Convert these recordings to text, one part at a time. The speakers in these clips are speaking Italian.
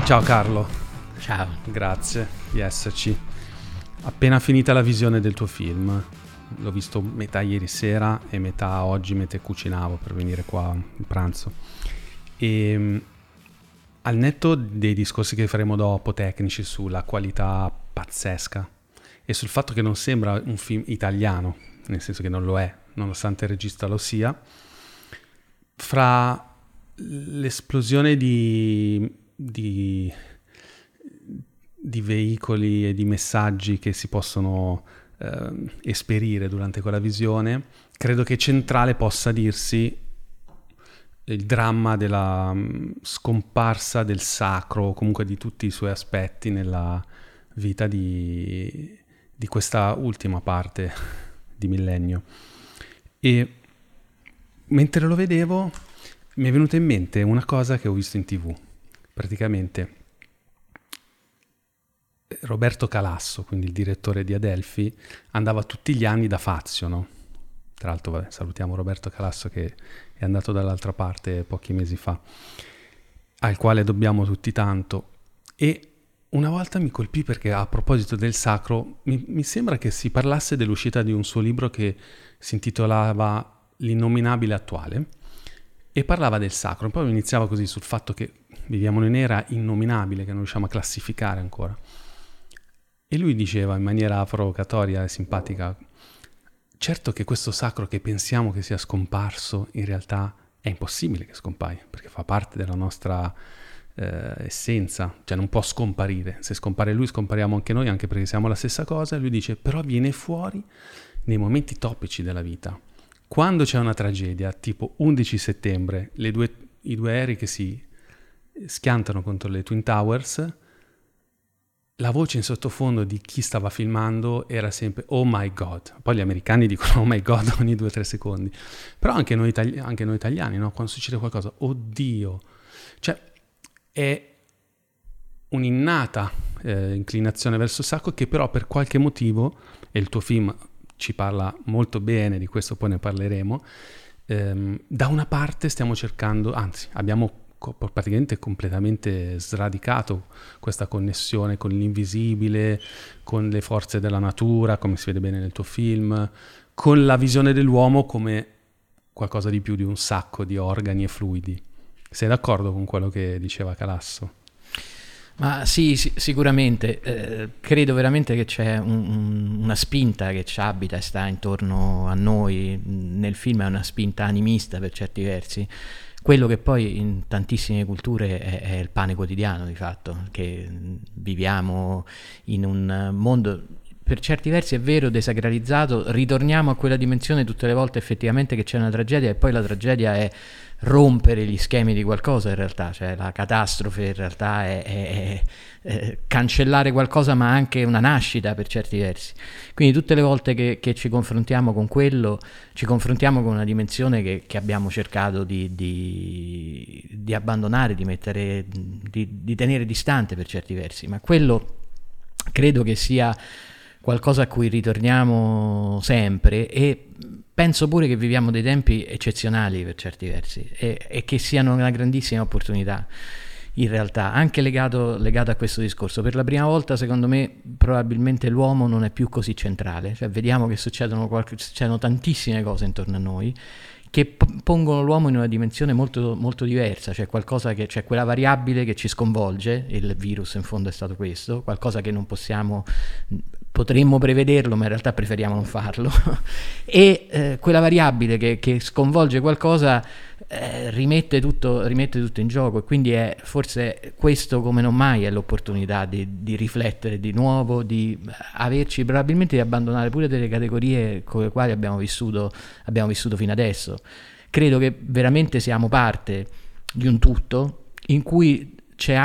Ciao Carlo, Ciao. grazie di esserci. Appena finita la visione del tuo film, l'ho visto metà ieri sera e metà oggi mentre cucinavo per venire qua in pranzo. E al netto dei discorsi che faremo dopo, tecnici, sulla qualità pazzesca e sul fatto che non sembra un film italiano, nel senso che non lo è, nonostante il regista lo sia, fra l'esplosione di veicoli e di messaggi che si possono esperire durante quella visione, credo che centrale possa dirsi il dramma della scomparsa del sacro, o comunque di tutti i suoi aspetti nella vita di questa ultima parte di millennio. E mentre lo vedevo mi è venuta in mente una cosa che ho visto in TV. Praticamente Roberto Calasso, quindi il direttore di Adelphi, andava tutti gli anni da Fazio, no? Tra l'altro, vabbè, salutiamo Roberto Calasso che è andato dall'altra parte pochi mesi fa, al quale dobbiamo tutti tanto. E una volta mi colpì perché, a proposito del sacro, mi sembra che si parlasse dell'uscita di un suo libro che si intitolava L'innominabile attuale e parlava del sacro. Poi iniziava così sul fatto che viviamo in un'era innominabile che non riusciamo a classificare ancora. E lui diceva in maniera provocatoria e simpatica: certo che questo sacro che pensiamo che sia scomparso, in realtà è impossibile che scompaia, perché fa parte della nostra essenza, cioè non può scomparire. Se scompare lui, scompariamo anche noi, anche perché siamo la stessa cosa. E lui dice, però viene fuori nei momenti topici della vita. Quando c'è una tragedia, tipo 11 settembre, i due aerei che si schiantano contro le Twin Towers, la voce in sottofondo di chi stava filmando era sempre "Oh my God". Poi gli americani dicono "Oh my God" ogni 2-3 secondi. Però anche noi italiani, no? Quando succede qualcosa, oddio. Cioè, è un'innata inclinazione verso il sacro che però per qualche motivo, e il tuo film ci parla molto bene di questo, poi ne parleremo, da una parte stiamo cercando, anzi abbiamo praticamente completamente sradicato questa connessione con l'invisibile, con le forze della natura, come si vede bene nel tuo film, con la visione dell'uomo come qualcosa di più di un sacco di organi e fluidi. Sei d'accordo con quello che diceva Calasso? Ma sì, sicuramente. Credo veramente che c'è una spinta che ci abita e sta intorno a noi. Nel film è una spinta animista per certi versi. Quello che poi in tantissime culture è il pane quotidiano, di fatto, che viviamo in un mondo per certi versi è vero desacralizzato, ritorniamo a quella dimensione tutte le volte effettivamente che c'è una tragedia, e poi la tragedia è rompere gli schemi di qualcosa, in realtà, cioè la catastrofe in realtà è cancellare qualcosa, ma anche una nascita per certi versi. Quindi tutte le volte che ci confrontiamo con quello, ci confrontiamo con una dimensione che abbiamo cercato di abbandonare, di mettere, di tenere distante per certi versi, ma quello credo che sia qualcosa a cui ritorniamo sempre, e penso pure che viviamo dei tempi eccezionali per certi versi e che siano una grandissima opportunità, in realtà, anche legato a questo discorso. Per la prima volta, secondo me, probabilmente l'uomo non è più così centrale, cioè vediamo che succedono tantissime cose intorno a noi che pongono l'uomo in una dimensione molto, molto diversa, cioè qualcosa che c'è, quella variabile che ci sconvolge. Il virus in fondo è stato questo, qualcosa che non potremmo prevederlo, ma in realtà preferiamo non farlo. E quella variabile che sconvolge qualcosa rimette tutto in gioco, e quindi è forse questo, come non mai, è l'opportunità di riflettere di nuovo, di averci, probabilmente di abbandonare pure delle categorie con le quali abbiamo vissuto fino adesso. Credo che veramente siamo parte di un tutto in cui c'è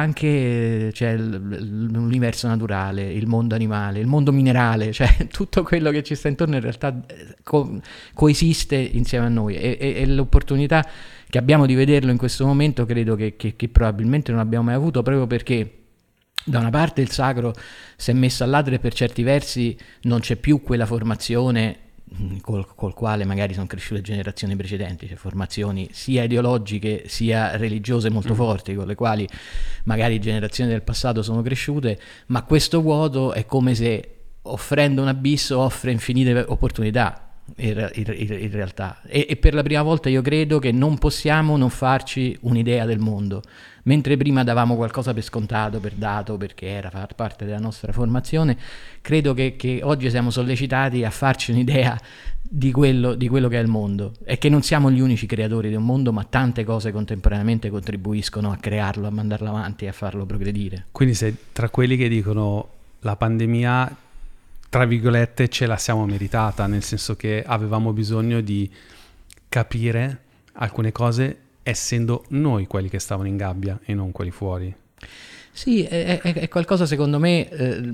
l'universo naturale, il mondo animale, il mondo minerale, cioè tutto quello che ci sta intorno in realtà coesiste insieme a noi, e l'opportunità che abbiamo di vederlo in questo momento credo che probabilmente non abbiamo mai avuto, proprio perché da una parte il sacro si è messo a lato e per certi versi non c'è più quella formazione col quale magari sono cresciute generazioni precedenti, cioè formazioni sia ideologiche sia religiose molto forti, con le quali magari generazioni del passato sono cresciute, ma questo vuoto è come se, offrendo un abisso, offre infinite opportunità in realtà, e per la prima volta io credo che non possiamo non farci un'idea del mondo, mentre prima davamo qualcosa per scontato, per dato, perché era parte della nostra formazione. Credo che oggi siamo sollecitati a farci un'idea di quello che è il mondo, e che non siamo gli unici creatori di un mondo, ma tante cose contemporaneamente contribuiscono a crearlo, a mandarlo avanti e a farlo progredire. Quindi sei tra quelli che dicono la pandemia, tra virgolette, ce la siamo meritata, nel senso che avevamo bisogno di capire alcune cose essendo noi quelli che stavano in gabbia e non quelli fuori. Sì, è qualcosa, secondo me,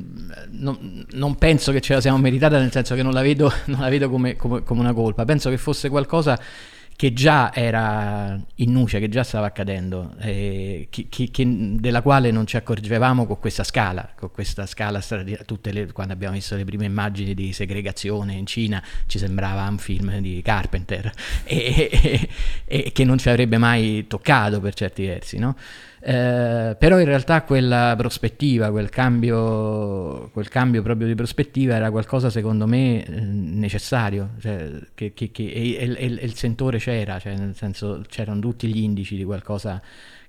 non penso che ce la siamo meritata, nel senso che non la vedo come una colpa. Penso che fosse qualcosa che già era in nuce, che già stava accadendo, della quale non ci accorgevamo con questa scala quando abbiamo visto le prime immagini di segregazione in Cina ci sembrava un film di Carpenter, e che non ci avrebbe mai toccato per certi versi, no? Però in realtà quella prospettiva, quel cambio proprio di prospettiva era qualcosa, secondo me, necessario, cioè, e il sentore c'era, cioè, nel senso, c'erano tutti gli indici di qualcosa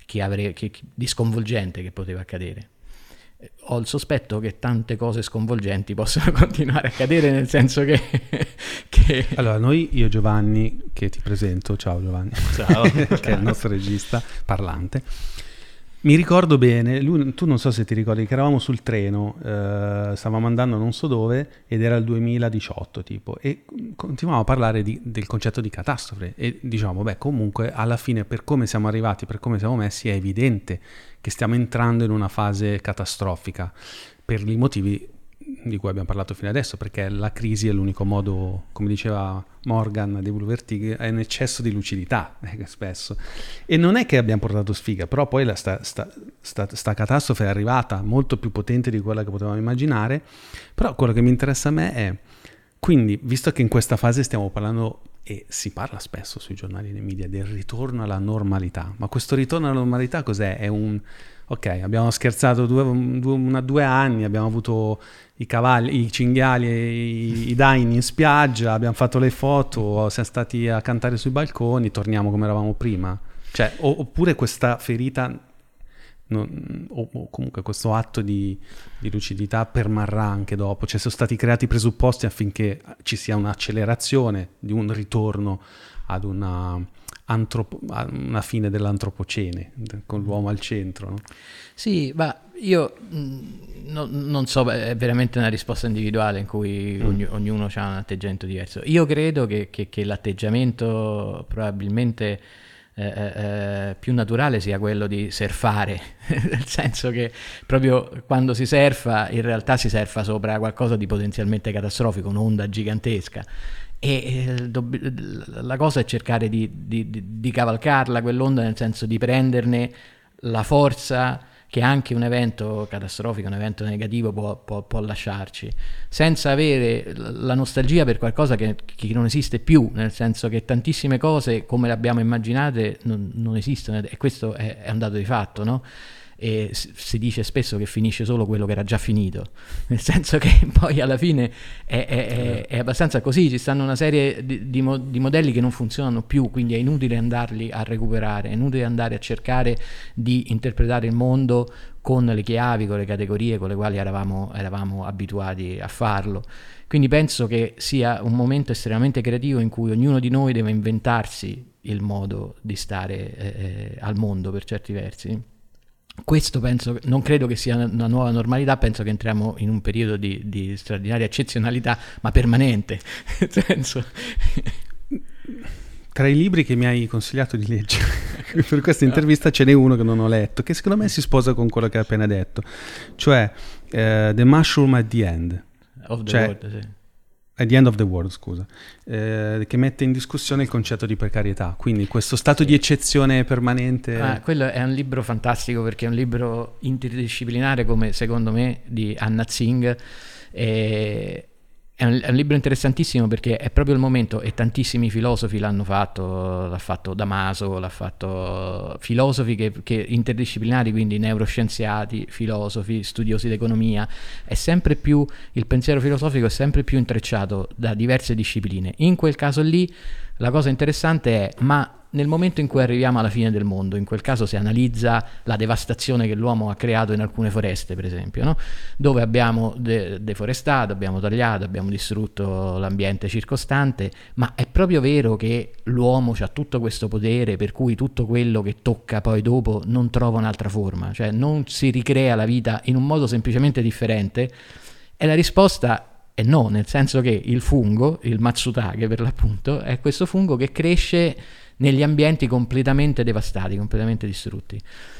di sconvolgente che poteva accadere. Ho il sospetto che tante cose sconvolgenti possono continuare a accadere, nel senso che Allora, io e Giovanni, che ti presento, ciao Giovanni, ciao. che è il nostro regista parlante. Mi ricordo bene, tu non so se ti ricordi che eravamo sul treno, stavamo andando non so dove, ed era il 2018 tipo, e continuavamo a parlare del concetto di catastrofe, e diciamo, comunque alla fine, per come siamo arrivati, per come siamo messi, è evidente che stiamo entrando in una fase catastrofica, per i motivi di cui abbiamo parlato fino adesso, perché la crisi è l'unico modo, come diceva Morgan di Bulvertig, è un eccesso di lucidità spesso, e non è che abbiamo portato sfiga, però poi sta catastrofe è arrivata molto più potente di quella che potevamo immaginare. Però quello che mi interessa a me è, quindi, visto che in questa fase stiamo parlando, e si parla spesso sui giornali e nei media, del ritorno alla normalità, ma questo ritorno alla normalità cos'è? È ok, abbiamo scherzato 2 anni, abbiamo avuto i cavalli, i cinghiali e i daini in spiaggia, abbiamo fatto le foto, siamo stati a cantare sui balconi, torniamo come eravamo prima. Cioè, oppure questa ferita, o comunque questo atto di lucidità permarrà anche dopo. Cioè, sono stati creati i presupposti affinché ci sia un'accelerazione di un ritorno ad una fine dell'antropocene, con l'uomo al centro, no? Sì, ma io non so, è veramente una risposta individuale in cui ognuno ha un atteggiamento diverso. Io credo che l'atteggiamento probabilmente più naturale sia quello di surfare, nel senso che proprio quando si surfa, in realtà si surfa sopra qualcosa di potenzialmente catastrofico, un'onda gigantesca. E la cosa è cercare di cavalcarla quell'onda, nel senso di prenderne la forza che anche un evento catastrofico, un evento negativo può lasciarci, senza avere la nostalgia per qualcosa che non esiste più, nel senso che tantissime cose come le abbiamo immaginate non esistono, e questo è un dato di fatto, no? E si dice spesso che finisce solo quello che era già finito, nel senso che poi alla fine è abbastanza così, ci stanno una serie di modelli che non funzionano più, quindi è inutile andarli a recuperare, è inutile andare a cercare di interpretare il mondo con le chiavi, con le categorie con le quali eravamo abituati a farlo. Quindi penso che sia un momento estremamente creativo in cui ognuno di noi deve inventarsi il modo di stare al mondo, per certi versi. Questo non credo che sia una nuova normalità, penso che entriamo in un periodo di straordinaria eccezionalità, ma permanente. Nel senso... Tra i libri che mi hai consigliato di leggere per questa intervista ce n'è uno che non ho letto, che secondo me si sposa con quello che hai appena detto, cioè The Mushroom at the End. Of the World, sì. At the End of the World, scusa, che mette in discussione il concetto di precarietà, quindi questo stato di eccezione permanente. Quello è un libro fantastico, perché è un libro interdisciplinare, come secondo me, di Anna Tsing, è È un libro interessantissimo perché è proprio il momento, e tantissimi filosofi l'ha fatto Damaso, l'ha fatto filosofi che interdisciplinari, quindi neuroscienziati, filosofi, studiosi d'economia. È sempre più, il pensiero filosofico è sempre più intrecciato da diverse discipline. In quel caso lì la cosa interessante è, ma nel momento in cui arriviamo alla fine del mondo, in quel caso si analizza la devastazione che l'uomo ha creato in alcune foreste, per esempio, no? Dove abbiamo deforestato, abbiamo tagliato, abbiamo distrutto l'ambiente circostante, ma è proprio vero che l'uomo ha tutto questo potere per cui tutto quello che tocca poi dopo non trova un'altra forma, cioè non si ricrea la vita in un modo semplicemente differente? E la risposta è no, nel senso che il fungo, il matsutake per l'appunto, è questo fungo che cresce negli ambienti completamente devastati, completamente distrutti.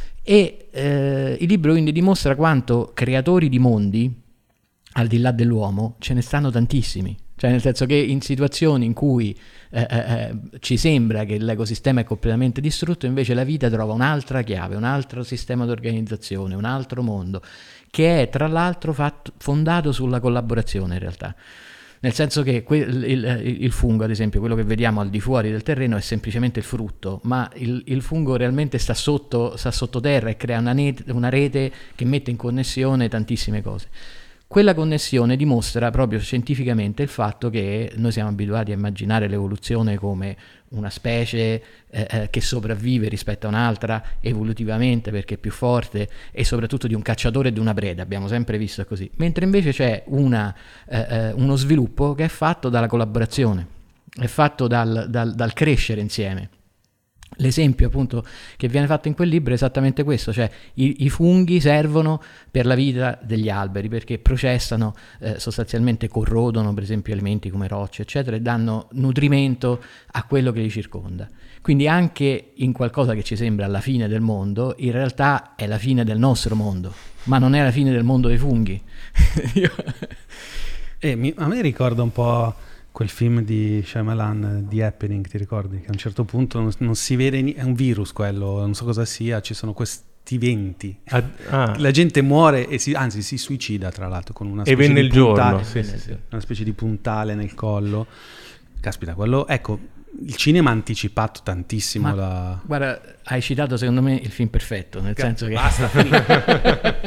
E il libro quindi dimostra quanto creatori di mondi, al di là dell'uomo, ce ne stanno tantissimi. Cioè nel senso che in situazioni in cui ci sembra che l'ecosistema è completamente distrutto, invece la vita trova un'altra chiave, un altro sistema di organizzazione, un altro mondo, che è tra l'altro fondato sulla collaborazione in realtà. Nel senso che il fungo, ad esempio, quello che vediamo al di fuori del terreno è semplicemente il frutto, ma il fungo realmente sta sottoterra e crea una rete che mette in connessione tantissime cose. Quella connessione dimostra proprio scientificamente il fatto che noi siamo abituati a immaginare l'evoluzione come una specie che sopravvive rispetto a un'altra evolutivamente perché è più forte, e soprattutto di un cacciatore e di una preda, abbiamo sempre visto così, mentre invece c'è uno sviluppo che è fatto dalla collaborazione, è fatto dal crescere insieme. L'esempio appunto che viene fatto in quel libro è esattamente questo, cioè i funghi servono per la vita degli alberi perché processano, sostanzialmente corrodono per esempio elementi come rocce eccetera e danno nutrimento a quello che li circonda. Quindi anche in qualcosa che ci sembra la fine del mondo, in realtà è la fine del nostro mondo, ma non è la fine del mondo dei funghi. A me ricorda un po' quel film di Shyamalan, The Happening, ti ricordi? Che a un certo punto non si vede, è un virus quello, non so cosa sia, ci sono questi venti. La gente muore e anzi si suicida tra l'altro con una specie di puntale, una specie di puntale nel collo. Caspita, quello, ecco, il cinema ha anticipato tantissimo Guarda, hai citato secondo me il film perfetto, nel senso che... Basta,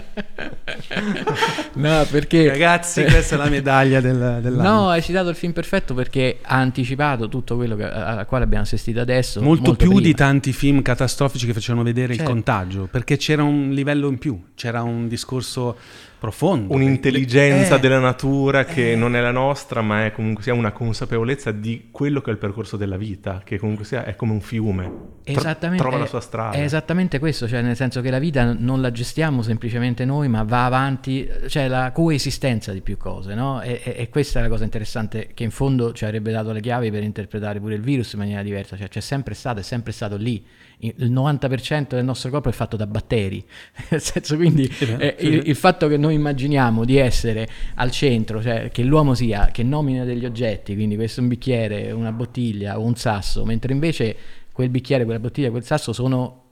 no, perché... Ragazzi, questa è la medaglia dell'anno. No, hai citato il film perfetto perché ha anticipato tutto quello al quale abbiamo assistito adesso. Molto più prima di tanti film catastrofici che facevano vedere il contagio, perché c'era un livello in più, c'era un discorso profondo, un'intelligenza della natura che non è la nostra, ma è comunque sia una consapevolezza di quello che è il percorso della vita, che comunque sia è come un fiume, trova la sua strada. È esattamente questo, cioè nel senso che la vita non la gestiamo semplicemente noi, ma va avanti, cioè la coesistenza di più cose, no? E questa è la cosa interessante, che in fondo ci avrebbe dato le chiavi per interpretare pure il virus in maniera diversa, cioè c'è sempre stato lì. Il 90% del nostro corpo è fatto da batteri, nel senso, quindi il fatto che noi immaginiamo di essere al centro, cioè che l'uomo sia, che nomina degli oggetti, quindi questo è un bicchiere, una bottiglia o un sasso, mentre invece quel bicchiere, quella bottiglia, quel sasso sono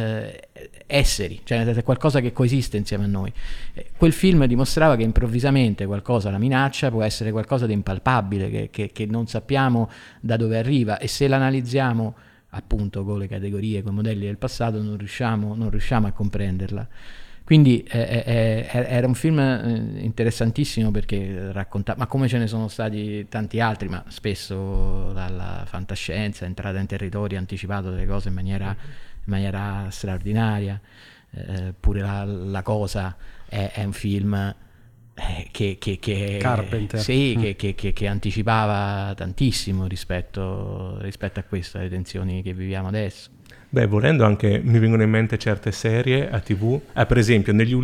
esseri, cioè è qualcosa che coesiste insieme a noi. Quel film dimostrava che improvvisamente qualcosa, la minaccia, può essere qualcosa di impalpabile, che non sappiamo da dove arriva, e se l'analizziamo appunto con le categorie, con i modelli del passato, non riusciamo a comprenderla. Quindi era un film interessantissimo perché raccontava, ma come ce ne sono stati tanti altri, ma spesso la fantascienza è entrata in territorio, ha anticipato delle cose in maniera straordinaria. Pure la Cosa è un film che Carpenter. Sì, che anticipava tantissimo rispetto a questo, alle tensioni che viviamo adesso. Beh, volendo anche mi vengono in mente certe serie a TV. Per esempio, negli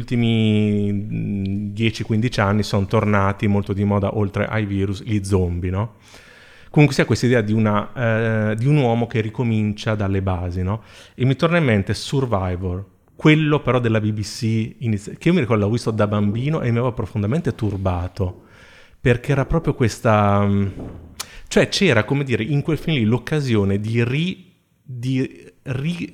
ultimi 10-15 anni sono tornati molto di moda, oltre ai virus, gli zombie, no? Comunque sia questa idea di un uomo che ricomincia dalle basi, no? E mi torna in mente Survivor, quello però della BBC, che io mi ricordo l'ho visto da bambino e mi aveva profondamente turbato, perché era proprio questa... Cioè c'era, come dire, in quel film lì l'occasione di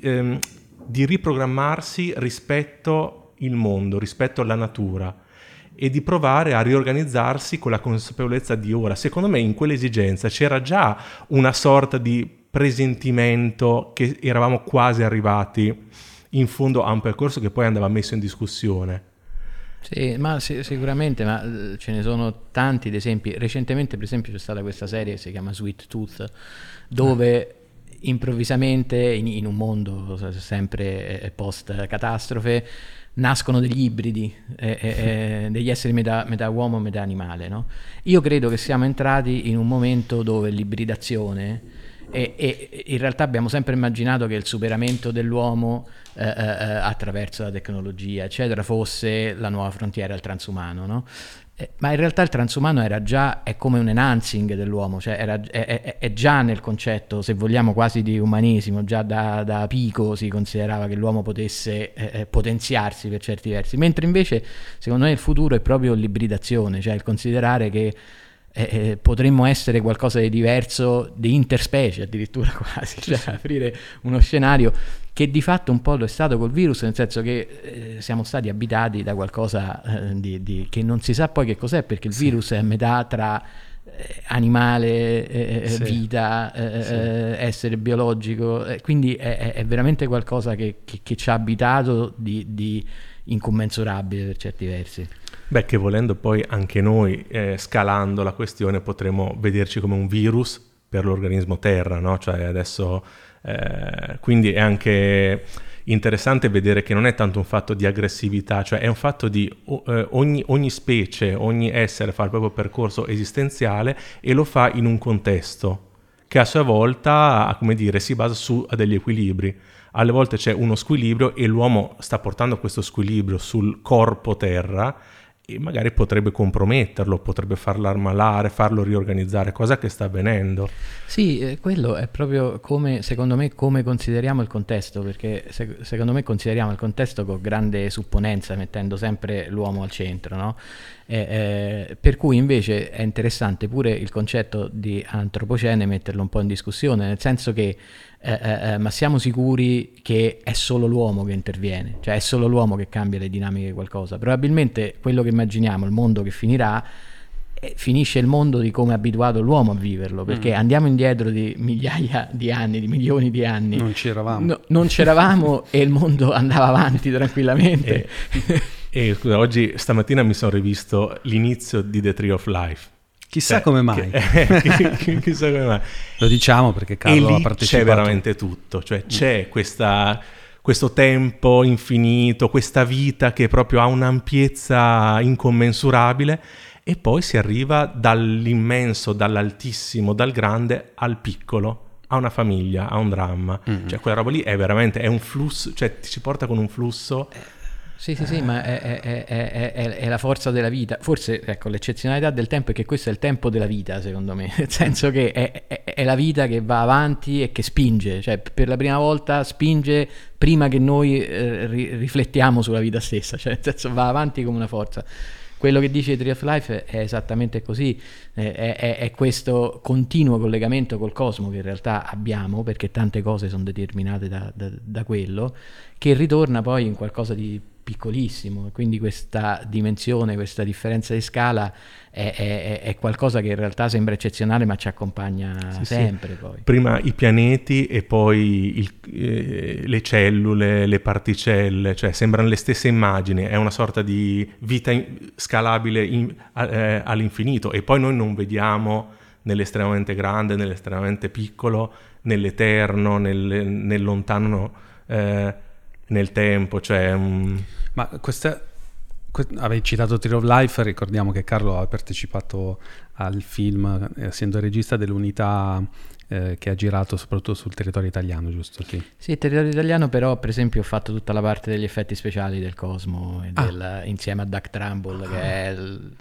riprogrammarsi rispetto il mondo, rispetto alla natura, e di provare a riorganizzarsi con la consapevolezza di ora. Secondo me in quell'esigenza c'era già una sorta di presentimento che eravamo quasi arrivati in fondo a un percorso che poi andava messo in discussione. Sì, ma sicuramente, ma ce ne sono tanti di esempi. Recentemente, per esempio, c'è stata questa serie che si chiama Sweet Tooth, dove improvvisamente, in un mondo sempre post-catastrofe, nascono degli ibridi, degli esseri metà uomo, metà animale, no? Io credo che siamo entrati in un momento dove l'ibridazione, e in realtà abbiamo sempre immaginato che il superamento dell'uomo attraverso la tecnologia eccetera fosse la nuova frontiera al transumano, no? Ma in realtà il transumano è come un enhancing dell'uomo, cioè è già nel concetto, se vogliamo, quasi di umanesimo. Già da Pico si considerava che l'uomo potesse potenziarsi per certi versi, mentre invece secondo me il futuro è proprio l'ibridazione, cioè il considerare che potremmo essere qualcosa di diverso, di interspecie addirittura quasi, cioè aprire uno scenario che di fatto un po' lo è stato col virus, nel senso che siamo stati abitati da qualcosa che non si sa poi che cos'è, perché il virus è a metà tra animale, vita, essere biologico, quindi è veramente qualcosa che ci ha abitato di incommensurabile per certi versi. Beh, che volendo poi anche noi, scalando la questione, potremmo vederci come un virus per l'organismo Terra, no? Cioè adesso, quindi è anche interessante vedere che non è tanto un fatto di aggressività, cioè è un fatto di ogni specie, ogni essere fa il proprio percorso esistenziale e lo fa in un contesto che a sua volta, come dire, si basa su degli equilibri. Alle volte c'è uno squilibrio e l'uomo sta portando questo squilibrio sul corpo Terra e magari potrebbe comprometterlo, potrebbe farlo ammalare, farlo riorganizzare, cosa che sta avvenendo. Sì, quello è proprio come, secondo me, come consideriamo il contesto, perché secondo me consideriamo il contesto con grande supponenza, mettendo sempre l'uomo al centro, no? Per cui invece è interessante pure il concetto di antropocene metterlo un po' in discussione, nel senso che ma siamo sicuri che è solo l'uomo che interviene, cioè è solo l'uomo che cambia le dinamiche di qualcosa? Probabilmente quello che immaginiamo, il mondo che finirà, finisce il mondo di come è abituato l'uomo a viverlo, perché andiamo indietro di migliaia di anni, di milioni di anni, non c'eravamo, non c'eravamo e il mondo andava avanti tranquillamente. E scusa, stamattina mi sono rivisto l'inizio di The Tree of Life. Chissà come mai. Chissà come mai. Lo diciamo perché Carlo ha partecipato. C'è veramente tutto, cioè c'è questo tempo infinito, questa vita che proprio ha un'ampiezza incommensurabile e poi si arriva dall'immenso, dall'altissimo, dal grande al piccolo, a una famiglia, a un dramma. Cioè quella roba lì è veramente, è un flusso, cioè ti ci porta con un flusso... Sì, ma è la forza della vita. Forse, ecco, l'eccezionalità del tempo è che questo è il tempo della vita, secondo me, nel senso che è la vita che va avanti e che spinge, cioè per la prima volta spinge prima che noi riflettiamo sulla vita stessa, cioè nel senso va avanti come una forza. Quello che dice Tree of Life è esattamente così, è questo continuo collegamento col cosmo che in realtà abbiamo, perché tante cose sono determinate da quello, che ritorna poi in qualcosa di piccolissimo, quindi questa dimensione, questa differenza di scala è qualcosa che in realtà sembra eccezionale ma ci accompagna sempre. Poi prima i pianeti e poi le cellule, le particelle, cioè sembrano le stesse immagini, è una sorta di vita scalabile all'infinito e poi noi non vediamo nell'estremamente grande, nell'estremamente piccolo, nell'eterno, nel lontano, nel tempo, cioè... Ma avevi citato Tree of Life, ricordiamo che Carlo ha partecipato al film, essendo regista dell'Unità, che ha girato soprattutto sul territorio italiano, giusto? Sì, il territorio italiano, però per esempio ho fatto tutta la parte degli effetti speciali del Cosmo insieme a Doug Trumbull, che è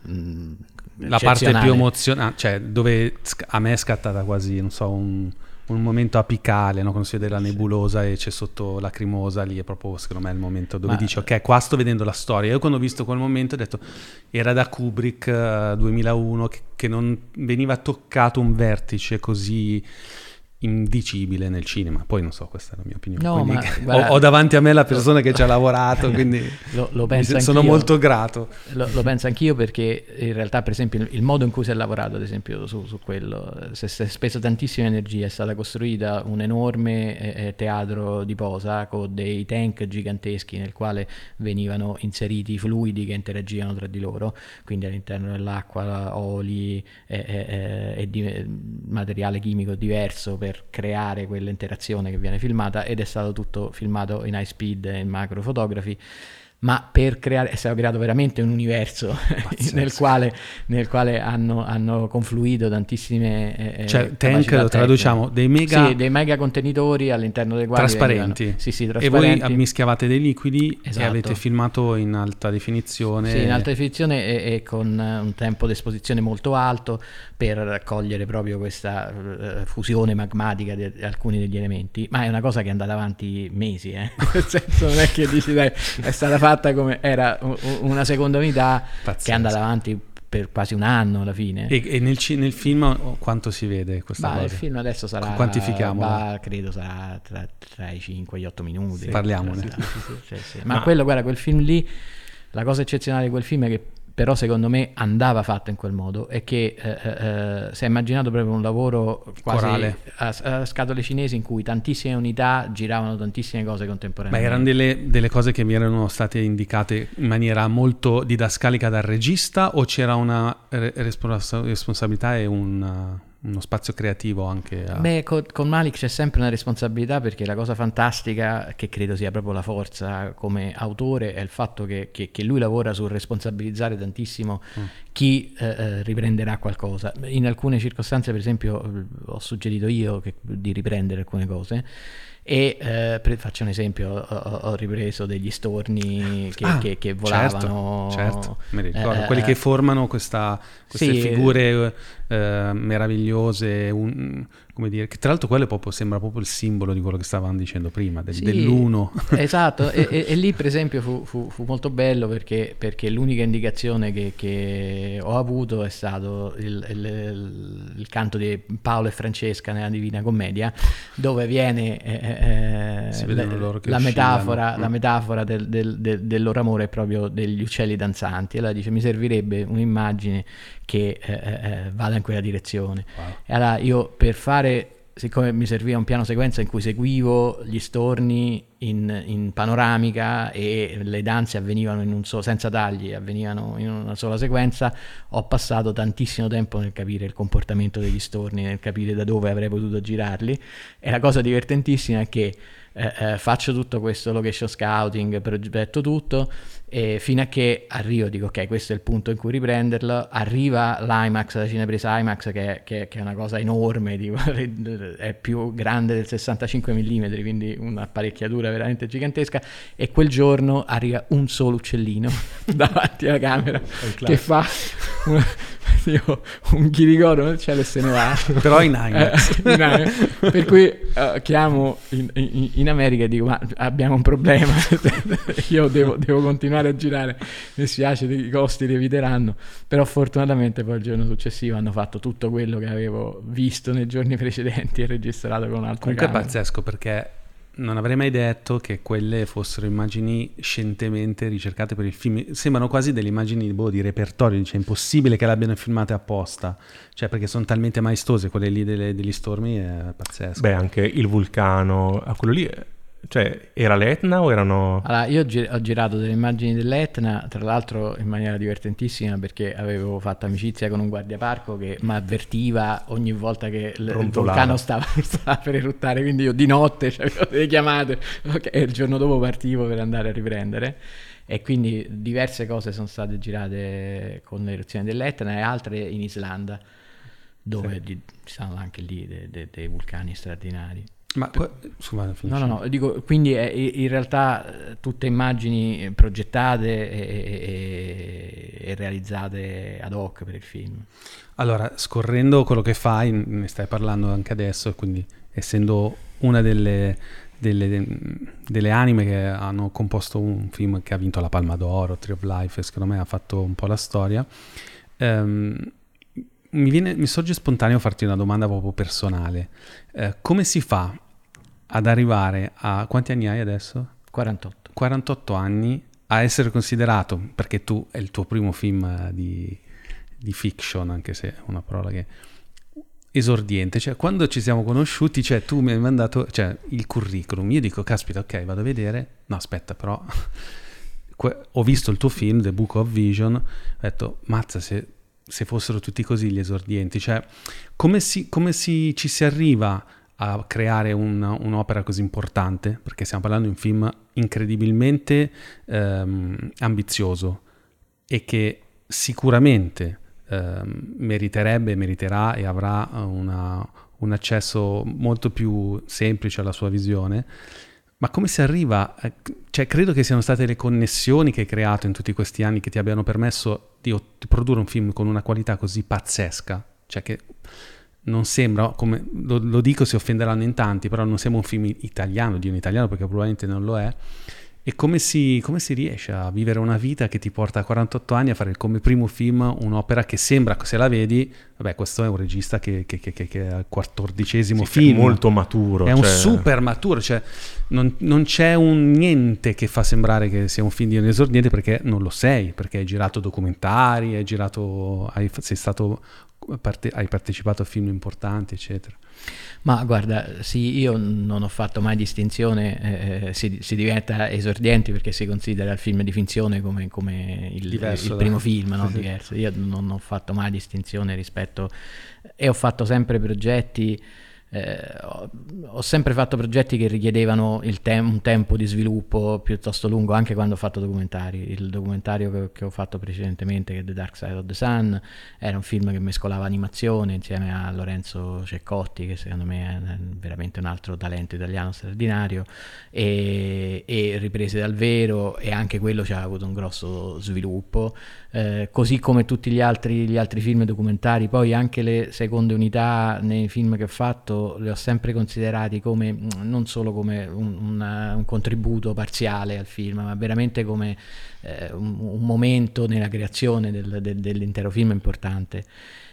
la parte più emozionante, cioè dove a me è scattata quasi, non so, un momento apicale, no? Quando si vede la nebulosa e c'è sotto Lacrimosa, lì è proprio secondo me il momento dove dici ok, qua sto vedendo la storia. Io quando ho visto quel momento ho detto era da Kubrick 2001 che non veniva toccato un vertice così indicibile nel cinema. Poi non so, questa è la mia opinione. No, Quindi, ma guarda, ho davanti a me la persona che ci ha lavorato, quindi lo penso sono anch'io. molto grato. Lo penso anch'io, perché in realtà, per esempio, il modo in cui si è lavorato, ad esempio, su quello, si è speso tantissima energia, è stata costruita un enorme teatro di posa con dei tank giganteschi nel quale venivano inseriti fluidi che interagivano tra di loro, quindi all'interno dell'acqua, oli e materiale chimico diverso per creare quell'interazione che viene filmata, ed è stato tutto filmato in high speed e in macro fotografi. Ma per creare, è stato creato veramente un universo nel quale hanno confluito tantissime cioè tank lo traduciamo, dei mega contenitori all'interno dei quali trasparenti. trasparenti. E voi ammischiavate dei liquidi, esatto, che avete filmato in alta definizione. Sì, in alta definizione e con un tempo di esposizione molto alto, per raccogliere proprio questa fusione magmatica di alcuni degli elementi. Ma è una cosa che è andata avanti mesi, nel senso, non è che dici dai, è stata fatta come era una seconda unità. Pazzesco. Che è andata avanti per quasi un anno alla fine. E nel film quanto si vede questa cosa? Il film adesso sarà, quantifichiamolo, credo sarà tra i 5 e gli 8 minuti. Parliamone. Sì. Ma quello, guarda, quel film lì, la cosa eccezionale di quel film è che però secondo me andava fatto in quel modo, è che si è immaginato proprio un lavoro quasi a scatole cinesi, in cui tantissime unità giravano tantissime cose contemporaneamente. Ma erano delle cose che mi erano state indicate in maniera molto didascalica dal regista, o c'era una responsabilità e uno spazio creativo anche con Malick c'è sempre una responsabilità, perché la cosa fantastica, che credo sia proprio la forza come autore, è il fatto che lui lavora sul responsabilizzare tantissimo chi riprenderà qualcosa. In alcune circostanze, per esempio, ho suggerito io di riprendere alcune cose, e faccio un esempio, ho ripreso degli storni che volavano, certo, mi ricordo, quelli che formano queste figure meravigliose, come dire, che tra l'altro quello sembra proprio il simbolo di quello che stavamo dicendo prima, dell'uno. Esatto. e lì per esempio fu molto bello, perché l'unica indicazione che ho avuto è stato il canto di Paolo e Francesca nella Divina Commedia, dove viene la metafora del loro amore è proprio degli uccelli danzanti. E allora dice: mi servirebbe un'immagine che vada in quella direzione. Wow. E allora io, per fare, siccome mi serviva un piano sequenza in cui seguivo gli storni in panoramica e le danze avvenivano senza tagli, avvenivano in una sola sequenza, ho passato tantissimo tempo nel capire il comportamento degli storni, nel capire da dove avrei potuto girarli. E la cosa divertentissima è che faccio tutto questo location scouting, progetto tutto, e fino a che arrivo, dico ok, questo è il punto in cui riprenderlo. Arriva l'IMAX, la cinepresa IMAX, che è una cosa enorme, è più grande del 65 mm, quindi un'apparecchiatura veramente gigantesca, e quel giorno arriva un solo uccellino davanti alla camera che fa un chiricoro nel cielo e se ne va, però in IMAX. Per cui chiamo in America e dico: ma abbiamo un problema, io devo continuare a girare, mi spiace, i costi lieviteranno. Però fortunatamente poi il giorno successivo hanno fatto tutto quello che avevo visto nei giorni precedenti e registrato con un'altra camera. Comunque è pazzesco, perché non avrei mai detto che quelle fossero immagini scientemente ricercate per il film. Sembrano quasi delle immagini di repertorio, dice, è impossibile che l'abbiano filmate apposta, cioè, perché sono talmente maestose quelle lì degli stormi, è pazzesco. Beh, anche il vulcano, quello lì, cioè, era l'Etna o erano... Allora, io ho girato delle immagini dell'Etna, tra l'altro in maniera divertentississima, perché avevo fatto amicizia con un guardiaparco che mi avvertiva ogni volta che il vulcano stava per eruttare, quindi io di notte avevo delle chiamate, e il giorno dopo partivo per andare a riprendere. E quindi diverse cose sono state girate con l'eruzione dell'Etna, e altre in Islanda, dove ci sono anche lì dei vulcani straordinari. Ma no, dico, quindi è in realtà tutte immagini progettate e realizzate ad hoc per il film. Allora, scorrendo quello che fai, ne stai parlando anche adesso, e quindi essendo una delle anime che hanno composto un film che ha vinto la Palma d'Oro, Tree of Life, e secondo me ha fatto un po' la storia, mi sorge spontaneo farti una domanda proprio personale. Come si fa ad arrivare a... Quanti anni hai adesso? 48. 48 anni a essere considerato, perché tu è il tuo primo film di fiction, anche se è una parola che... esordiente, cioè quando ci siamo conosciuti, cioè tu mi hai mandato, cioè, il curriculum, io dico caspita, ok, vado a vedere, no aspetta però ho visto il tuo film The Book of Vision, ho detto mazza, se fossero tutti così gli esordienti, cioè come ci si arriva a creare un'opera così importante, perché stiamo parlando di un film incredibilmente ambizioso e che sicuramente meriterà e avrà un accesso molto più semplice alla sua visione. Ma come si arriva? Cioè, credo che siano state le connessioni che hai creato in tutti questi anni che ti abbiano permesso di produrre un film con una qualità così pazzesca, cioè che non sembra, come lo dico, si offenderanno in tanti, però non sembra un film italiano, di un italiano, perché probabilmente non lo è. E come si riesce a vivere una vita che ti porta a 48 anni a fare come primo film un'opera che sembra, se la vedi, vabbè, questo è un regista che è al 14° film. È molto maturo. È un super maturo, cioè non c'è niente che fa sembrare che sia un film di un esordiente, perché non lo sei, perché hai girato documentari, hai partecipato a film importanti, eccetera. Ma guarda, sì, io non ho fatto mai distinzione, si diventa esordienti perché si considera il film di finzione come il primo film, no? Diverso. Io non ho fatto mai distinzione rispetto, e ho fatto sempre progetti, ho sempre fatto progetti che richiedevano un tempo di sviluppo piuttosto lungo, anche quando ho fatto documentari. Il documentario che ho fatto precedentemente, che è The Dark Side of the Sun, era un film che mescolava animazione insieme a Lorenzo Ceccotti, che secondo me è veramente un altro talento italiano straordinario, e riprese dal vero, e anche quello ci ha avuto un grosso sviluppo, così come tutti gli altri film documentari. Poi anche le seconde unità nei film che ho fatto li ho sempre considerati come non solo come un contributo parziale al film, ma veramente come un momento nella creazione dell'intero film importante.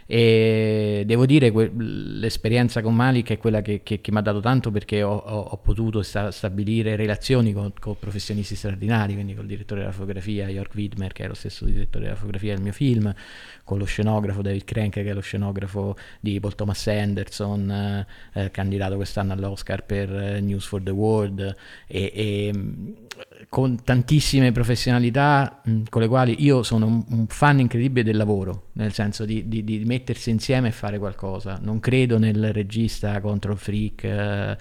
E devo dire l'esperienza con Malik è quella che mi ha dato tanto, perché ho potuto stabilire relazioni con professionisti straordinari, quindi col direttore della fotografia Jörg Widmer, che è lo stesso direttore della fotografia del mio film, con lo scenografo David Krenke, che è lo scenografo di Paul Thomas Anderson, candidato quest'anno all'Oscar per News for the World, e con tantissime professionalità con le quali io sono un fan incredibile del lavoro, nel senso di mettersi insieme e fare qualcosa. Non credo nel regista control freak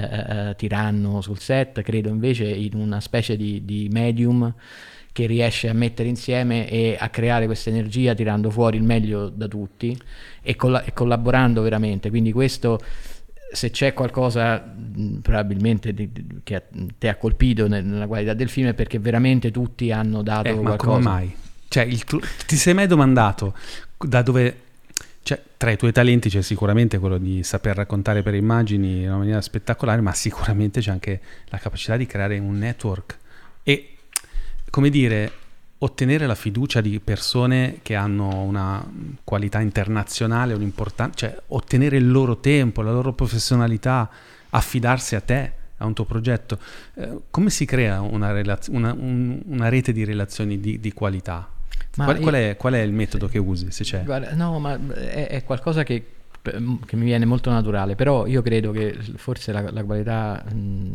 tiranno sul set, credo invece in una specie di medium che riesce a mettere insieme e a creare questa energia, tirando fuori il meglio da tutti e collaborando veramente. Quindi questo, se c'è qualcosa probabilmente che ti ha colpito nella qualità del film, è perché veramente tutti hanno dato qualcosa. Ma come mai? Cioè, ti sei mai domandato da dove... Cioè, tra i tuoi talenti c'è sicuramente quello di saper raccontare per immagini in una maniera spettacolare, ma sicuramente c'è anche la capacità di creare un network e, come dire, ottenere la fiducia di persone che hanno una qualità internazionale, un'importanza, cioè ottenere il loro tempo, la loro professionalità, affidarsi a te, a un tuo progetto. Come si crea una rete di relazioni di qualità? Qual è il metodo che usi, se c'è? Guarda, no, ma è qualcosa che mi viene molto naturale, però io credo che forse la qualità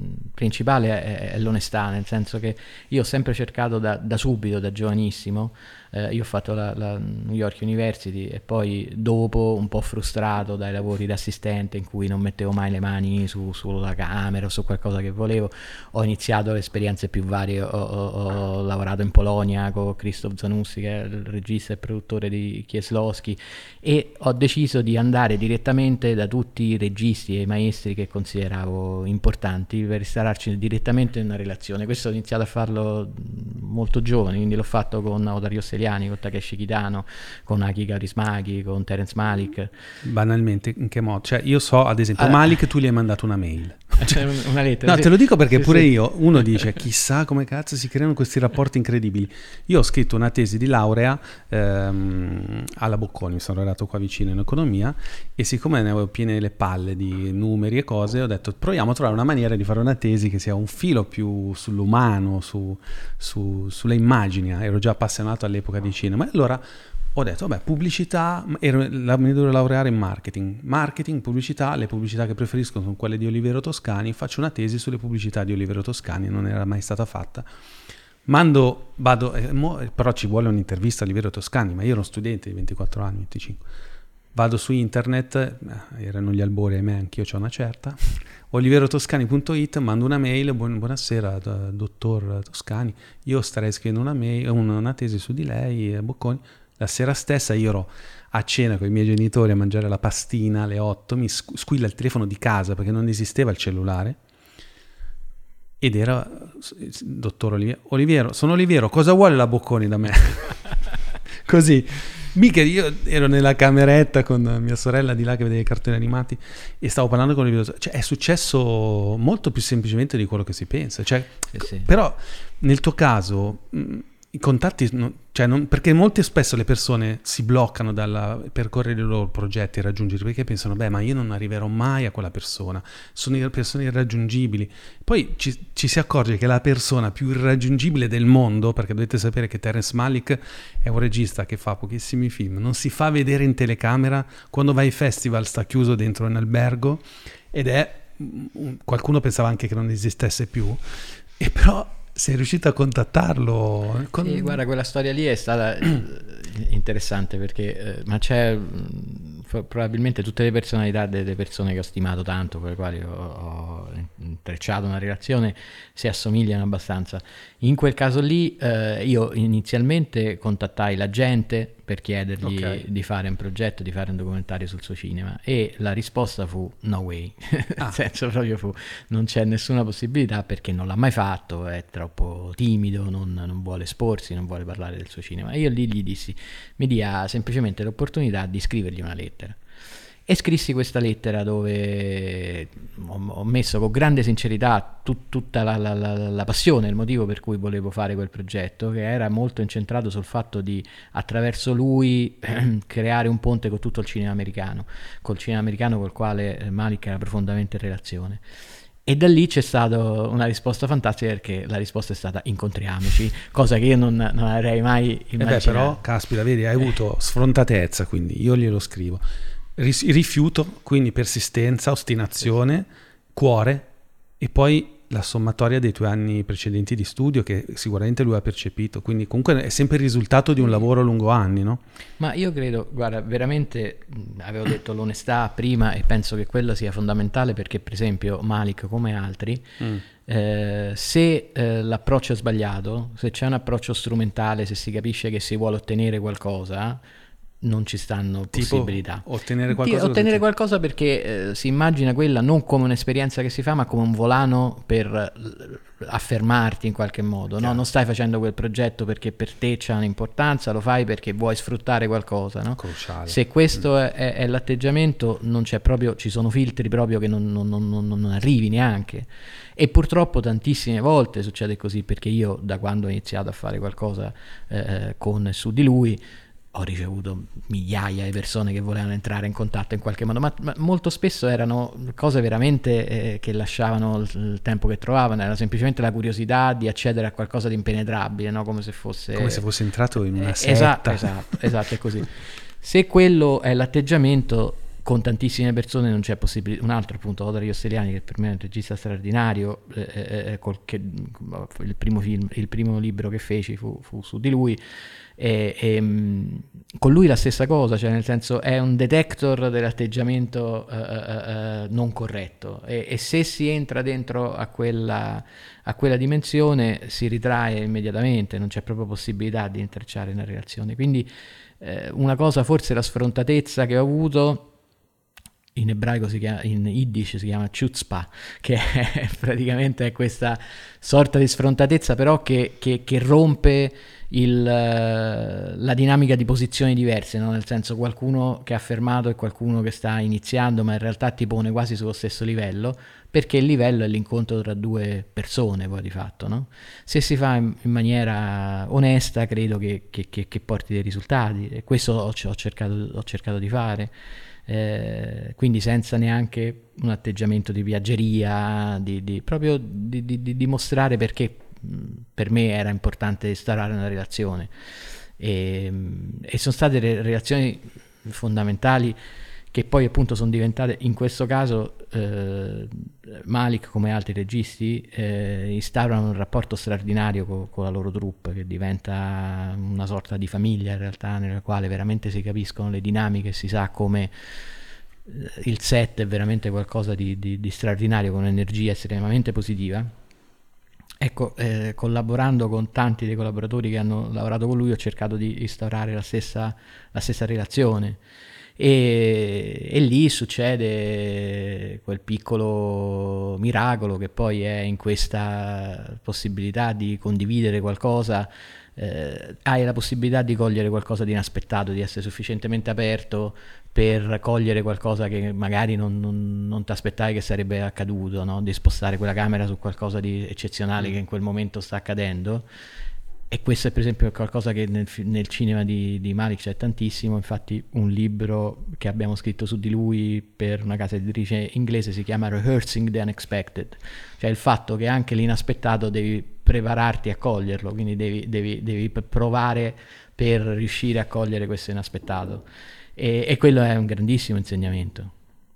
principale è l'onestà, nel senso che io ho sempre cercato da subito, da giovanissimo. Io ho fatto la New York University e poi dopo, un po' frustrato dai lavori d'assistente in cui non mettevo mai le mani sulla camera o su qualcosa che volevo, ho iniziato esperienze più varie. Ho lavorato in Polonia con Krzysztof Zanussi, che è il regista e produttore di Kieslowski, e ho deciso di andare direttamente da tutti i registi e i maestri che consideravo importanti per instaurarci direttamente in una relazione. Questo ho iniziato a farlo molto giovane, quindi l'ho fatto con Odario Seliani, con Takeshi Kitano, con Aki Kaurismäki, con Terence Malick. Banalmente, in che modo? Cioè, io so, ad esempio, Malik, tu gli hai mandato una mail. Una lettera. No, sì. te lo dico perché Sì, pure sì. io, uno dice chissà come cazzo si creano questi rapporti incredibili. Io ho scritto una tesi di laurea alla Bocconi, mi sono laureato qua vicino in economia, e siccome ne avevo piene le palle di numeri e cose, ho detto proviamo a trovare una maniera di fare una tesi che sia un filo più sull'umano, sulle immagini. Ero già appassionato all'epoca di cinema, e allora ho detto, vabbè, pubblicità, mi dovevo laureare in marketing, pubblicità, le pubblicità che preferisco sono quelle di Olivero Toscani, faccio una tesi sulle pubblicità di Olivero Toscani, non era mai stata fatta. Però ci vuole un'intervista a Olivero Toscani, ma io ero uno studente di 24 anni, 25. Vado su internet, erano gli albori, ahimè, anch'io c'ho una certa, oliverotoscani.it, mando una mail, buonasera dottor Toscani, io starei scrivendo una tesi su di lei, Bocconi. La sera stessa io ero a cena con i miei genitori a mangiare la pastina alle 8, mi squilla il telefono di casa perché non esisteva il cellulare, ed era dottor Oliviero, sono Oliviero, cosa vuole la Bocconi da me? Così, mica io ero nella cameretta con mia sorella di là che vedeva i cartoni animati e stavo parlando con Oliviero, cioè è successo molto più semplicemente di quello che si pensa, cioè, Sì. però nel tuo caso i contatti, perché molto spesso le persone si bloccano dal percorrere i loro progetti e raggiungerli, perché pensano, beh, ma io non arriverò mai a quella persona, sono persone irraggiungibili. Poi ci si accorge che la persona più irraggiungibile del mondo, perché dovete sapere che Terrence Malick è un regista che fa pochissimi film, non si fa vedere in telecamera, quando va ai festival sta chiuso dentro un albergo, ed qualcuno pensava anche che non esistesse più, e però sei riuscito a contattarlo? Sì, guarda, quella storia lì è stata interessante perché ma c'è probabilmente tutte le personalità delle persone che ho stimato tanto, con le quali ho intrecciato una relazione, si assomigliano abbastanza. In quel caso lì io inizialmente contattai la gente per chiedergli di fare un progetto, di fare un documentario sul suo cinema, e la risposta fu no way, nel senso proprio non c'è nessuna possibilità perché non l'ha mai fatto, è troppo timido, non vuole esporsi, non vuole parlare del suo cinema. E io lì gli dissi, mi dia semplicemente l'opportunità di scrivergli una lettera. E scrissi questa lettera dove ho messo con grande sincerità tutta la passione, il motivo per cui volevo fare quel progetto, che era molto incentrato sul fatto di, attraverso lui, creare un ponte con tutto il cinema americano, col cinema americano col quale Malick era profondamente in relazione. E da lì c'è stata una risposta fantastica, perché la risposta è stata incontriamoci, cosa che io non avrei mai immaginato. Però, caspita, vedi, hai avuto sfrontatezza, quindi io glielo scrivo. Rifiuto, quindi persistenza, ostinazione, cuore, e poi la sommatoria dei tuoi anni precedenti di studio che sicuramente lui ha percepito, quindi comunque è sempre il risultato di un lavoro lungo anni, no? Ma io credo, guarda, veramente avevo detto l'onestà prima e penso che quello sia fondamentale, perché per esempio Malick, come altri, se l'approccio è sbagliato, se c'è un approccio strumentale, se si capisce che si vuole ottenere qualcosa, non ci stanno possibilità. Ottenere qualcosa, qualcosa perché si immagina quella non come un'esperienza che si fa, ma come un volano per affermarti in qualche modo, no? Non stai facendo quel progetto perché per te c'ha un'importanza, lo fai perché vuoi sfruttare qualcosa, no? Cruciale. Se questo è l'atteggiamento, non c'è proprio, ci sono filtri proprio che non arrivi neanche. E purtroppo tantissime volte succede così, perché io, da quando ho iniziato a fare qualcosa con e su di lui, ho ricevuto migliaia di persone che volevano entrare in contatto in qualche modo, ma molto spesso erano cose veramente che lasciavano il tempo che trovavano, era semplicemente la curiosità di accedere a qualcosa di impenetrabile, no? Come se fosse entrato in una setta. Esatto, è così. Se quello è l'atteggiamento, con tantissime persone non c'è possibilità. Un altro appunto, Odore Iosseliani, che per me è un regista straordinario, il primo libro che feci fu su di lui, con lui la stessa cosa, cioè nel senso è un detector dell'atteggiamento non corretto, e se si entra dentro a quella dimensione si ritrae immediatamente, non c'è proprio possibilità di intrecciare una relazione. Quindi una cosa, forse la sfrontatezza che ho avuto, in ebraico in Yiddish si chiama chutzpah, che praticamente è questa sorta di sfrontatezza però che rompe la dinamica di posizioni diverse, no? Nel senso, qualcuno che ha fermato e qualcuno che sta iniziando, ma in realtà ti pone quasi sullo stesso livello, perché il livello è l'incontro tra due persone poi di fatto, no? Se si fa in maniera onesta, credo che porti dei risultati, e questo ho cercato di fare. Quindi senza neanche un atteggiamento di piaggeria, proprio di dimostrare perché per me era importante instaurare una relazione, e sono state relazioni fondamentali che poi appunto sono diventate, in questo caso Malik come altri registi instaurano un rapporto straordinario con la loro troupe, che diventa una sorta di famiglia in realtà, nella quale veramente si capiscono le dinamiche, si sa come il set è veramente qualcosa di straordinario, con un'energia estremamente positiva. Ecco, collaborando con tanti dei collaboratori che hanno lavorato con lui, ho cercato di instaurare la stessa relazione. E lì succede quel piccolo miracolo che poi è in questa possibilità di condividere qualcosa, hai la possibilità di cogliere qualcosa di inaspettato, di essere sufficientemente aperto per cogliere qualcosa che magari non ti aspettavi che sarebbe accaduto, no? Di spostare quella camera su qualcosa di eccezionale che in quel momento sta accadendo. E questo è per esempio qualcosa che nel cinema di Malik c'è tantissimo. Infatti un libro che abbiamo scritto su di lui per una casa editrice inglese si chiama Rehearsing the Unexpected, cioè il fatto che anche l'inaspettato devi prepararti a coglierlo, quindi devi provare per riuscire a cogliere questo inaspettato, e quello è un grandissimo insegnamento.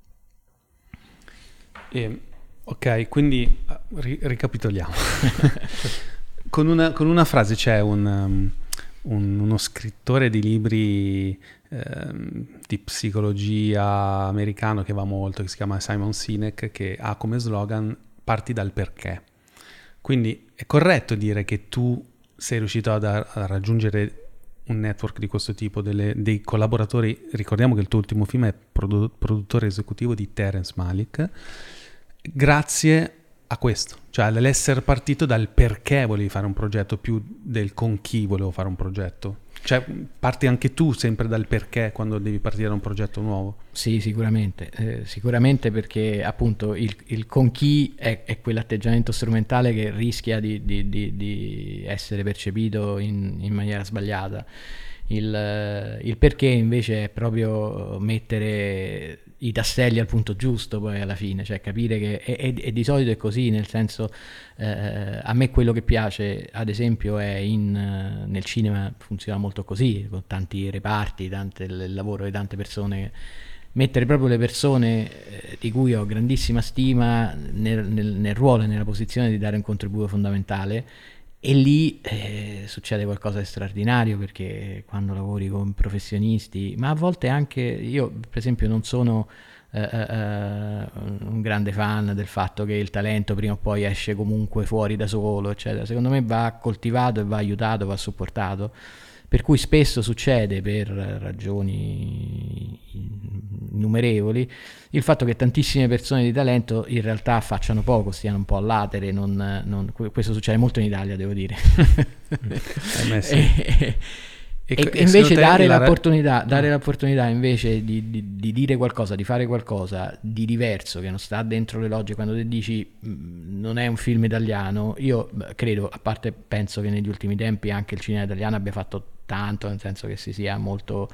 Ok, quindi ricapitoliamo. Con una frase c'è uno scrittore di libri di psicologia americano che va molto, che si chiama Simon Sinek, che ha come slogan "parti dal perché". Quindi è corretto dire che tu sei riuscito a raggiungere un network di questo tipo, dei collaboratori. Ricordiamo che il tuo ultimo film è produttore esecutivo di Terrence Malick, grazie a questo, cioè all'essere partito dal perché volevi fare un progetto più del con chi volevo fare un progetto. Cioè parti anche tu sempre dal perché quando devi partire da un progetto nuovo. Sì, sicuramente, perché appunto il con chi è quell'atteggiamento strumentale che rischia di essere percepito in maniera sbagliata. Il perché invece è proprio mettere i tasselli al punto giusto poi alla fine, cioè capire che e di solito è così, nel senso, a me quello che piace ad esempio è nel cinema funziona molto così, con tanti reparti, il lavoro di tante persone, mettere proprio le persone di cui ho grandissima stima nel ruolo e nella posizione di dare un contributo fondamentale. E lì succede qualcosa di straordinario, perché quando lavori con professionisti, ma a volte anche io per esempio non sono un grande fan del fatto che il talento prima o poi esce comunque fuori da solo, eccetera. Secondo me va coltivato e va aiutato, va supportato, per cui spesso succede, per ragioni innumerevoli, il fatto che tantissime persone di talento in realtà facciano poco, stiano un po' all'atere. Questo succede molto in Italia, devo dire. E invece dare l'opportunità invece di dire qualcosa, di fare qualcosa di diverso, che non sta dentro le logiche. Quando ti dici non è un film italiano, io credo, a parte penso che negli ultimi tempi anche il cinema italiano abbia fatto tanto, nel senso che si sia molto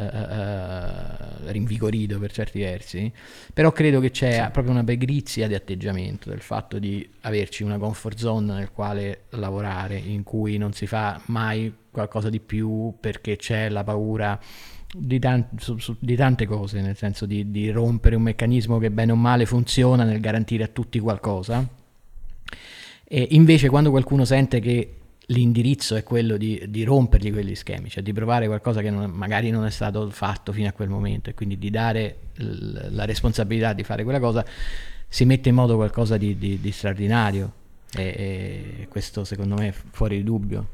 rinvigorito per certi versi, però credo che c'è proprio una pigrizia di atteggiamento, del fatto di averci una comfort zone nel quale lavorare, in cui non si fa mai qualcosa di più perché c'è la paura di tante cose, nel senso di rompere un meccanismo che bene o male funziona nel garantire a tutti qualcosa. E invece quando qualcuno sente che l'indirizzo è quello di rompergli quegli schemi, cioè di provare qualcosa che magari non è stato fatto fino a quel momento, e quindi di dare la responsabilità di fare quella cosa, si mette in moto qualcosa di straordinario, e questo secondo me è fuori di dubbio.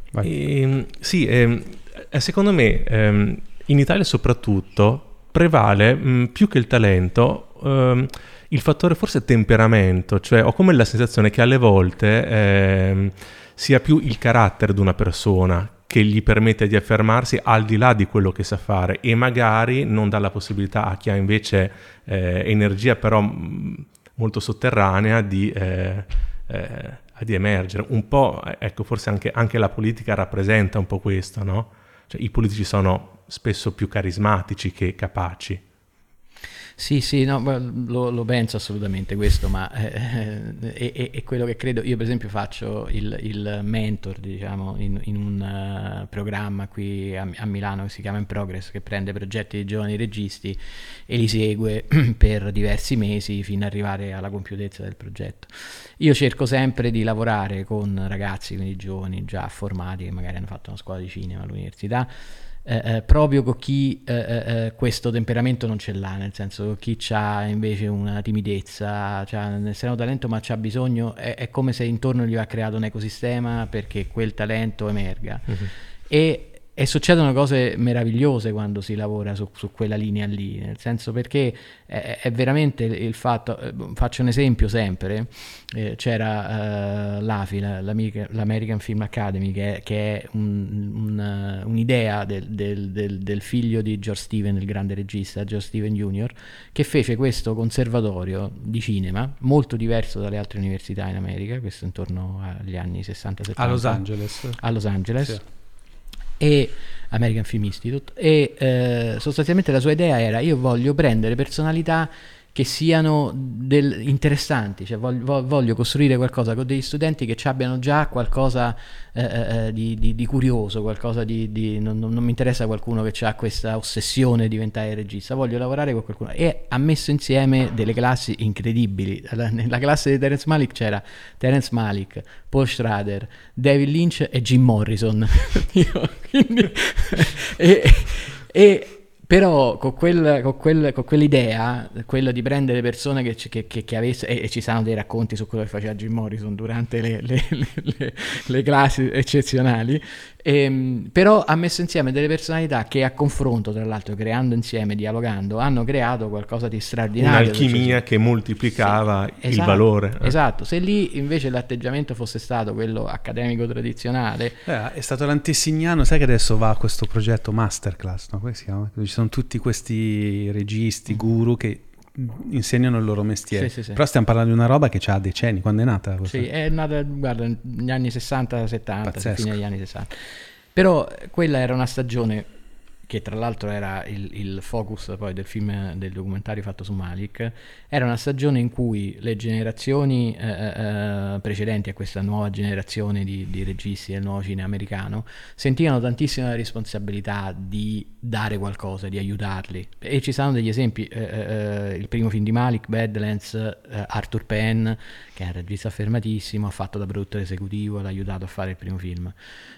Secondo me in Italia soprattutto prevale più che il talento il fattore forse temperamento, cioè ho come la sensazione che alle volte sia più il carattere di una persona che gli permette di affermarsi al di là di quello che sa fare, e magari non dà la possibilità a chi ha invece energia però molto sotterranea di emergere. Un po', ecco, forse anche la politica rappresenta un po' questo, no? Cioè, i politici sono spesso più carismatici che capaci. Sì, no, lo penso assolutamente questo, ma è quello che credo. Io per esempio faccio il mentor, diciamo, in un programma qui a Milano che si chiama In Progress, che prende progetti di giovani registi e li segue per diversi mesi fino ad arrivare alla compiutezza del progetto. Io cerco sempre di lavorare con ragazzi, quindi giovani già formati, che magari hanno fatto una scuola di cinema all'università, proprio con chi questo temperamento non ce l'ha, nel senso chi ha invece una timidezza, c'ha un estremo talento ma c'ha bisogno, è come se intorno gli va creato un ecosistema perché quel talento emerga. E succedono cose meravigliose quando si lavora su quella linea lì, nel senso, perché è veramente il fatto, faccio un esempio sempre, c'era l'AFI, l'American Film Academy, che è un'idea del figlio di George Steven, il grande regista, George Steven Jr., che fece questo conservatorio di cinema, molto diverso dalle altre università in America, questo intorno agli anni 60-70. A Los Angeles. A Los Angeles. Sì. E American Film Institute, e sostanzialmente la sua idea era: io voglio prendere personalità che siano interessanti, cioè voglio costruire qualcosa con degli studenti che abbiano già qualcosa di curioso, qualcosa non mi interessa qualcuno che ha questa ossessione di diventare regista, voglio lavorare con qualcuno. E ha messo insieme delle classi incredibili. Nella classe di Terrence Malick c'era Terrence Malick, Paul Schrader, David Lynch e Jim Morrison. Quindi, però con quell'idea, quello di prendere persone che avesse, e ci sono dei racconti su quello che faceva Jim Morrison durante le classi eccezionali, però ha messo insieme delle personalità che, a confronto, tra l'altro, creando insieme, dialogando, hanno creato qualcosa di straordinario. Un'alchimia che moltiplicava il valore. Esatto, se lì invece l'atteggiamento fosse stato quello accademico tradizionale. È stato l'antesignano, sai che adesso va a questo progetto Masterclass, no? Come si chiama? Ci sono tutti questi registi, guru che insegnano il loro mestiere. Sì. Però stiamo parlando di una roba che ha decenni. Quando è nata questa? Sì, è nata, guarda, negli anni 60-70, fine degli anni 60. Però quella era una stagione che, tra l'altro, era il focus poi del film, del documentario fatto su Malick. Era una stagione in cui le generazioni precedenti a questa nuova generazione di registi del nuovo cinema americano sentivano tantissima responsabilità di dare qualcosa, di aiutarli. E ci sono degli esempi. Il primo film di Malick, Badlands, Arthur Penn, che è un regista affermatissimo, ha fatto da produttore esecutivo, l'ha aiutato a fare il primo film.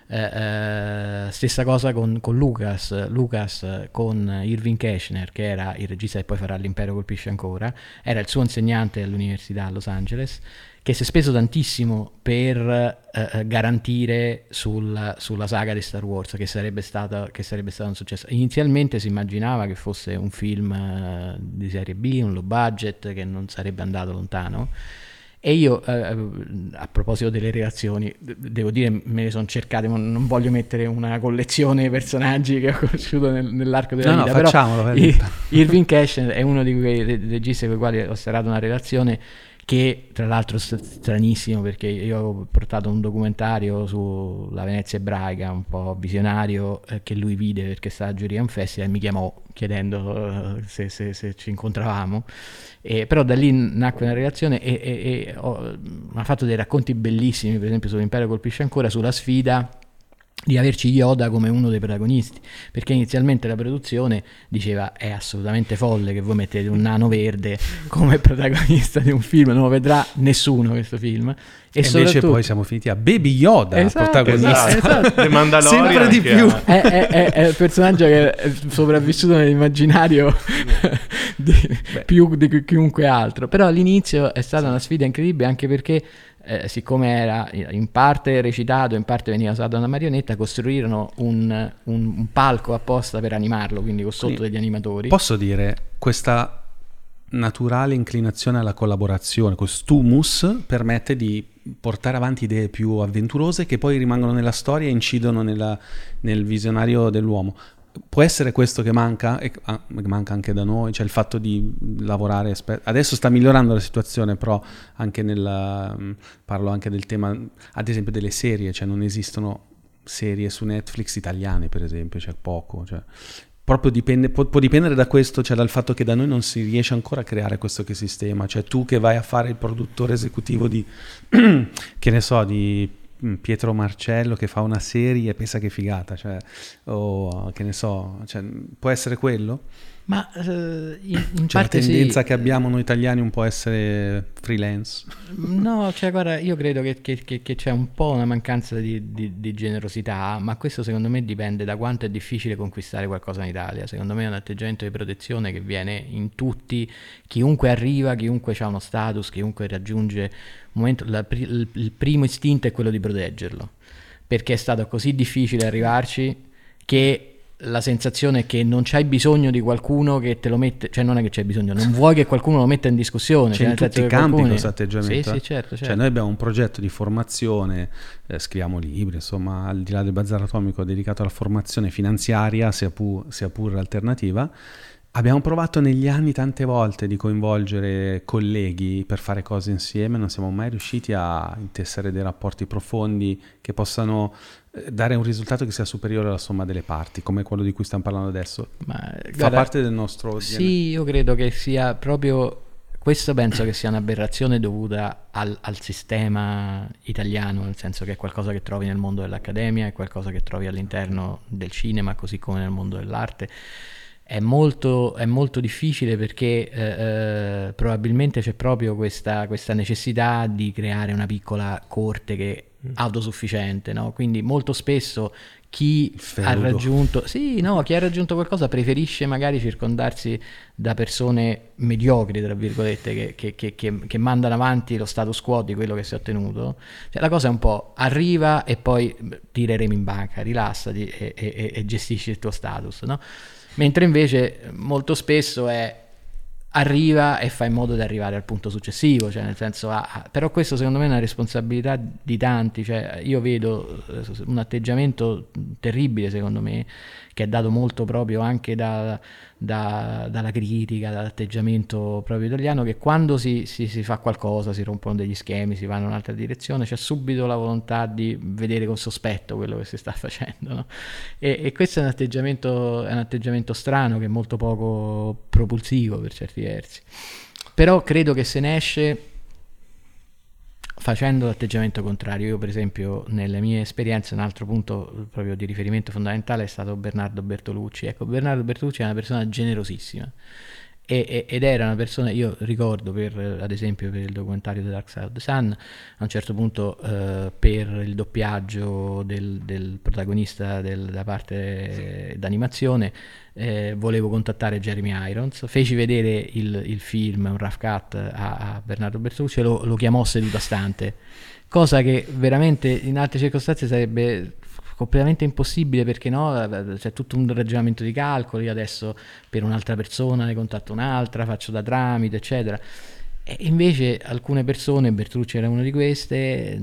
Stessa cosa con Lucas con Irving Kershner, che era il regista che poi farà L'Impero colpisce ancora, era il suo insegnante all'università a Los Angeles, che si è speso tantissimo per garantire sulla saga di Star Wars, che sarebbe stato un successo. Inizialmente si immaginava che fosse un film di serie B, un low budget, che non sarebbe andato lontano. E io, a proposito delle relazioni, devo dire, me ne sono cercate, ma non voglio mettere una collezione di personaggi che ho conosciuto nell'arco della vita, però facciamolo. Irving Kershner è uno di quei registi con i quali ho serrato una relazione, che tra l'altro è stranissimo, perché io ho portato un documentario sulla Venezia ebraica, un po' visionario, che lui vide perché stava a giuria a un festival e mi chiamò chiedendo se ci incontravamo. Però da lì nacque una relazione e ha fatto dei racconti bellissimi, per esempio sull'Impero colpisce ancora, sulla sfida di averci Yoda come uno dei protagonisti, perché inizialmente la produzione diceva: è assolutamente folle che voi mettete un nano verde come protagonista di un film, non lo vedrà nessuno questo film. E invece poi siamo finiti a Baby Yoda, protagonista. Esatto. The Mandalorian, sempre di più. È il personaggio che è sopravvissuto nell'immaginario più di chiunque altro. Però all'inizio è stata una sfida incredibile, anche perché siccome era in parte recitato, in parte veniva usata una marionetta, costruirono un palco apposta per animarlo, quindi con sotto degli animatori. Posso dire, questa naturale inclinazione alla collaborazione, questo humus permette di portare avanti idee più avventurose che poi rimangono nella storia e incidono nel visionario dell'uomo. Può essere questo che manca, e manca anche da noi, cioè il fatto di lavorare. Adesso sta migliorando la situazione, però anche parlo anche del tema, ad esempio, delle serie, cioè non esistono serie su Netflix italiane, per esempio, c'è poco, cioè proprio dipende, può dipendere da questo, cioè dal fatto che da noi non si riesce ancora a creare questo sistema, cioè tu che vai a fare il produttore esecutivo di che ne so, di Pietro Marcello che fa una serie e pensa che figata, cioè, o che ne so, cioè, può essere quello? Ma in cioè, parte la tendenza sì. che abbiamo noi italiani un po' essere freelance. No, cioè guarda, io credo che c'è un po' una mancanza di generosità, ma questo secondo me dipende da quanto è difficile conquistare qualcosa in Italia. Secondo me è un atteggiamento di protezione che viene in tutti, chiunque arriva, chiunque ha uno status, chiunque raggiunge un momento, il primo istinto è quello di proteggerlo, perché è stato così difficile arrivarci che la sensazione è che non c'hai bisogno di qualcuno che te lo mette, cioè non è che c'hai bisogno, non vuoi che qualcuno lo metta in discussione, c'è in tutti i campi questo atteggiamento. Sì, certo. Cioè noi abbiamo un progetto di formazione, scriviamo libri, insomma, al di là del Bazar Atomico dedicato alla formazione finanziaria, sia pure alternativa. Abbiamo provato negli anni tante volte di coinvolgere colleghi per fare cose insieme, non siamo mai riusciti a intessere dei rapporti profondi che possano dare un risultato che sia superiore alla somma delle parti, come quello di cui stiamo parlando adesso. Fa parte del nostro DNA. Sì, io credo che sia proprio questo, penso che sia un'aberrazione dovuta al sistema italiano, nel senso che è qualcosa che trovi nel mondo dell'accademia, è qualcosa che trovi all'interno del cinema, così come nel mondo dell'arte. È molto difficile perché probabilmente c'è proprio questa necessità di creare una piccola corte che è autosufficiente, no? Quindi molto spesso chi ha raggiunto qualcosa preferisce magari circondarsi da persone mediocri, tra virgolette, che mandano avanti lo status quo di quello che si è ottenuto. Cioè, la cosa è un po' arriva e poi tireremo in banca, rilassati e gestisci il tuo status, no? Mentre invece molto spesso arriva e fa in modo di arrivare al punto successivo, cioè nel senso però questo secondo me è una responsabilità di tanti, cioè io vedo un atteggiamento terribile secondo me, che è dato molto proprio anche dalla critica, dall'atteggiamento proprio italiano, che quando si fa qualcosa, si rompono degli schemi, si va in un'altra direzione, c'è subito la volontà di vedere con sospetto quello che si sta facendo, no? E questo è un atteggiamento strano, che è molto poco propulsivo per certi versi, però credo che se ne esce facendo l'atteggiamento contrario. Io per esempio nelle mie esperienze un altro punto proprio di riferimento fondamentale è stato Bernardo Bertolucci. Ecco, Bernardo Bertolucci è una persona generosissima ed era una persona, io ricordo ad esempio per il documentario The Dark Side of the Sun, a un certo punto per il doppiaggio del protagonista da parte d'animazione volevo contattare Jeremy Irons, feci vedere il film, un rough cut a Bernardo Bertolucci e lo chiamò seduto a stante, cosa che veramente in altre circostanze sarebbe completamente impossibile, perché no, c'è tutto un ragionamento di calcoli, io adesso per un'altra persona ne contatto un'altra, faccio da tramite eccetera, e invece alcune persone, Bertolucci era una di queste,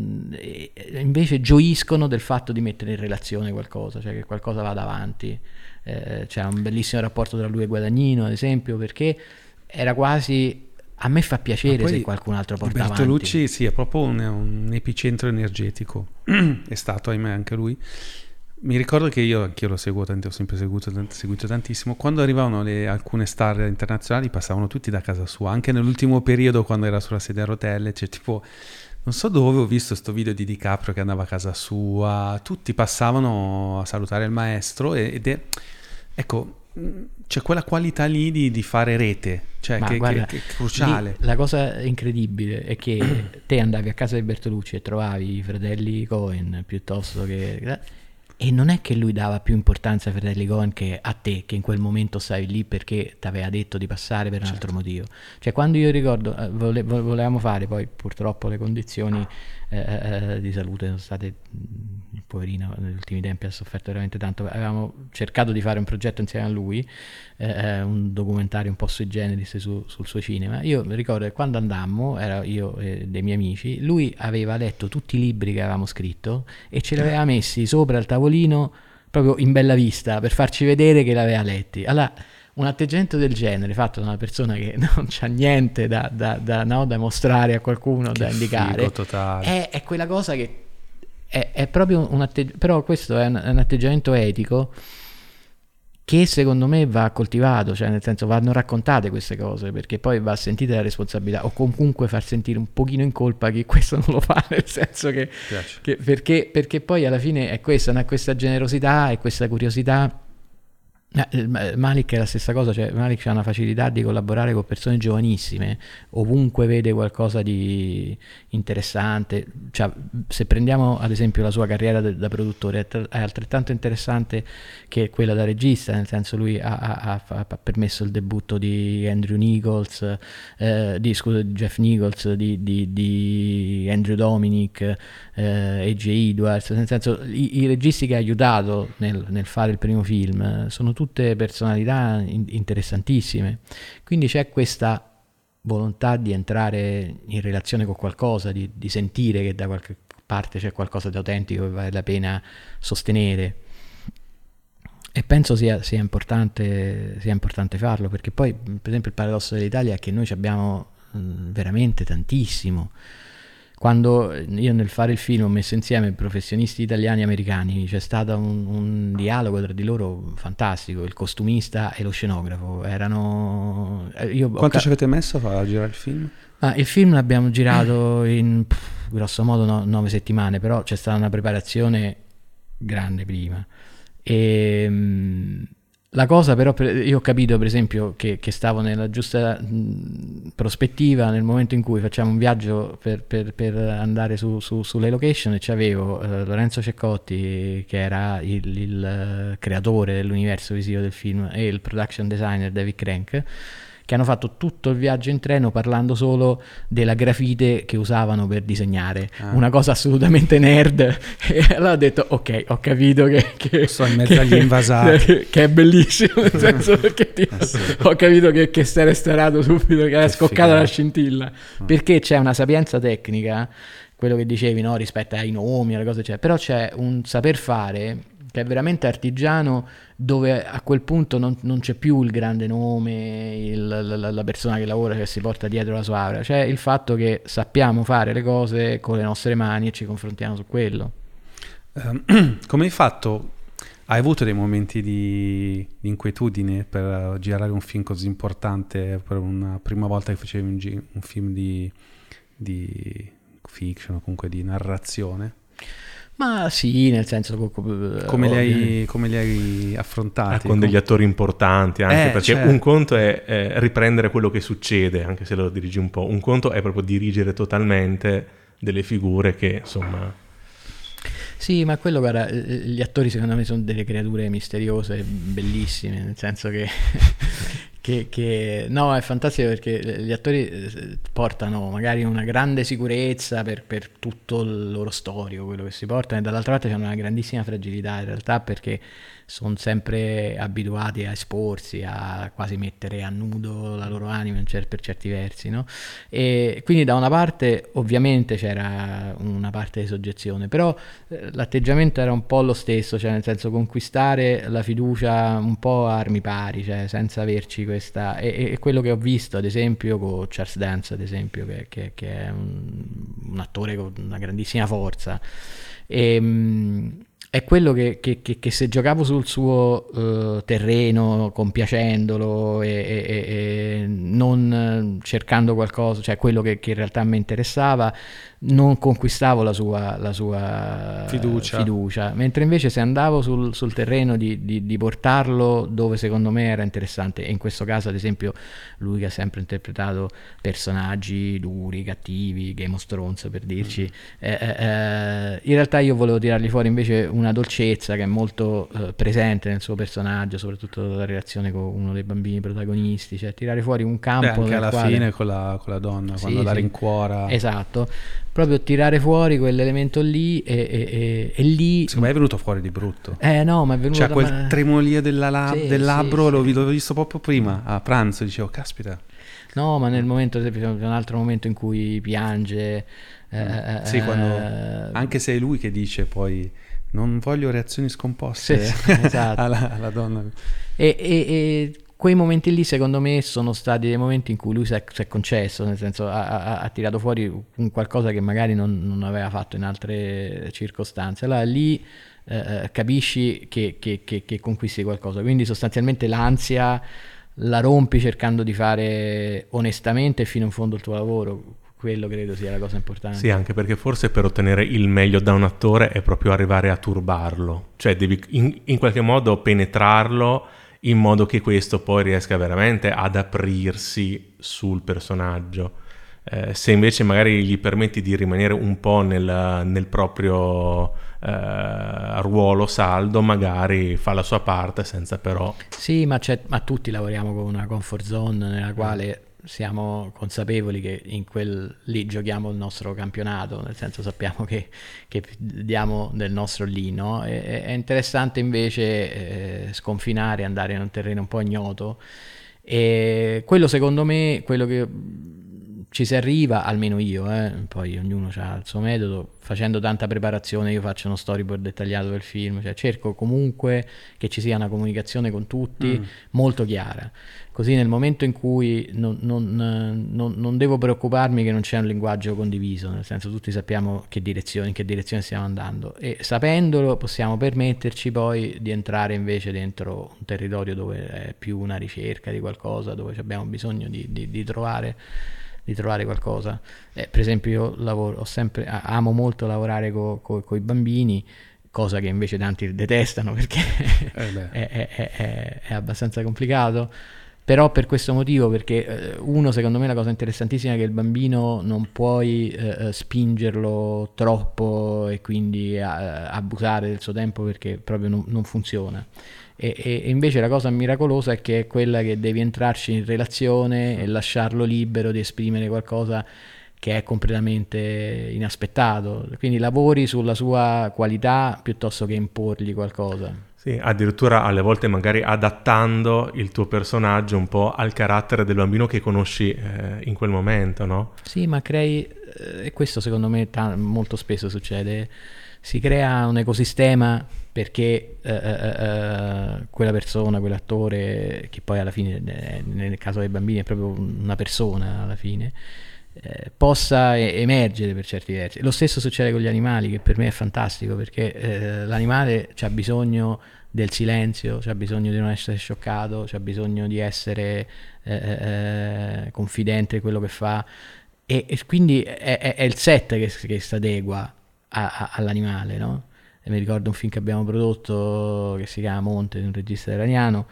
invece gioiscono del fatto di mettere in relazione qualcosa, cioè che qualcosa vada avanti. C'è un bellissimo rapporto tra lui e Guadagnino ad esempio, perché era quasi, a me fa piacere se qualcun altro porta avanti. Bertolucci sì, è proprio un epicentro energetico, è stato ahimè anche lui. Mi ricordo che anch'io lo seguo ho sempre seguito tantissimo. Quando arrivavano alcune star internazionali passavano tutti da casa sua, anche nell'ultimo periodo quando era sulla sedia a rotelle, cioè tipo non so dove ho visto sto video di DiCaprio che andava a casa sua, tutti passavano a salutare il maestro ed è, ecco, c'è quella qualità lì di fare rete, cioè che è cruciale. La cosa incredibile è che te andavi a casa di Bertolucci e trovavi i fratelli Coen piuttosto che E non è che lui dava più importanza ai fratelli Coen che a te, che in quel momento stavi lì perché ti aveva detto di passare per un altro motivo. Cioè, quando io ricordo, volevamo fare, poi purtroppo le condizioni di salute sono state, il poverino negli ultimi tempi ha sofferto veramente tanto, avevamo cercato di fare un progetto insieme a lui, un documentario un po' sui generis sul suo cinema. Io mi ricordo che quando andammo, ero io e dei miei amici, lui aveva letto tutti i libri che avevamo scritto e ce li aveva messi sopra il tavolino proprio in bella vista per farci vedere che li aveva letti. Allora, un atteggiamento del genere fatto da una persona che non c'ha niente da mostrare a qualcuno, che da indicare, è quella cosa che è proprio un atteggiamento, però questo è un atteggiamento etico che secondo me va coltivato, cioè nel senso vanno raccontate queste cose, perché poi va sentita la responsabilità, o comunque far sentire un pochino in colpa chi questo non lo fa, nel senso che perché poi alla fine è questa generosità e questa curiosità. Malik è la stessa cosa, cioè Malik ha una facilità di collaborare con persone giovanissime, ovunque vede qualcosa di interessante, cioè, se prendiamo ad esempio la sua carriera da produttore è altrettanto interessante che quella da regista, nel senso lui ha permesso il debutto di Andrew Nichols, di Jeff Nichols, di Andrew Dominic, A.J. Edwards, nel senso i registi che ha aiutato nel fare il primo film sono tutte personalità interessantissime, quindi c'è questa volontà di entrare in relazione con qualcosa, di sentire che da qualche parte c'è qualcosa di autentico che vale la pena sostenere, e penso sia importante farlo, perché poi per esempio il paradosso dell'Italia è che noi ci abbiamo veramente tantissimo. Quando io nel fare il film ho messo insieme professionisti italiani e americani, c'è stato un dialogo tra di loro fantastico, il costumista e lo scenografo erano... Quanto ci avete messo a girare il film? Il film l'abbiamo girato in grosso modo 9 settimane, però c'è stata una preparazione grande prima. La cosa però, io ho capito per esempio che stavo nella giusta prospettiva nel momento in cui facciamo un viaggio per andare sulle location, e c'avevo Lorenzo Ceccotti, che era il creatore dell'universo visivo del film, e il production designer David Crank, che hanno fatto tutto il viaggio in treno parlando solo della grafite che usavano per disegnare, una cosa assolutamente nerd, e allora ho detto ok, ho capito che sono in mezzo agli invasati, che è bellissimo, nel senso perché sì. Ho capito che si è restaurato subito, che era scoccata la scintilla, perché c'è una sapienza tecnica, quello che dicevi, no, rispetto ai nomi, alle cose, però c'è un saper fare che è veramente artigiano, dove a quel punto non c'è più il grande nome, la persona che lavora, che si porta dietro la sua aura, c'è il fatto che sappiamo fare le cose con le nostre mani e ci confrontiamo su quello. Come hai fatto? Hai avuto dei momenti di inquietudine per girare un film così importante, per una prima volta che facevi un film di fiction o comunque di narrazione? Ma sì, nel senso... Come li hai affrontati? Con degli attori importanti, anche perché certo. Un conto è riprendere quello che succede, anche se lo dirigi un po'. Un conto è proprio dirigere totalmente delle figure che, insomma... Sì, ma quello, guarda, gli attori secondo me sono delle creature misteriose, bellissime, nel senso che... no, è fantastico perché gli attori portano magari una grande sicurezza per tutto il loro storico, quello che si portano, e dall'altra parte hanno una grandissima fragilità in realtà, perché sono sempre abituati a esporsi, a quasi mettere a nudo la loro anima per certi versi, no? E quindi da una parte ovviamente c'era una parte di soggezione, però l'atteggiamento era un po' lo stesso, cioè nel senso conquistare la fiducia un po' a armi pari, cioè senza averci questa... E quello che ho visto ad esempio con Charles Dance, ad esempio, che è un attore con una grandissima forza, è quello che se giocavo sul suo terreno, compiacendolo e non cercando qualcosa, cioè quello che in realtà mi interessava, non conquistavo la sua fiducia, mentre invece se andavo sul terreno di portarlo dove secondo me era interessante, e in questo caso ad esempio lui che ha sempre interpretato personaggi duri, cattivi, Game of Thrones per dirci, in realtà io volevo tirargli fuori invece una dolcezza che è molto presente nel suo personaggio, soprattutto la relazione con uno dei bambini protagonisti, cioè tirare fuori un campo anche alla quale... fine con la donna, Sì, quando la sì. rincuora. Esatto, proprio tirare fuori quell'elemento lì e lì... Secondo me è venuto fuori di brutto. No, ma è venuto Cioè quel tremolio del labbro sì. l'ho visto proprio prima, a pranzo, dicevo, caspita. No, ma nel momento, ad esempio, c'è un altro momento in cui piange. Sì, quando, anche se è lui che dice poi non voglio reazioni scomposte esatto. alla donna. E quei momenti lì secondo me sono stati dei momenti in cui lui si è concesso, nel senso ha tirato fuori un qualcosa che magari non aveva fatto in altre circostanze. Allora lì capisci che conquisti qualcosa, quindi sostanzialmente l'ansia la rompi cercando di fare onestamente e fino in fondo il tuo lavoro. Quello credo sia la cosa importante. Sì, anche perché forse per ottenere il meglio da un attore è proprio arrivare a turbarlo, cioè devi in qualche modo penetrarlo in modo che questo poi riesca veramente ad aprirsi sul personaggio. Se invece magari gli permetti di rimanere un po' nel proprio ruolo saldo, magari fa la sua parte senza però... Sì, ma tutti lavoriamo con una comfort zone nella quale siamo consapevoli che lì giochiamo il nostro campionato, nel senso sappiamo che diamo del nostro lì, no? È interessante invece sconfinare, andare in un terreno un po' ignoto, e quello secondo me, quello che ci si arriva, almeno io, poi ognuno ha il suo metodo, facendo tanta preparazione. Io faccio uno storyboard dettagliato del film, cioè cerco comunque che ci sia una comunicazione con tutti molto chiara, così nel momento in cui non devo preoccuparmi che non c'è un linguaggio condiviso, nel senso tutti sappiamo in che direzione stiamo andando, e sapendolo possiamo permetterci poi di entrare invece dentro un territorio dove è più una ricerca di qualcosa, dove abbiamo bisogno di trovare qualcosa. Per esempio io amo molto lavorare con i bambini, cosa che invece tanti detestano perché è abbastanza complicato, però per questo motivo, perché secondo me la cosa interessantissima è che il bambino non puoi spingerlo troppo e quindi abusare del suo tempo, perché proprio non funziona. E invece la cosa miracolosa è che è quella che devi entrarci in relazione e lasciarlo libero di esprimere qualcosa che è completamente inaspettato, quindi lavori sulla sua qualità piuttosto che imporgli qualcosa. Sì, addirittura alle volte magari adattando il tuo personaggio un po' al carattere del bambino che conosci in quel momento, no? Sì, ma crei, e questo secondo me molto spesso succede, si crea un ecosistema perché quella persona, quell'attore, che poi alla fine nel caso dei bambini è proprio una persona alla fine, possa emergere per certi versi. Lo stesso succede con gli animali, che per me è fantastico, perché l'animale c'ha bisogno del silenzio, c'ha bisogno di non essere scioccato, c'ha bisogno di essere confidente in quello che fa, e quindi è il set che si adegua all'animale, no? E mi ricordo un film che abbiamo prodotto che si chiama Monte, di un regista iraniano,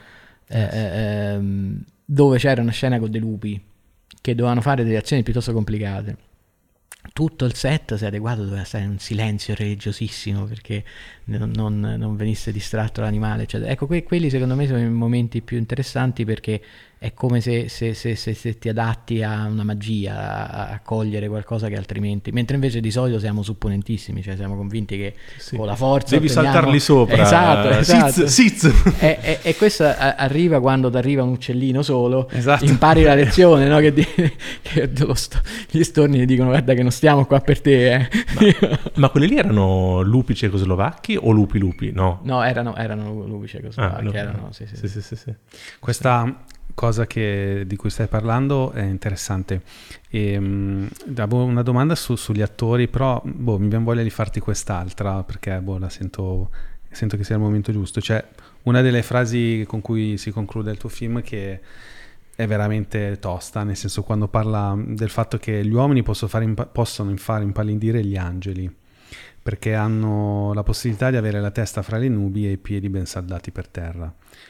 dove c'era una scena con dei lupi che dovevano fare delle azioni piuttosto complicate. Tutto il set si è adeguato, doveva stare in un silenzio religiosissimo perché non venisse distratto l'animale, eccetera. Ecco, quelli secondo me sono i momenti più interessanti, perché è come se ti adatti a una magia, a cogliere qualcosa che altrimenti... Mentre invece di solito siamo supponentissimi, cioè siamo convinti che con la forza devi saltarli sopra. Esatto. Siz. E questo arriva quando ti arriva un uccellino solo, esatto. Impari la lezione, no? Che gli storni ti dicono: guarda che non stiamo qua per te. Ma quelli lì erano lupi cecoslovacchi o lupi? No, erano lupi cecoslovacchi. Sì. Questa cosa di cui stai parlando è interessante. Avevo una domanda sugli attori, però mi viene voglia di farti quest'altra, perché la sento che sia il momento giusto. Cioè, una delle frasi con cui si conclude il tuo film, che è veramente tosta, nel senso, quando parla del fatto che gli uomini possono far impallidire gli angeli, perché hanno la possibilità di avere la testa fra le nubi e i piedi ben saldati per terra.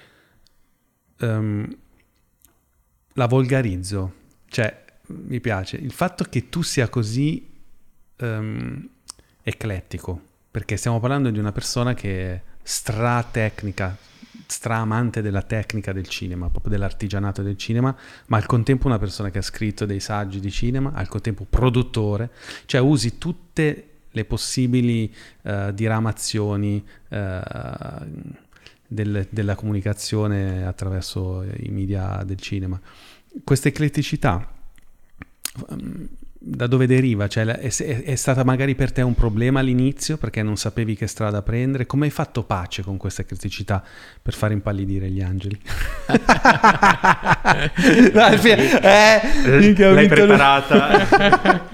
La volgarizzo, cioè mi piace il fatto che tu sia così eclettico, perché stiamo parlando di una persona che è stra-tecnica, stra-amante della tecnica del cinema, proprio dell'artigianato del cinema, ma al contempo una persona che ha scritto dei saggi di cinema, al contempo produttore, cioè usi tutte le possibili diramazioni della comunicazione attraverso i media del cinema. Questa ecletticità da dove deriva? Cioè, è stata magari per te un problema all'inizio perché non sapevi che strada prendere? Come hai fatto pace con questa criticità per far impallidire gli angeli? L'hai preparata?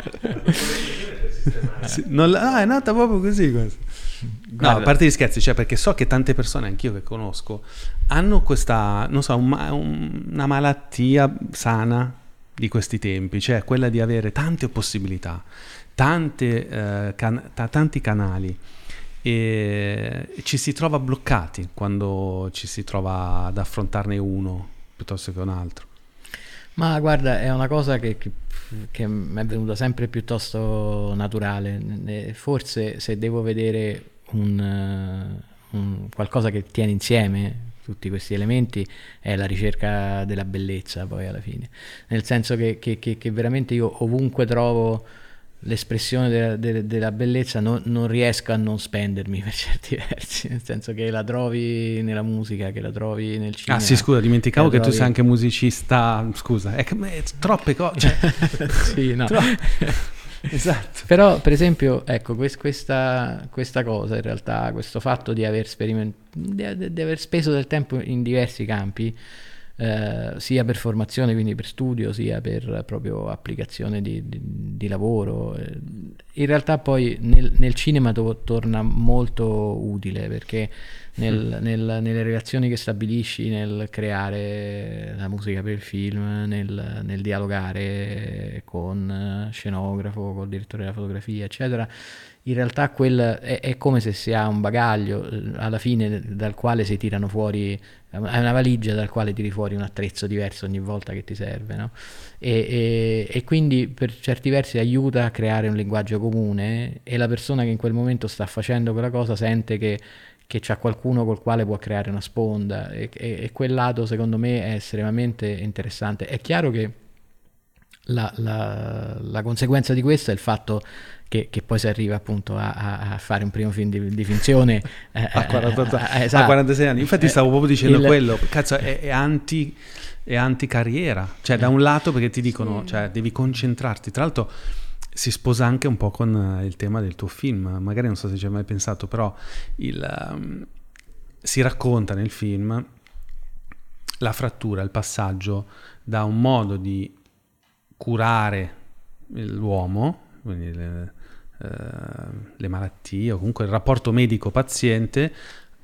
Sì, è nata proprio così questa. No, a parte gli scherzi, cioè, perché so che tante persone, anch'io che conosco, hanno questa, non so, una malattia sana di questi tempi, cioè quella di avere tante possibilità, tanti canali, e ci si trova bloccati quando ci si trova ad affrontarne uno piuttosto che un altro. Ma guarda, è una cosa che mi è venuta sempre piuttosto naturale. Forse se devo vedere un qualcosa che tiene insieme tutti questi elementi è la ricerca della bellezza, poi alla fine, nel senso che veramente io ovunque trovo l'espressione della bellezza non riesco a non spendermi per certi versi, nel senso che la trovi nella musica, che la trovi nel cinema. Ah sì, scusa, dimenticavo che tu sei anche musicista, scusa, è troppe cose. Sì, no. Esatto. Però per esempio, ecco, questa cosa in realtà, questo fatto di aver di aver speso del tempo in diversi campi, sia per formazione, quindi per studio, sia per proprio applicazione di lavoro, in realtà poi nel cinema torna molto utile, perché nelle relazioni che stabilisci nel creare la musica per il film, nel dialogare con scenografo, col direttore della fotografia, eccetera, in realtà è come se si ha un bagaglio alla fine dal quale si tirano fuori, è una valigia dal quale tiri fuori un attrezzo diverso ogni volta che ti serve, no? E quindi per certi versi aiuta a creare un linguaggio comune, e la persona che in quel momento sta facendo quella cosa sente che c'è qualcuno col quale può creare una sponda, e quel lato secondo me è estremamente interessante. È chiaro che la conseguenza di questo è il fatto che poi si arriva appunto a fare un primo film di finzione a esatto. A 46 anni. Infatti stavo proprio dicendo quello, cazzo, è anti-carriera, cioè da un lato perché ti dicono, cioè devi concentrarti, tra l'altro si sposa anche un po' con il tema del tuo film, magari non so se ci hai mai pensato, però si racconta nel film la frattura, il passaggio da un modo di curare l'uomo, quindi le malattie o comunque il rapporto medico-paziente,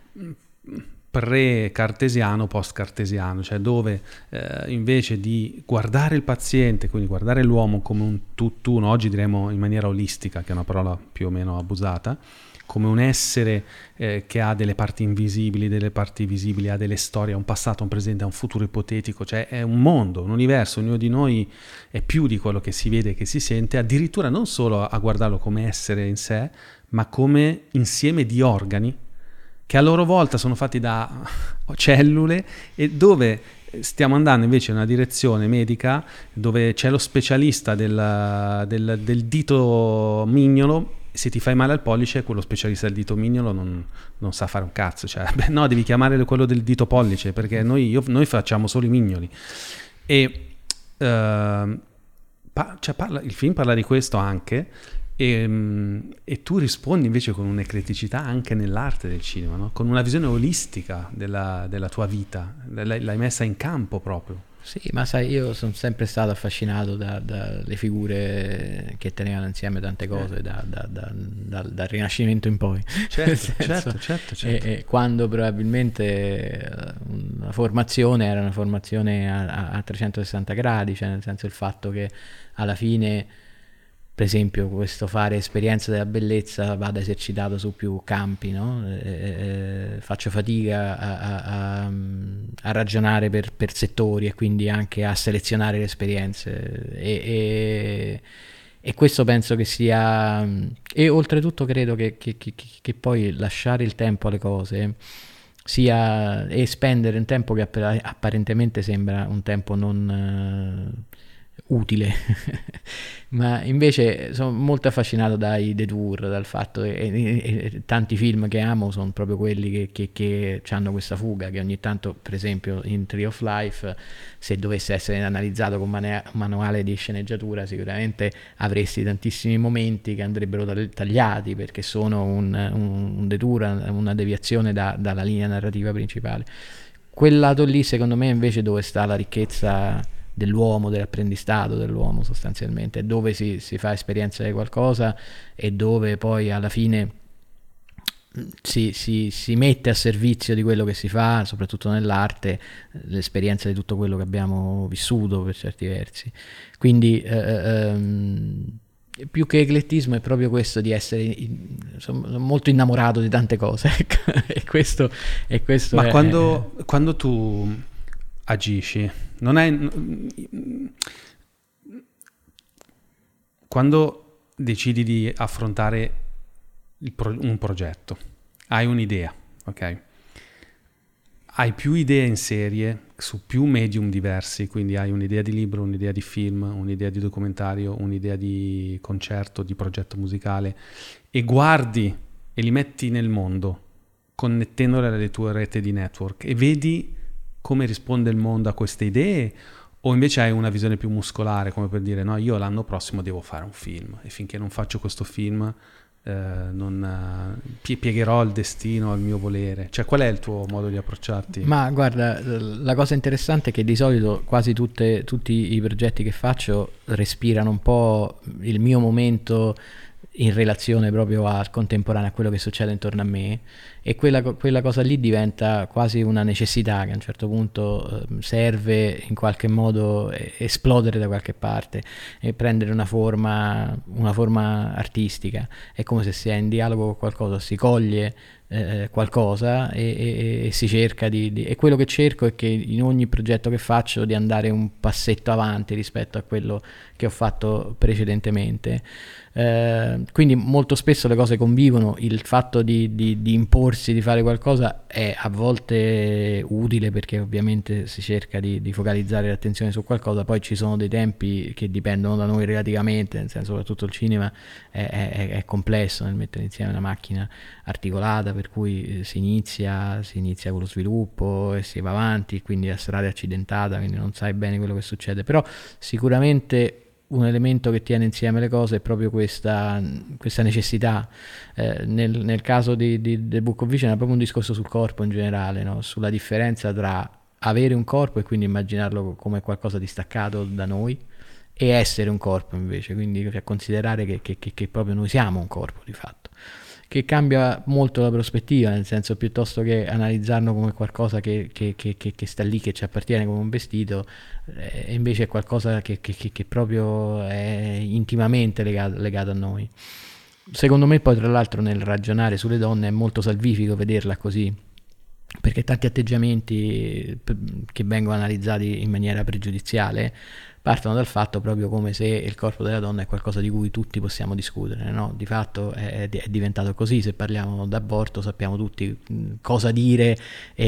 pre-cartesiano, post-cartesiano, cioè dove invece di guardare il paziente, quindi guardare l'uomo come un tutt'uno, oggi diremo in maniera olistica, che è una parola più o meno abusata, come un essere che ha delle parti invisibili, delle parti visibili, ha delle storie, ha un passato, un presente, ha un futuro ipotetico, cioè è un mondo, un universo, ognuno di noi è più di quello che si vede e che si sente, addirittura non solo a guardarlo come essere in sé, ma come insieme di organi che a loro volta sono fatti da cellule, e dove stiamo andando invece in una direzione medica dove c'è lo specialista del dito mignolo. Se ti fai male al pollice, quello specialista del dito mignolo non sa fare un cazzo, cioè, no, devi chiamare quello del dito pollice, perché noi facciamo solo i mignoli. E il film parla di questo anche, e tu rispondi invece con un'ecletticità anche nell'arte del cinema, no? Con una visione olistica della tua vita, l'hai messa in campo proprio. Sì, ma sai, io sono sempre stato affascinato dalle figure che tenevano insieme tante cose, dal Rinascimento in poi. Certo. E quando probabilmente la formazione era una formazione a 360 gradi, cioè nel senso il fatto che alla fine, per esempio, questo fare esperienza della bellezza vada esercitato su più campi, no? Faccio fatica a ragionare per settori, e quindi anche a selezionare le esperienze, e E questo penso che sia, e oltretutto credo che poi lasciare il tempo alle cose sia, e spendere un tempo che apparentemente sembra un tempo non utile, ma invece sono molto affascinato dai detour, dal fatto e tanti film che amo sono proprio quelli che hanno questa fuga, che ogni tanto, per esempio in Tree of Life, se dovesse essere analizzato con manuale di sceneggiatura, sicuramente avresti tantissimi momenti che andrebbero tagliati perché sono un detour, una deviazione dalla linea narrativa principale. Quel lato lì secondo me invece dove sta la ricchezza dell'uomo, dell'apprendistato dell'uomo sostanzialmente, dove si fa esperienza di qualcosa e dove poi alla fine si mette a servizio di quello che si fa, soprattutto nell'arte, l'esperienza di tutto quello che abbiamo vissuto per certi versi. Quindi più che eclettismo è proprio questo di essere molto innamorato di tante cose, e questo ma quando tu agisci, non è quando decidi di affrontare un progetto, hai un'idea, ok? Hai più idee in serie su più medium diversi, quindi hai un'idea di libro, un'idea di film, un'idea di documentario, un'idea di concerto, di progetto musicale, e guardi e li metti nel mondo, connettendole alle tue reti di network, e vedi come risponde il mondo a queste idee, o invece hai una visione più muscolare, come per dire no, io l'anno prossimo devo fare un film e finché non faccio questo film piegherò il destino al mio volere. Cioè, qual è il tuo modo di approcciarti? Ma guarda, la cosa interessante è che di solito quasi tutti i progetti che faccio respirano un po' il mio momento in relazione proprio al contemporaneo, a quello che succede intorno a me, e quella cosa lì diventa quasi una necessità che a un certo punto serve in qualche modo esplodere da qualche parte e prendere una forma artistica. È come se si è in dialogo con qualcosa, si coglie qualcosa e si cerca e quello che cerco è che in ogni progetto che faccio di andare un passetto avanti rispetto a quello che ho fatto precedentemente. Quindi molto spesso le cose convivono, il fatto di imporsi, di fare qualcosa è a volte utile perché ovviamente si cerca di focalizzare l'attenzione su qualcosa, poi ci sono dei tempi che dipendono da noi relativamente, nel senso soprattutto il cinema è complesso nel mettere insieme una macchina articolata, per cui si inizia con lo sviluppo e si va avanti, quindi la strada è accidentata, quindi non sai bene quello che succede, però sicuramente un elemento che tiene insieme le cose è proprio questa necessità. Nel caso di The Book of Vision è proprio un discorso sul corpo in generale, no? Sulla differenza tra avere un corpo e quindi immaginarlo come qualcosa di staccato da noi e essere un corpo invece, quindi considerare che proprio noi siamo un corpo di fatto, che cambia molto la prospettiva, nel senso, piuttosto che analizzarlo come qualcosa che sta lì, che ci appartiene come un vestito, invece è qualcosa che proprio è intimamente legato a noi. Secondo me poi tra l'altro nel ragionare sulle donne è molto salvifico vederla così, perché tanti atteggiamenti che vengono analizzati in maniera pregiudiziale partono dal fatto proprio come se il corpo della donna è qualcosa di cui tutti possiamo discutere, no? Di fatto è diventato così. Se parliamo d'aborto sappiamo tutti cosa dire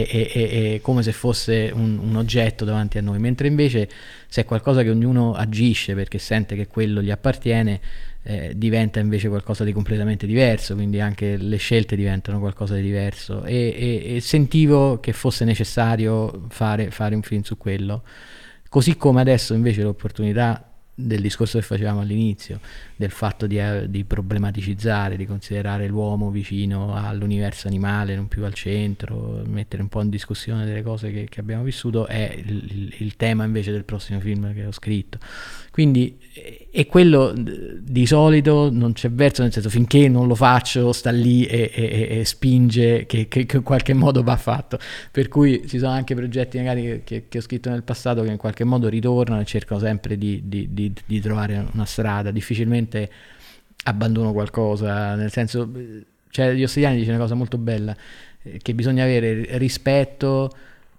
e come se fosse un oggetto davanti a noi, mentre invece se è qualcosa che ognuno agisce perché sente che quello gli appartiene, diventa invece qualcosa di completamente diverso, quindi anche le scelte diventano qualcosa di diverso e sentivo che fosse necessario fare un film su quello. Così come adesso invece l'opportunità del discorso che facevamo all'inizio, del fatto di problematicizzare, di considerare l'uomo vicino all'universo animale, non più al centro, mettere un po' in discussione delle cose che abbiamo vissuto, è il tema invece del prossimo film che ho scritto. Quindi è quello, di solito non c'è verso, nel senso, finché non lo faccio sta lì e spinge che in qualche modo va fatto, per cui ci sono anche progetti magari che ho scritto nel passato che in qualche modo ritornano e cercano sempre di trovare una strada. Difficilmente abbandono qualcosa, nel senso, cioè Yosseliani dice una cosa molto bella, che bisogna avere rispetto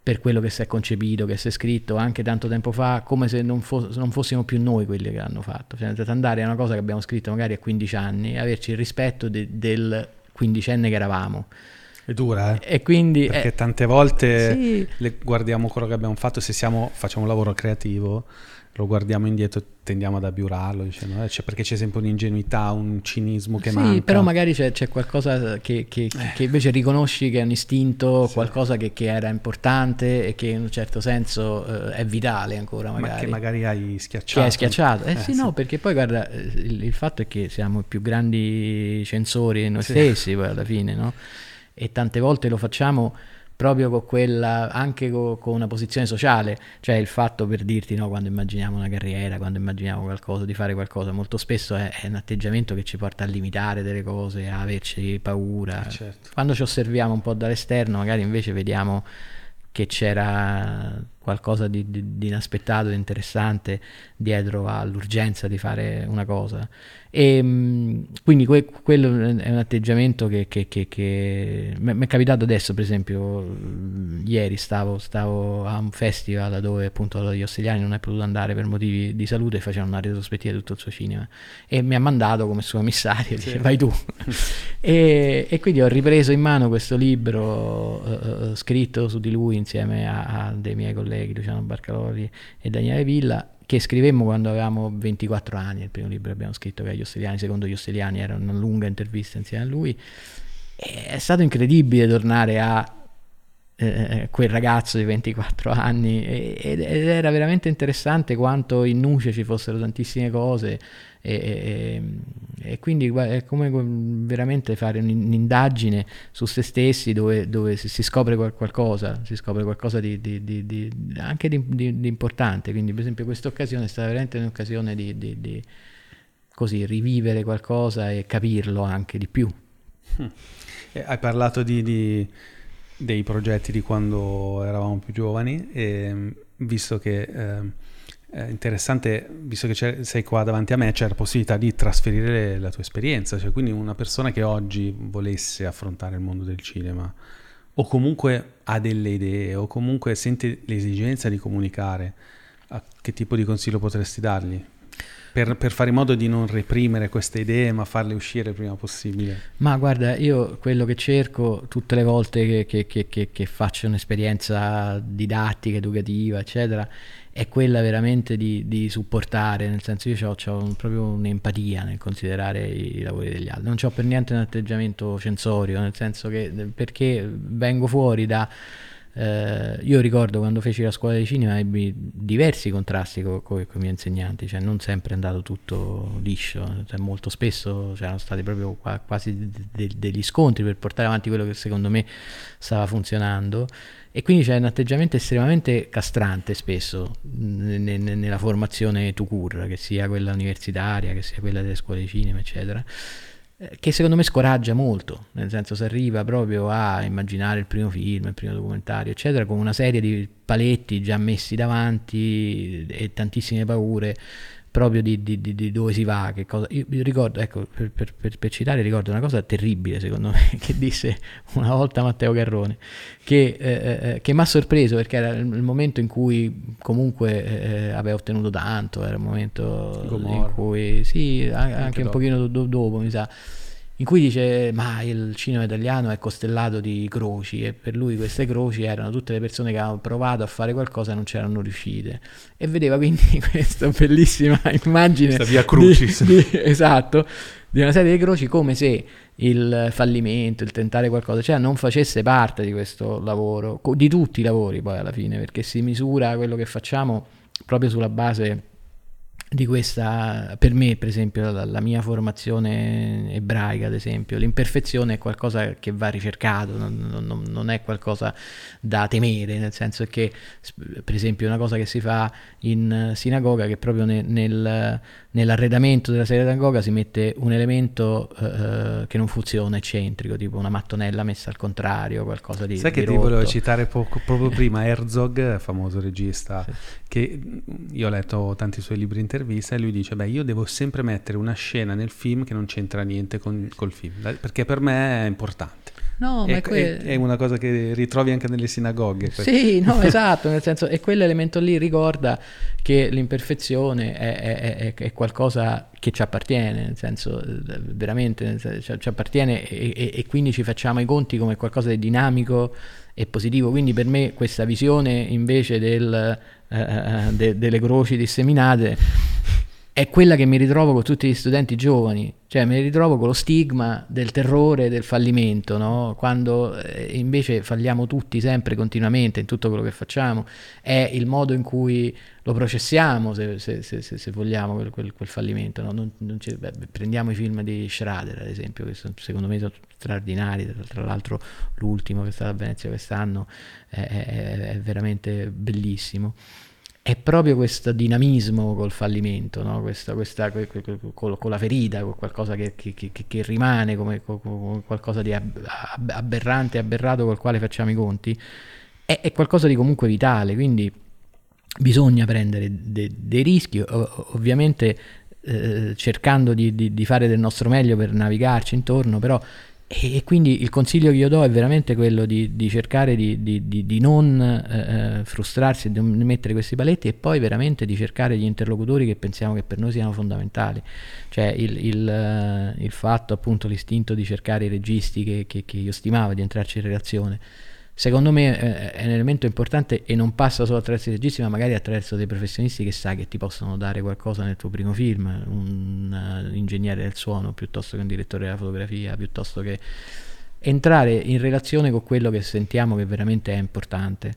per quello che si è concepito, che si è scritto anche tanto tempo fa, come se non fossimo più noi quelli che l'hanno fatto. Cioè, andare a una cosa che abbiamo scritto magari a 15 anni e averci il rispetto del quindicenne che eravamo. È dura, E quindi, perché tante volte sì, guardiamo quello che abbiamo fatto, se facciamo un lavoro creativo, lo guardiamo indietro, tendiamo ad abiurarlo, dicendo, perché c'è sempre un'ingenuità, un cinismo che manca. Sì, però magari c'è qualcosa che invece riconosci che è un istinto, sì, qualcosa che era importante e che in un certo senso è vitale ancora magari. Ma che magari hai schiacciato. Che hai schiacciato. Sì, sì. No, perché poi guarda, il fatto è che siamo i più grandi censori noi stessi poi alla fine, no? E tante volte lo facciamo proprio con quella, anche con una posizione sociale, cioè il fatto, per dirti, no, quando immaginiamo una carriera, quando immaginiamo qualcosa, di fare qualcosa, molto spesso è un atteggiamento che ci porta a limitare delle cose, a averci paura. Certo. Quando ci osserviamo un po' dall'esterno, magari invece vediamo che c'era qualcosa di inaspettato, di interessante dietro all'urgenza di fare una cosa. E quindi quello è un atteggiamento che mi è capitato adesso, per esempio ieri stavo a un festival dove appunto gli Osseliani non è potuto andare per motivi di salute e facevano una retrospettiva di tutto il suo cinema e mi ha mandato come suo commissario, dice vai tu. e quindi ho ripreso in mano questo libro scritto su di lui insieme a dei miei colleghi, Luciano Barcalori e Daniele Villa, che scrivemmo quando avevamo 24 anni. Il primo libro che abbiamo scritto, che è Gli Osseliani, secondo Gli Osseliani, era una lunga intervista insieme a lui. E è stato incredibile tornare a quel ragazzo di 24 anni ed era veramente interessante quanto in nuce ci fossero tantissime cose e quindi è come veramente fare un'indagine su se stessi dove si scopre qualcosa, si scopre qualcosa anche di importante. Quindi per esempio questa occasione è stata veramente un'occasione di così rivivere qualcosa e capirlo anche di più. Hai parlato dei progetti di quando eravamo più giovani e visto che è interessante, visto che sei qua davanti a me, c'è la possibilità di trasferire la tua esperienza, cioè quindi una persona che oggi volesse affrontare il mondo del cinema o comunque ha delle idee o comunque sente l'esigenza di comunicare, a che tipo di consiglio potresti dargli? Per fare in modo di non reprimere queste idee ma farle uscire il prima possibile. Ma guarda, io quello che cerco tutte le volte che faccio un'esperienza didattica, educativa, eccetera, è quella veramente di supportare, nel senso io ho proprio un'empatia nel considerare i lavori degli altri, non ho per niente un atteggiamento censorio, nel senso che perché vengo fuori da... io ricordo quando feci la scuola di cinema ebbi diversi contrasti con i miei insegnanti, cioè non sempre è andato tutto liscio, cioè molto spesso c'erano stati proprio quasi degli scontri per portare avanti quello che secondo me stava funzionando, e quindi c'è un atteggiamento estremamente castrante spesso nella formazione tout court, che sia quella universitaria, che sia quella delle scuole di cinema eccetera, che secondo me scoraggia molto, nel senso si arriva proprio a immaginare il primo film, il primo documentario eccetera con una serie di paletti già messi davanti e tantissime paure proprio di dove si va, che cosa. Io ricordo, ecco, per citare, ricordo una cosa terribile secondo me che disse una volta Matteo Garrone, che mi ha sorpreso perché era il momento in cui comunque aveva ottenuto tanto, era il momento in cui sì, anche un pochino dopo mi sa, in cui dice ma il cinema italiano è costellato di croci e per lui queste croci erano tutte le persone che avevano provato a fare qualcosa e non c'erano riuscite, e vedeva quindi questa bellissima immagine via crucis esatto, di una serie di croci, come se il fallimento, il tentare qualcosa, cioè non facesse parte di questo lavoro, di tutti i lavori poi alla fine, perché si misura quello che facciamo proprio sulla base di questa. Per me per esempio la mia formazione ebraica, ad esempio, l'imperfezione è qualcosa che va ricercato, non è qualcosa da temere, nel senso che per esempio una cosa che si fa in sinagoga, che proprio nell'arredamento della sinagoga si mette un elemento che non funziona, eccentrico, tipo una mattonella messa al contrario, qualcosa di sai che rotto. Ti volevo citare proprio prima Herzog, famoso regista, sì, che io ho letto tanti suoi libri interviste, e lui dice io devo sempre mettere una scena nel film che non c'entra niente col film, perché per me è importante. No, ma è una cosa che ritrovi anche nelle sinagoghe. Sì, no, esatto, nel senso, e quell'elemento lì ricorda che l'imperfezione è qualcosa che ci appartiene, nel senso, veramente ci appartiene, e quindi ci facciamo i conti come qualcosa di dinamico e positivo. Quindi per me questa visione invece delle croci disseminate è quella che mi ritrovo con tutti gli studenti giovani, cioè mi ritrovo con lo stigma del terrore del fallimento, no? Quando invece falliamo tutti sempre, continuamente, in tutto quello che facciamo. È il modo in cui lo processiamo, se vogliamo, quel fallimento, no? Prendiamo i film di Schrader, ad esempio, che secondo me sono straordinari. Tra l'altro l'ultimo, che è stato a Venezia quest'anno, è veramente bellissimo. È proprio questo dinamismo col fallimento, no? Con la ferita, con qualcosa che rimane come qualcosa di aberrante, aberrato, col quale facciamo i conti, è qualcosa di comunque vitale. Quindi bisogna prendere dei rischi, ovviamente cercando di fare del nostro meglio per navigarci intorno, però. E quindi il consiglio che io do è veramente quello di cercare di non frustrarsi e di non mettere questi paletti, e poi veramente di cercare gli interlocutori che pensiamo che per noi siano fondamentali. Cioè il fatto, appunto, l'istinto di cercare i registi che io stimavo, di entrarci in relazione, secondo me è un elemento importante, e non passa solo attraverso i registi, ma magari attraverso dei professionisti che sai che ti possono dare qualcosa nel tuo primo film, un ingegnere del suono piuttosto che un direttore della fotografia, piuttosto che entrare in relazione con quello che sentiamo che veramente è importante,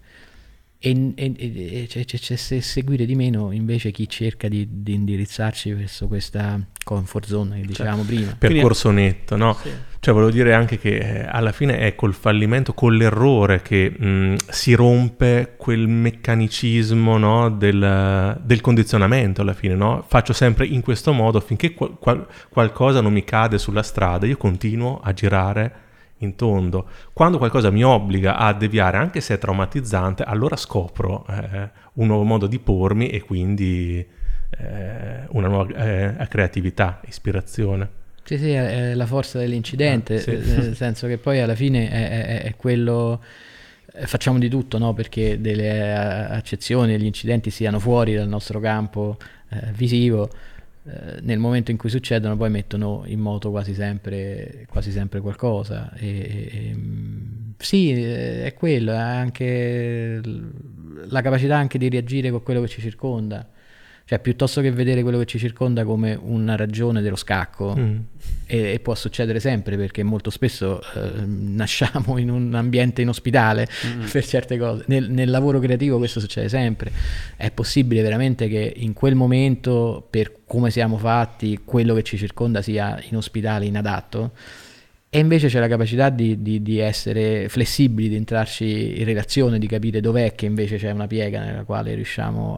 e seguire di meno invece chi cerca di indirizzarci verso questa comfort zone che dicevamo prima. Percorso netto, no? Sì. Cioè, volevo dire anche che alla fine è col fallimento, con l'errore, che si rompe quel meccanicismo, no, del condizionamento alla fine, no? Faccio sempre in questo modo finché qualcosa non mi cade sulla strada, io continuo a girare in tondo. Quando qualcosa mi obbliga a deviare, anche se è traumatizzante, allora scopro un nuovo modo di pormi, e quindi una nuova creatività, ispirazione. Sì, è la forza dell'incidente, sì. Nel senso che poi alla fine è quello, facciamo di tutto, no? Perché delle accezioni, degli incidenti siano fuori dal nostro campo visivo. Nel momento in cui succedono poi mettono in moto quasi sempre qualcosa, sì, è quello, è anche la capacità anche di reagire con quello che ci circonda. Cioè, piuttosto che vedere quello che ci circonda come una ragione dello scacco, e può succedere sempre, perché molto spesso nasciamo in un ambiente inospitale per certe cose. Nel lavoro creativo questo succede sempre. È possibile veramente che in quel momento, per come siamo fatti, quello che ci circonda sia inospitale, inadatto, e invece c'è la capacità di essere flessibili, di entrarci in relazione, di capire dov'è che invece c'è una piega nella quale riusciamo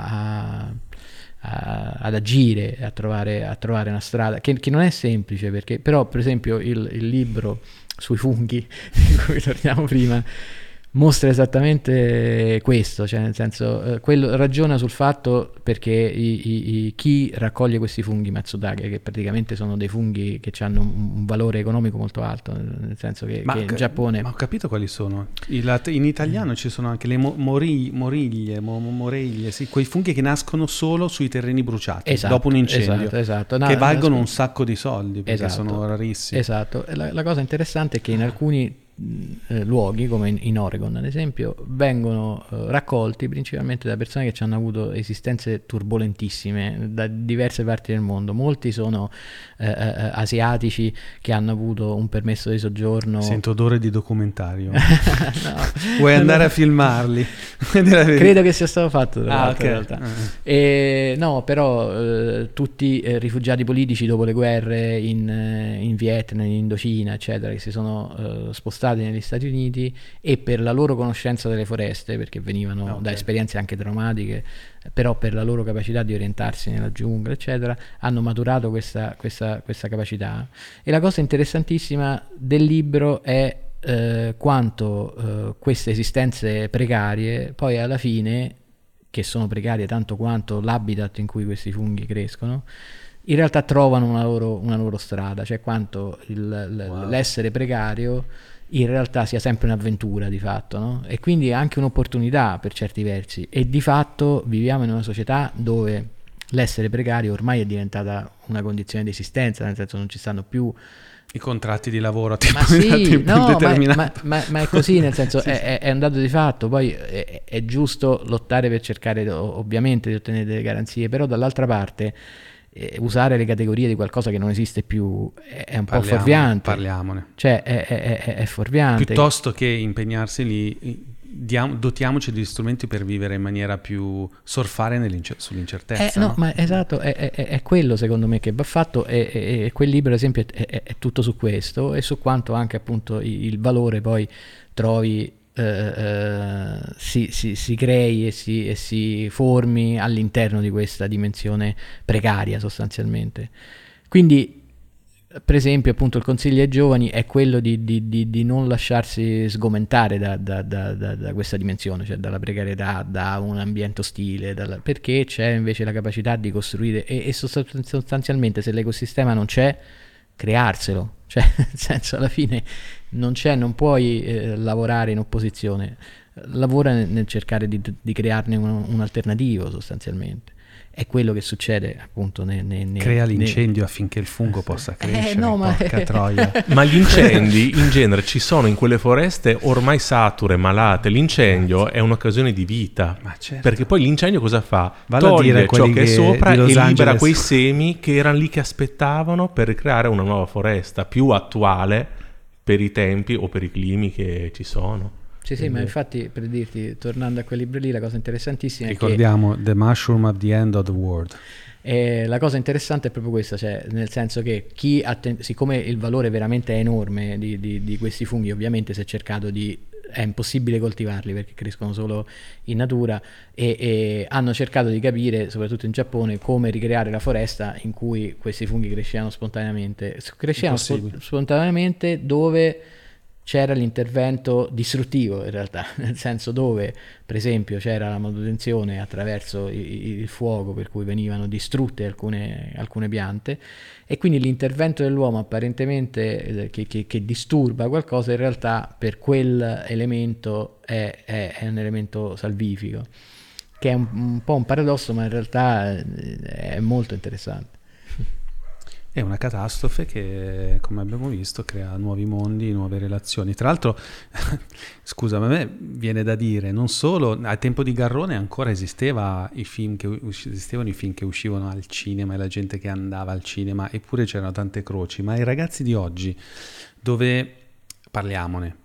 ad agire, a trovare una strada che non è semplice, perché però, per esempio, il libro sui funghi di cui torniamo prima mostra esattamente questo, cioè nel senso, quello ragiona sul fatto perché chi raccoglie questi funghi Matsutake, che praticamente sono dei funghi che hanno un valore economico molto alto, nel senso che in Giappone... Ma ho capito quali sono. In italiano ci sono anche le moriglie, sì, quei funghi che nascono solo sui terreni bruciati, esatto, dopo un incendio, esatto. Che valgono un sacco di soldi, perché sono rarissimi. Esatto, la cosa interessante è che in alcuni luoghi, come in Oregon ad esempio, vengono raccolti principalmente da persone che hanno avuto esistenze turbolentissime da diverse parti del mondo. Molti sono asiatici che hanno avuto un permesso di soggiorno. Sento odore di documentario. No. Vuoi andare a filmarli? Credo che sia stato fatto in okay. realtà. No, però tutti rifugiati politici dopo le guerre in Vietnam, in Indocina, eccetera, che si sono spostati negli Stati Uniti, e per la loro conoscenza delle foreste, perché venivano da esperienze anche traumatiche, però per la loro capacità di orientarsi nella giungla, eccetera, hanno maturato questa capacità. E la cosa interessantissima del libro è quanto queste esistenze precarie poi alla fine, che sono precarie tanto quanto l'habitat in cui questi funghi crescono, in realtà trovano una loro strada, cioè quanto l'essere precario in realtà sia sempre un'avventura di fatto, no? E quindi anche un'opportunità per certi versi, e di fatto viviamo in una società dove l'essere precario ormai è diventata una condizione di esistenza, nel senso non ci stanno più i contratti di lavoro a tempo, ma sì, a tempo no, indeterminato. ma è così, nel senso Sì, è un dato di fatto. Poi è giusto lottare per cercare ovviamente di ottenere delle garanzie, però dall'altra parte usare le categorie di qualcosa che non esiste più è un po' fuorviante. Parliamone. Cioè è fuorviante. Piuttosto che impegnarsi lì, dotiamoci di strumenti per vivere in maniera più surfare sull'incertezza. No, ma esatto, è quello secondo me che va fatto, e quel libro ad esempio è tutto su questo e su quanto anche appunto il valore poi trovi, si crei e si formi all'interno di questa dimensione precaria sostanzialmente. Quindi per esempio appunto il consiglio ai giovani è quello di non lasciarsi sgomentare da questa dimensione, cioè dalla precarietà, da un ambiente ostile, perché c'è invece la capacità di costruire e sostanzialmente se l'ecosistema non c'è, crearselo, cioè nel senso alla fine non puoi lavorare in opposizione, lavora nel cercare di crearne un alternativo sostanzialmente. È quello che succede appunto crea l'incendio affinché il fungo possa crescere, porca troia. Ma gli incendi in genere ci sono in quelle foreste ormai sature, malate. L'incendio è un'occasione di vita, ma certo. Perché poi l'incendio cosa fa? Vale Toglie ciò che è sopra e libera Angeles. Quei semi che erano lì che aspettavano per creare una nuova foresta più attuale per i tempi o per i climi che ci sono. Sì, ma infatti per dirti, tornando a quel libro lì, la cosa interessantissima ricordiamo è che The Mushroom at the End of the World. La cosa interessante è proprio questa, cioè nel senso che siccome il valore veramente è enorme di questi funghi, ovviamente si è cercato è impossibile coltivarli perché crescono solo in natura, e hanno cercato di capire, soprattutto in Giappone, come ricreare la foresta in cui questi funghi crescevano spontaneamente. Spontaneamente dove c'era l'intervento distruttivo in realtà, nel senso dove per esempio c'era la manutenzione attraverso il fuoco per cui venivano distrutte alcune piante, e quindi l'intervento dell'uomo apparentemente che disturba qualcosa in realtà per quell'elemento è un elemento salvifico, che è un po' un paradosso, ma in realtà è molto interessante. È una catastrofe che, come abbiamo visto, crea nuovi mondi, nuove relazioni. Tra l'altro, scusa, ma a me viene da dire, non solo, a tempo di Garrone ancora esistevano i film che uscivano al cinema e la gente che andava al cinema, eppure c'erano tante croci, ma i ragazzi di oggi, dove, parliamone,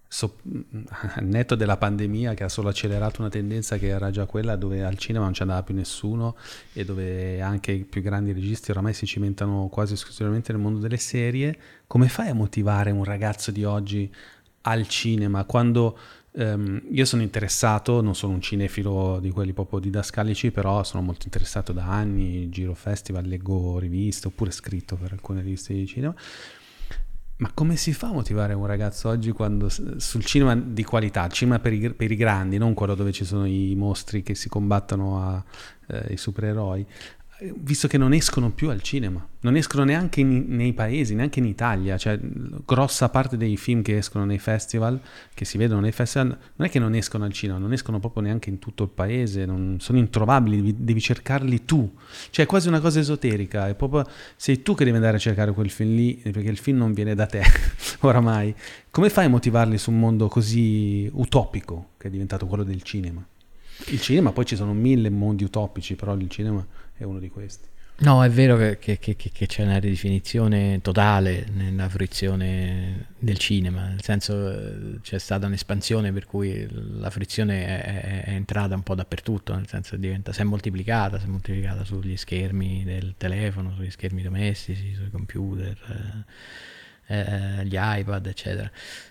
al netto della pandemia che ha solo accelerato una tendenza che era già quella dove al cinema non ci andava più nessuno e dove anche i più grandi registi oramai si cimentano quasi esclusivamente nel mondo delle serie, come fai a motivare un ragazzo di oggi al cinema quando io sono interessato, non sono un cinefilo di quelli proprio didascalici, però sono molto interessato da anni, giro festival, leggo riviste, oppure scritto per alcune riviste di cinema. Ma come si fa a motivare un ragazzo oggi quando sul cinema di qualità, il cinema per i grandi, non quello dove ci sono i mostri che si combattono ai supereroi, visto che non escono più al cinema, non escono neanche nei paesi, neanche in Italia, cioè grossa parte dei film che escono nei festival, che si vedono nei festival, non è che non escono al cinema, non escono proprio neanche in tutto il paese, sono introvabili, devi cercarli tu, cioè è quasi una cosa esoterica, è proprio, sei tu che devi andare a cercare quel film lì, perché il film non viene da te, oramai. Come fai a motivarli su un mondo così utopico che è diventato quello del cinema? Il cinema, poi ci sono 1000 mondi utopici, però il cinema è uno di questi. No, è vero che c'è una ridefinizione totale nella fruizione del cinema, nel senso c'è stata un'espansione per cui la fruizione è entrata un po' dappertutto, nel senso si è moltiplicata sugli schermi del telefono, sugli schermi domestici, sui computer, gli iPad, eccetera.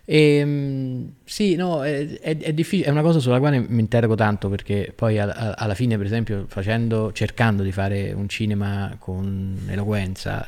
Sì, no, è difficile, è una cosa sulla quale mi interrogo tanto, perché poi alla fine, per esempio, cercando di fare un cinema con eloquenza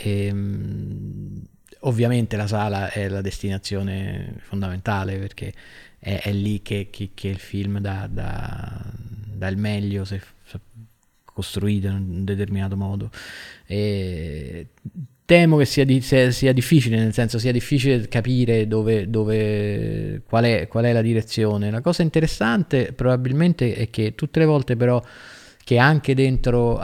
ovviamente la sala è la destinazione fondamentale, perché è lì che il film dà il meglio se costruito in un determinato modo. temo che sia difficile, nel senso sia difficile capire qual è la direzione. La cosa interessante probabilmente è che tutte le volte però che anche dentro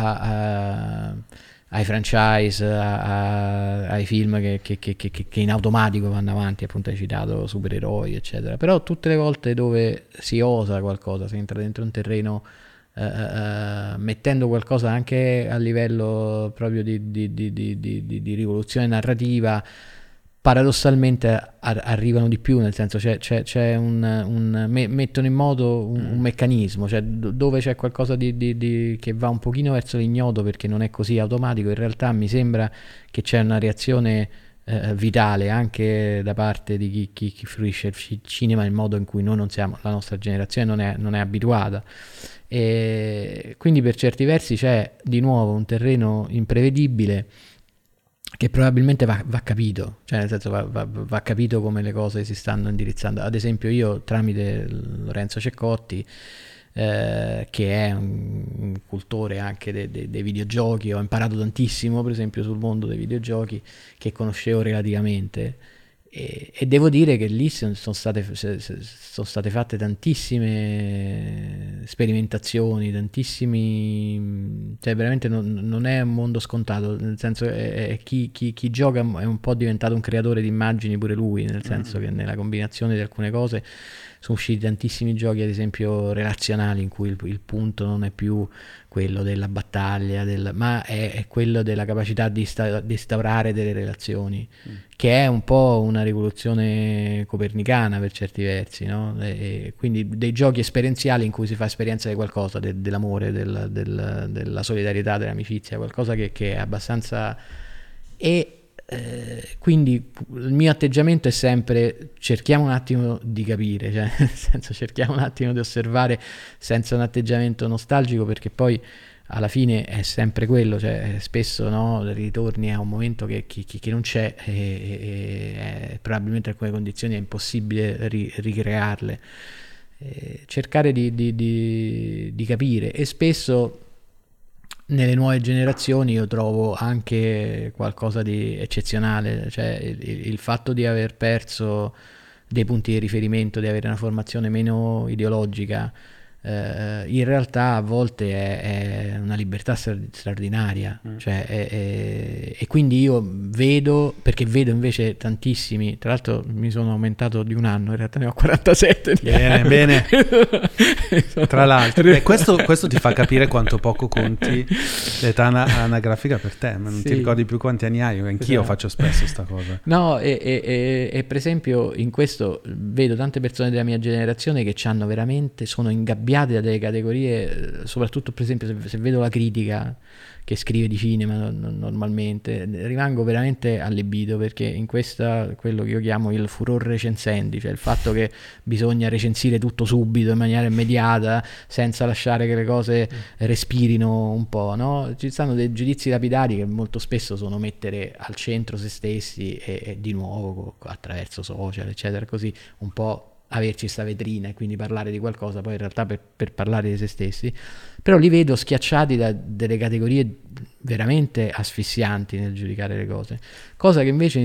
ai franchise, ai film che in automatico vanno avanti, appunto hai citato supereroi eccetera, però tutte le volte dove si osa qualcosa, si entra dentro un terreno mettendo qualcosa anche a livello proprio di rivoluzione narrativa, paradossalmente arrivano di più, nel senso c'è mettono in moto un meccanismo, cioè dove c'è qualcosa che va un pochino verso l'ignoto perché non è così automatico, in realtà mi sembra che c'è una reazione vitale anche da parte di chi fruisce il cinema, il modo in cui noi non siamo, la nostra generazione non è abituata, e quindi per certi versi c'è di nuovo un terreno imprevedibile che probabilmente va capito, cioè nel senso va capito come le cose si stanno indirizzando. Ad esempio io tramite Lorenzo Ceccotti, che è un cultore anche dei videogiochi, ho imparato tantissimo per esempio sul mondo dei videogiochi che conoscevo relativamente, e devo dire che lì sono state fatte tantissime sperimentazioni, cioè veramente non è un mondo scontato, nel senso chi gioca è un po' diventato un creatore di immagini pure lui, nel senso che nella combinazione di alcune cose sono usciti tantissimi giochi ad esempio relazionali in cui il punto non è più quello della battaglia, ma è quello della capacità di instaurare delle relazioni, che è un po' una rivoluzione copernicana per certi versi, no? E quindi dei giochi esperienziali in cui si fa esperienza di qualcosa, dell'amore, della solidarietà, dell'amicizia, qualcosa che è abbastanza... quindi il mio atteggiamento è sempre cerchiamo un attimo di capire, cioè nel senso cerchiamo un attimo di osservare senza un atteggiamento nostalgico, perché poi alla fine è sempre quello, cioè spesso no, ritorni a un momento che non c'è e probabilmente alcune condizioni è impossibile ricrearle, cercare di capire, e spesso nelle nuove generazioni io trovo anche qualcosa di eccezionale, cioè il fatto di aver perso dei punti di riferimento, di avere una formazione meno ideologica, in realtà a volte è una libertà straordinaria, cioè e quindi io vedo invece tantissimi, tra l'altro mi sono aumentato di un anno, in realtà ne ho 47. Bene. Tra l'altro questo ti fa capire quanto poco conti l'età anagrafica per te, ma non ti ricordi più quanti anni hai. Anch'io faccio spesso sta cosa. No, e per esempio in questo vedo tante persone della mia generazione che sono ingabbiate da delle categorie, soprattutto per esempio se vedo la critica che scrive di cinema normalmente, rimango veramente allibito, perché in questa quello che io chiamo il furor recensendi, cioè il fatto che bisogna recensire tutto subito in maniera immediata senza lasciare che le cose respirino un po', no? Ci stanno dei giudizi lapidari che molto spesso sono mettere al centro se stessi e di nuovo attraverso social eccetera, così un po' averci sta vetrina e quindi parlare di qualcosa poi in realtà per parlare di se stessi, però li vedo schiacciati da delle categorie veramente asfissianti nel giudicare le cose, cosa che invece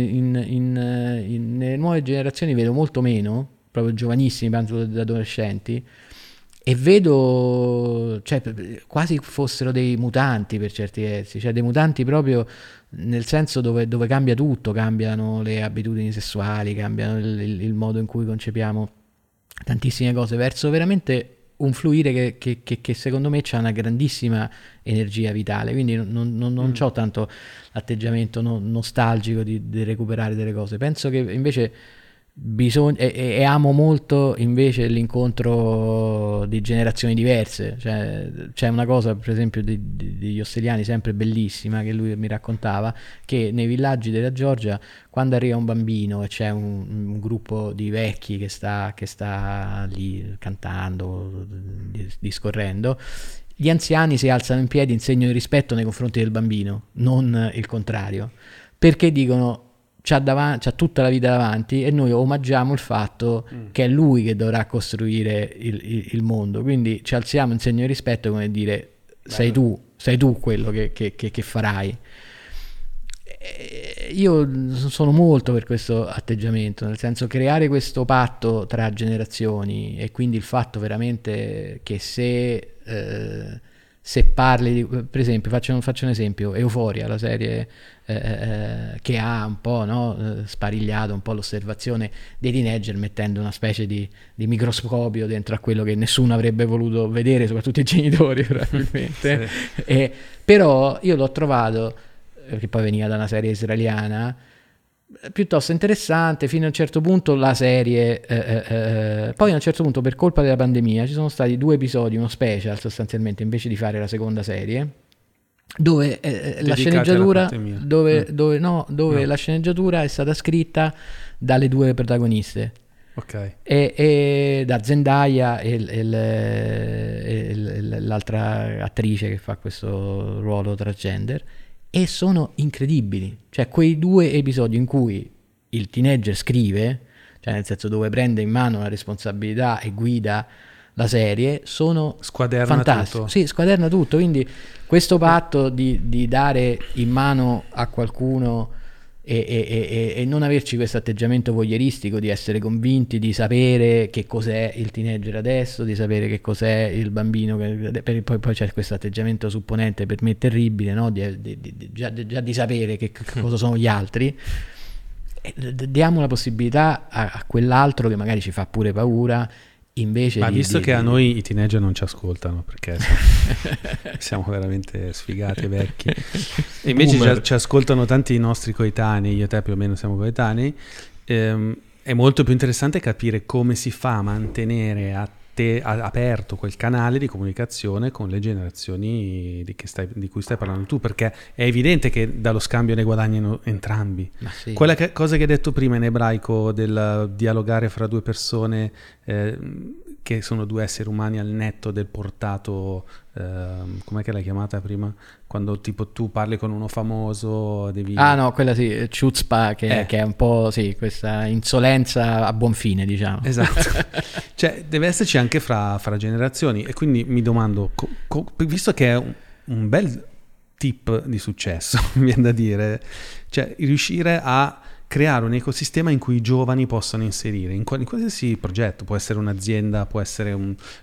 nelle nuove generazioni vedo molto meno, proprio giovanissimi, penso ad adolescenti, e vedo cioè quasi fossero dei mutanti per certi versi, cioè dei mutanti proprio nel senso dove cambia tutto, cambiano le abitudini sessuali, cambiano il modo in cui concepiamo tantissime cose, verso veramente un fluire che secondo me c'ha una grandissima energia vitale, quindi non c'ho tanto l'atteggiamento nostalgico di recuperare delle cose, penso che invece bisogna e amo molto invece l'incontro di generazioni diverse, cioè c'è una cosa per esempio degli Osseliani sempre bellissima che lui mi raccontava, che nei villaggi della Georgia quando arriva un bambino e c'è un gruppo di vecchi che sta lì cantando, discorrendo, gli anziani si alzano in piedi in segno di rispetto nei confronti del bambino, non il contrario, perché dicono c'ha tutta la vita davanti e noi omaggiamo il fatto che è lui che dovrà costruire il mondo, quindi ci alziamo in segno di rispetto, come dire sei tu quello che farai. Io sono molto per questo atteggiamento, nel senso creare questo patto tra generazioni, e quindi il fatto veramente che se parli di, per esempio, faccio un esempio, Euphoria, la serie che ha un po', no, sparigliato un po' l'osservazione dei teenager, mettendo una specie di microscopio dentro a quello che nessuno avrebbe voluto vedere, soprattutto i genitori probabilmente. Sì. Però io l'ho trovato, che poi veniva da una serie israeliana, piuttosto interessante fino a un certo punto la serie, poi a un certo punto, per colpa della pandemia, ci sono stati 2 episodi, uno special sostanzialmente, invece di fare la seconda serie, dove la sceneggiatura dove la sceneggiatura è stata scritta dalle 2 protagoniste. Ok. E da Zendaya e l'altra attrice che fa questo ruolo transgender, e sono incredibili. Cioè, quei 2 episodi in cui il teenager scrive, cioè nel senso dove prende in mano la responsabilità e guida la serie, sono fantastici. Tutto. Sì, squaderna tutto. Quindi questo patto di dare in mano a qualcuno e non averci questo atteggiamento voyeuristico di essere convinti di sapere che cos'è il teenager adesso, di sapere che cos'è il bambino, poi c'è questo atteggiamento supponente per me terribile, no? Già di sapere che cosa sono gli altri. Diamo la possibilità a quell'altro che magari ci fa pure paura, invece visto che a noi i teenager non ci ascoltano, perché siamo veramente sfigati e vecchi, e invece ci ascoltano tanti nostri coetanei, io e te più o meno siamo coetanei, è molto più interessante capire come si fa a mantenere aperto quel canale di comunicazione con le generazioni di cui stai parlando tu, perché è evidente che dallo scambio ne guadagnano entrambi. Sì. Quella cosa che hai detto prima in ebraico del dialogare fra 2 persone che sono 2 esseri umani al netto del portato, com'è che l'hai chiamata prima? Quando tipo tu parli con uno famoso devi... quella sì, chutzpah, che è un po' questa insolenza a buon fine, diciamo. Esatto. Cioè deve esserci anche fra generazioni, e quindi mi domando, visto che è un bel tip di successo, mi viene da dire, cioè riuscire a creare un ecosistema in cui i giovani possano inserire in qualsiasi progetto, può essere un'azienda, può essere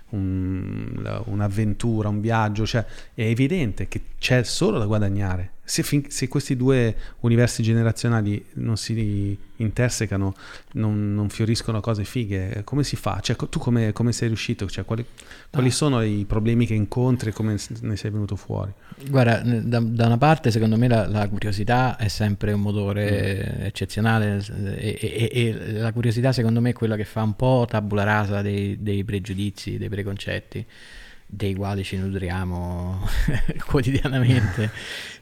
un'avventura, un viaggio, cioè è evidente che c'è solo da guadagnare. Se questi 2 universi generazionali non si intersecano, non fioriscono cose fighe, come si fa? Cioè, tu come sei riuscito? Cioè, quali sono i problemi che incontri e come ne sei venuto fuori? Guarda, da una parte secondo me la curiosità è sempre un motore eccezionale, e la curiosità secondo me è quella che fa un po' tabula rasa dei pregiudizi, dei preconcetti, dei quali ci nutriamo quotidianamente.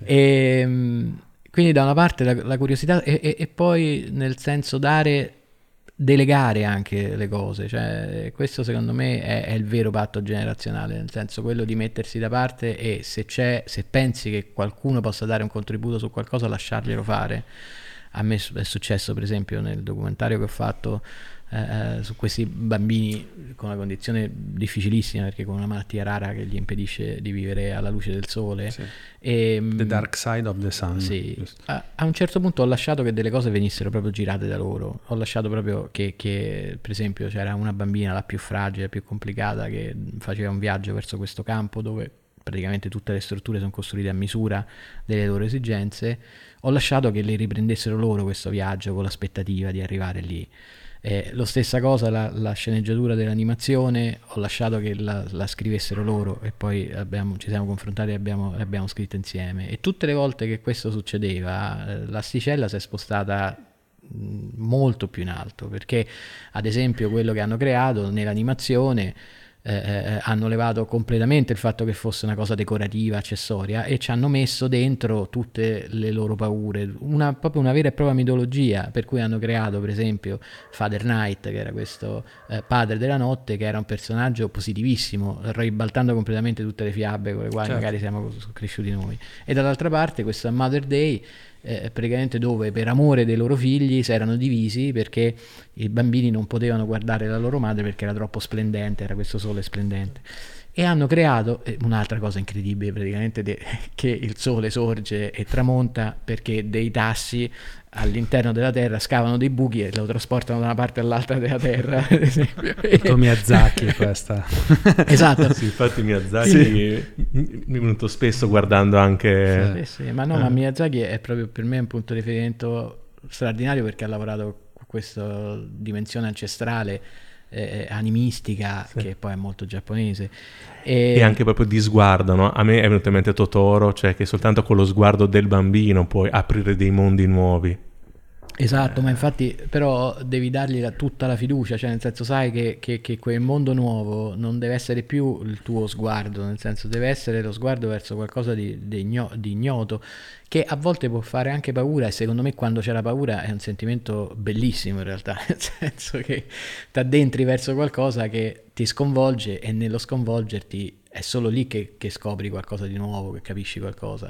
E quindi da una parte la curiosità, e poi nel senso delegare anche le cose, cioè questo secondo me è il vero patto generazionale, nel senso quello di mettersi da parte, e se pensi che qualcuno possa dare un contributo su qualcosa, lasciarglielo fare. A me è successo per esempio nel documentario che ho fatto su questi bambini con una condizione difficilissima, perché con una malattia rara che gli impedisce di vivere alla luce del sole. Sì. The Dark Side of the Sun. Sì. A un certo punto ho lasciato che delle cose venissero proprio girate da loro, ho lasciato proprio che per esempio c'era una bambina, la più fragile, più complicata, che faceva un viaggio verso questo campo dove praticamente tutte le strutture sono costruite a misura delle loro esigenze. Ho lasciato che le riprendessero loro questo viaggio con l'aspettativa di arrivare lì. Lo stessa cosa la sceneggiatura dell'animazione, ho lasciato che la scrivessero loro, e poi ci siamo confrontati e abbiamo scritto insieme, e tutte le volte che questo succedeva l'asticella si è spostata molto più in alto, perché ad esempio quello che hanno creato nell'animazione hanno levato completamente il fatto che fosse una cosa decorativa, accessoria, e ci hanno messo dentro tutte le loro paure, proprio una vera e propria mitologia, per cui hanno creato per esempio Father Night, che era questo padre della notte, che era un personaggio positivissimo, ribaltando completamente tutte le fiabe con le quali magari siamo cresciuti noi, e dall'altra parte questo Mother Day, praticamente dove per amore dei loro figli si erano divisi, perché i bambini non potevano guardare la loro madre perché era troppo splendente, era questo sole splendente, e hanno creato un'altra cosa incredibile praticamente, che il sole sorge e tramonta perché dei tassi all'interno della Terra scavano dei buchi e lo trasportano da una parte all'altra della Terra, ad esempio. Miyazaki questa. Esatto. Sì, infatti Miyazaki mi è venuto spesso guardando anche... Sì, ma no, ma Miyazaki è proprio per me un punto di riferimento straordinario, perché ha lavorato con questa dimensione ancestrale animistica, sì, che poi è molto giapponese, e anche proprio di sguardo, no? A me è venuto in mente Totoro, cioè che soltanto con lo sguardo del bambino puoi aprire dei mondi nuovi. Esatto, ma infatti però devi dargli tutta la fiducia, cioè nel senso sai che quel mondo nuovo non deve essere più il tuo sguardo, nel senso deve essere lo sguardo verso qualcosa di ignoto, che a volte può fare anche paura, e secondo me quando c'è la paura è un sentimento bellissimo in realtà, nel senso che ti addentri verso qualcosa che ti sconvolge, e nello sconvolgerti è solo lì che scopri qualcosa di nuovo, che capisci qualcosa.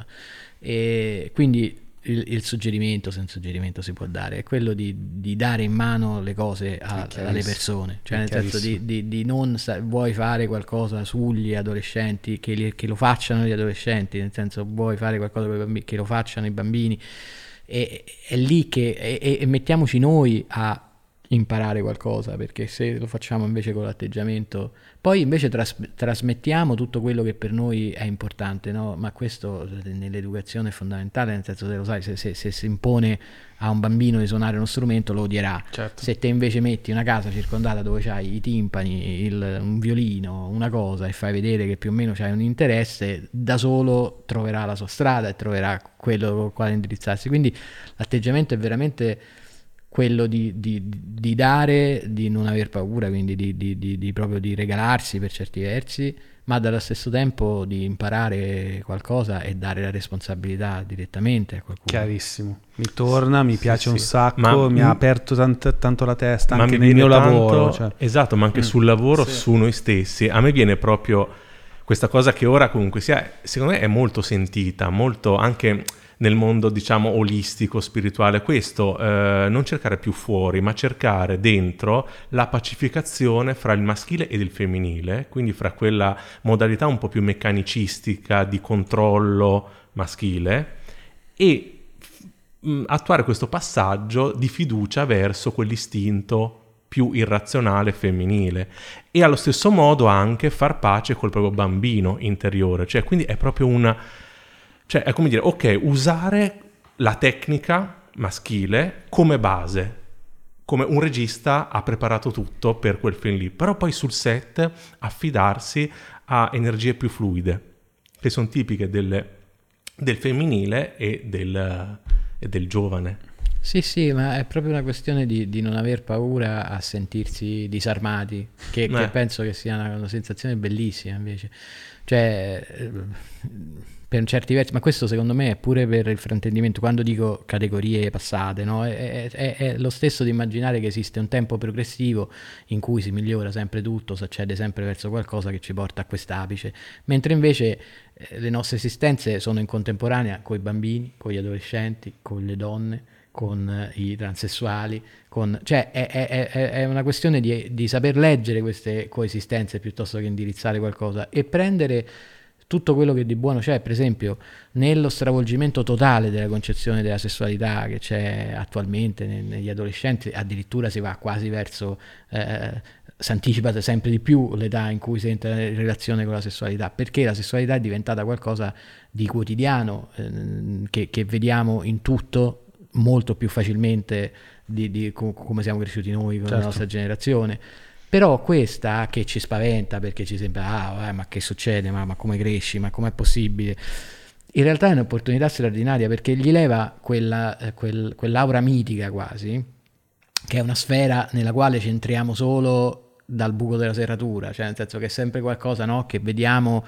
E quindi il suggerimento, se un suggerimento si può dare, è quello di dare in mano le cose alle persone, cioè nel senso di non vuoi fare qualcosa sugli adolescenti, che lo facciano gli adolescenti, nel senso vuoi fare qualcosa per i bambini, che lo facciano i bambini, e è lì che mettiamoci noi a imparare qualcosa, perché se lo facciamo invece con l'atteggiamento, poi invece trasmettiamo tutto quello che per noi è importante, no? Ma questo nell'educazione è fondamentale, nel senso, se lo sai, se si impone a un bambino di suonare uno strumento lo odierà, certo. Se te invece metti una casa circondata dove c'hai i timpani, un violino, una cosa, e fai vedere che più o meno c'hai un interesse, da solo troverà la sua strada e troverà quello con il quale indirizzarsi. Quindi l'atteggiamento è veramente quello di dare, di non aver paura, quindi di proprio di regalarsi per certi versi, ma dallo stesso tempo di imparare qualcosa e dare la responsabilità direttamente a qualcuno. Chiarissimo, mi piace un sacco, mi ha aperto tanto la testa anche nel mio lavoro. Cioè. Esatto, ma anche sul lavoro, su noi stessi. A me viene proprio questa cosa che ora comunque sia, secondo me è molto sentita, molto anche nel mondo, diciamo, olistico, spirituale, questo, non cercare più fuori, ma cercare dentro la pacificazione fra il maschile ed il femminile, quindi fra quella modalità un po' più meccanicistica di controllo maschile, e attuare questo passaggio di fiducia verso quell'istinto più irrazionale femminile, e allo stesso modo anche far pace col proprio bambino interiore, cioè quindi è proprio cioè è come dire, ok, usare la tecnica maschile come base, come un regista ha preparato tutto per quel film lì, però poi sul set affidarsi a energie più fluide, che sono tipiche del femminile e del giovane. Sì, ma è proprio una questione di non aver paura a sentirsi disarmati, che penso che sia una sensazione bellissima invece. Cioè, per certi versi, ma questo secondo me è pure per il fraintendimento, quando dico categorie passate, no? È lo stesso di immaginare che esiste un tempo progressivo in cui si migliora sempre tutto, si accede sempre verso qualcosa che ci porta a quest'apice, mentre invece le nostre esistenze sono in contemporanea con i bambini, con gli adolescenti, con le donne, con i transessuali, cioè è una questione di saper leggere queste coesistenze piuttosto che indirizzare qualcosa e prendere tutto quello che di buono c'è. Per esempio, nello stravolgimento totale della concezione della sessualità che c'è attualmente negli adolescenti, addirittura si va quasi verso si anticipa sempre di più l'età in cui si entra in relazione con la sessualità, perché la sessualità è diventata qualcosa di quotidiano, che vediamo in tutto molto più facilmente di come siamo cresciuti noi con la nostra generazione. Però questa che ci spaventa, perché ci sembra ma che succede, ma come cresci, ma com'è possibile, in realtà è un'opportunità straordinaria, perché gli leva quell'aura mitica quasi, che è una sfera nella quale ci entriamo solo dal buco della serratura, cioè nel senso che è sempre qualcosa, no, che vediamo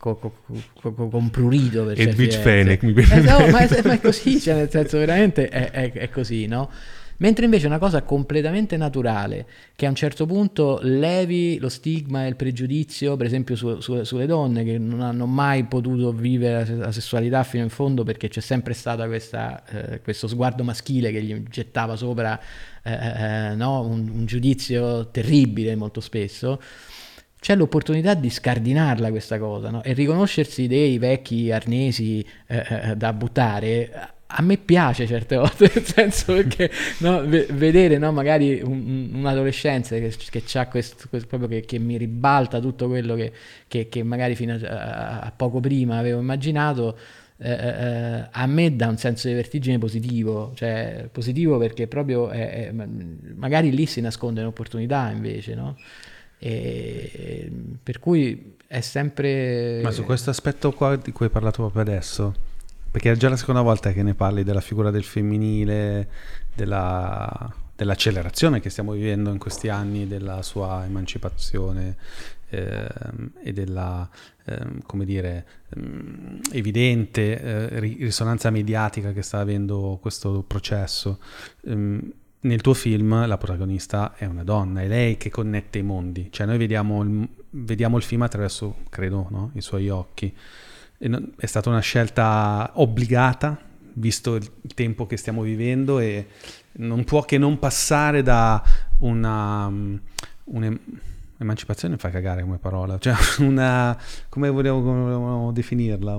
con prurito per certi versi. Fennec mi viene ma è così, cioè nel senso veramente è così, no? Mentre invece una cosa completamente naturale, che a un certo punto levi lo stigma e il pregiudizio, per esempio sulle donne che non hanno mai potuto vivere la sessualità fino in fondo, perché c'è sempre stata questo sguardo maschile che gli gettava sopra no? un giudizio terribile molto spesso. c'è l'opportunità di scardinarla questa cosa, no? E riconoscersi dei vecchi arnesi da buttare. A me piace certe volte, nel senso che no, vedere, no, magari un'adolescenza che c'ha proprio che mi ribalta tutto quello che magari fino a poco prima avevo immaginato, a me dà un senso di vertigine positivo, cioè positivo perché proprio magari lì si nasconde un'opportunità invece, no? E per cui è sempre... Ma su questo aspetto qua di cui hai parlato proprio adesso, perché è già la seconda volta che ne parli della figura del femminile, dell'accelerazione che stiamo vivendo in questi anni, della sua emancipazione e della, come dire, evidente risonanza mediatica che sta avendo questo processo. Nel tuo film la protagonista è una donna, è lei che connette i mondi, cioè noi vediamo il film attraverso, credo, no? I suoi occhi. È stata una scelta obbligata, visto il tempo che stiamo vivendo, e non può che non passare da un'emancipazione, fa cagare come parola, cioè come vogliamo definirla,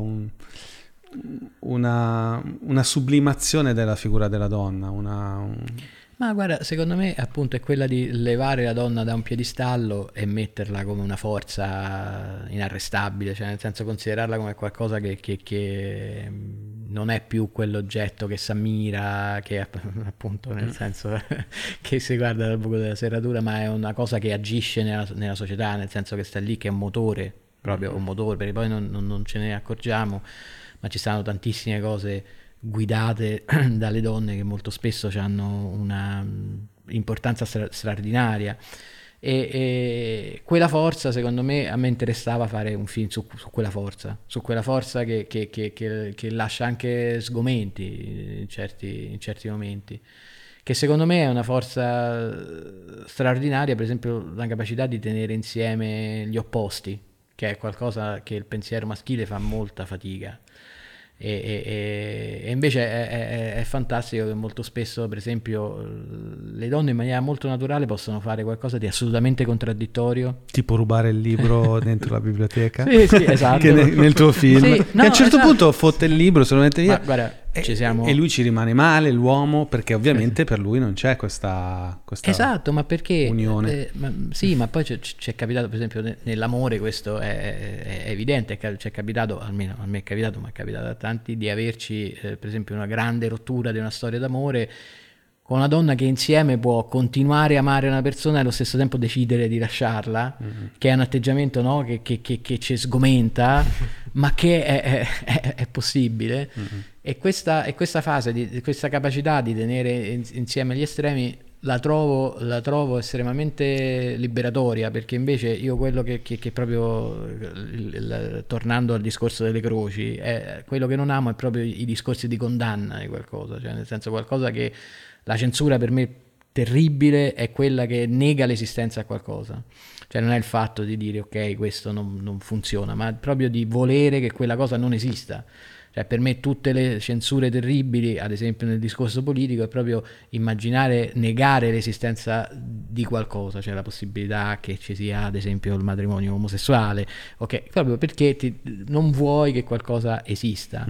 una sublimazione della figura della donna, Ma guarda, secondo me appunto è quella di levare la donna da un piedistallo e metterla come una forza inarrestabile, cioè nel senso considerarla come qualcosa che non è più quell'oggetto che si ammira, che appunto nel senso che si guarda dal buco della serratura, ma è una cosa che agisce nella società, nel senso che sta lì, che è un motore, proprio un motore, perché poi non ce ne accorgiamo, ma ci stanno tantissime cose guidate dalle donne che molto spesso hanno una importanza straordinaria, e quella forza, secondo me, a me interessava fare un film su quella forza che lascia anche sgomenti in certi momenti, che secondo me è una forza straordinaria, per esempio la capacità di tenere insieme gli opposti, che è qualcosa che il pensiero maschile fa molta fatica. E invece è fantastico che molto spesso, per esempio, le donne in maniera molto naturale possono fare qualcosa di assolutamente contraddittorio, tipo rubare il libro dentro la biblioteca. Sì, esatto. Che nel tuo film, sì, che a un certo esatto. punto fotte il libro, se lo mette via. Ma guarda, e lui ci rimane male, l'uomo, perché ovviamente per lui non c'è questa esatto, ma perché unione. Ma poi c'è capitato, per esempio, nell'amore, questo è evidente, c'è capitato, almeno a me è capitato, ma è capitato a tanti, di averci per esempio una grande rottura di una storia d'amore con una donna che insieme può continuare a amare una persona e allo stesso tempo decidere di lasciarla, che è un atteggiamento, no? che ci sgomenta, ma che è possibile. E questa fase, questa capacità di tenere insieme gli estremi la trovo estremamente liberatoria, perché invece io quello che proprio, tornando al discorso delle croci, quello che non amo è proprio i discorsi di condanna di qualcosa, cioè nel senso qualcosa che la censura per me terribile è quella che nega l'esistenza a qualcosa, cioè non è il fatto di dire ok questo non funziona, ma proprio di volere che quella cosa non esista. Cioè per me tutte le censure terribili, ad esempio nel discorso politico, è proprio immaginare, negare l'esistenza di qualcosa, cioè la possibilità che ci sia ad esempio il matrimonio omosessuale, ok, proprio perché non vuoi che qualcosa esista.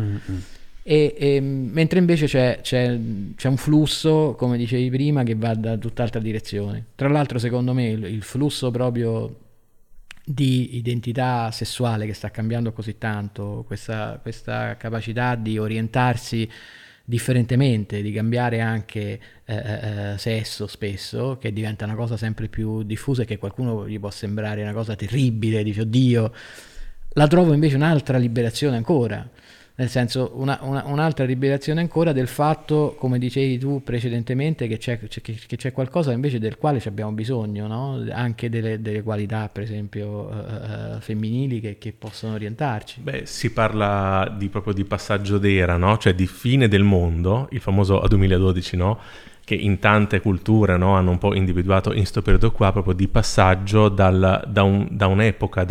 Mentre invece c'è un flusso, come dicevi prima, che va da tutt'altra direzione. Tra l'altro secondo me il flusso proprio di identità sessuale che sta cambiando così tanto, questa capacità di orientarsi differentemente, di cambiare anche sesso spesso, che diventa una cosa sempre più diffusa e che qualcuno gli può sembrare una cosa terribile, dice oddio, la trovo invece un'altra liberazione ancora. Nel senso, un'altra liberazione ancora del fatto, come dicevi tu precedentemente, che c'è qualcosa invece del quale abbiamo bisogno, no? Anche delle qualità, per esempio, femminili che possono orientarci. Beh, si parla proprio di passaggio d'era, no? Cioè di fine del mondo, il famoso 2012, no? Che in tante culture, no, hanno un po' individuato in sto periodo qua, proprio di passaggio da un'epoca,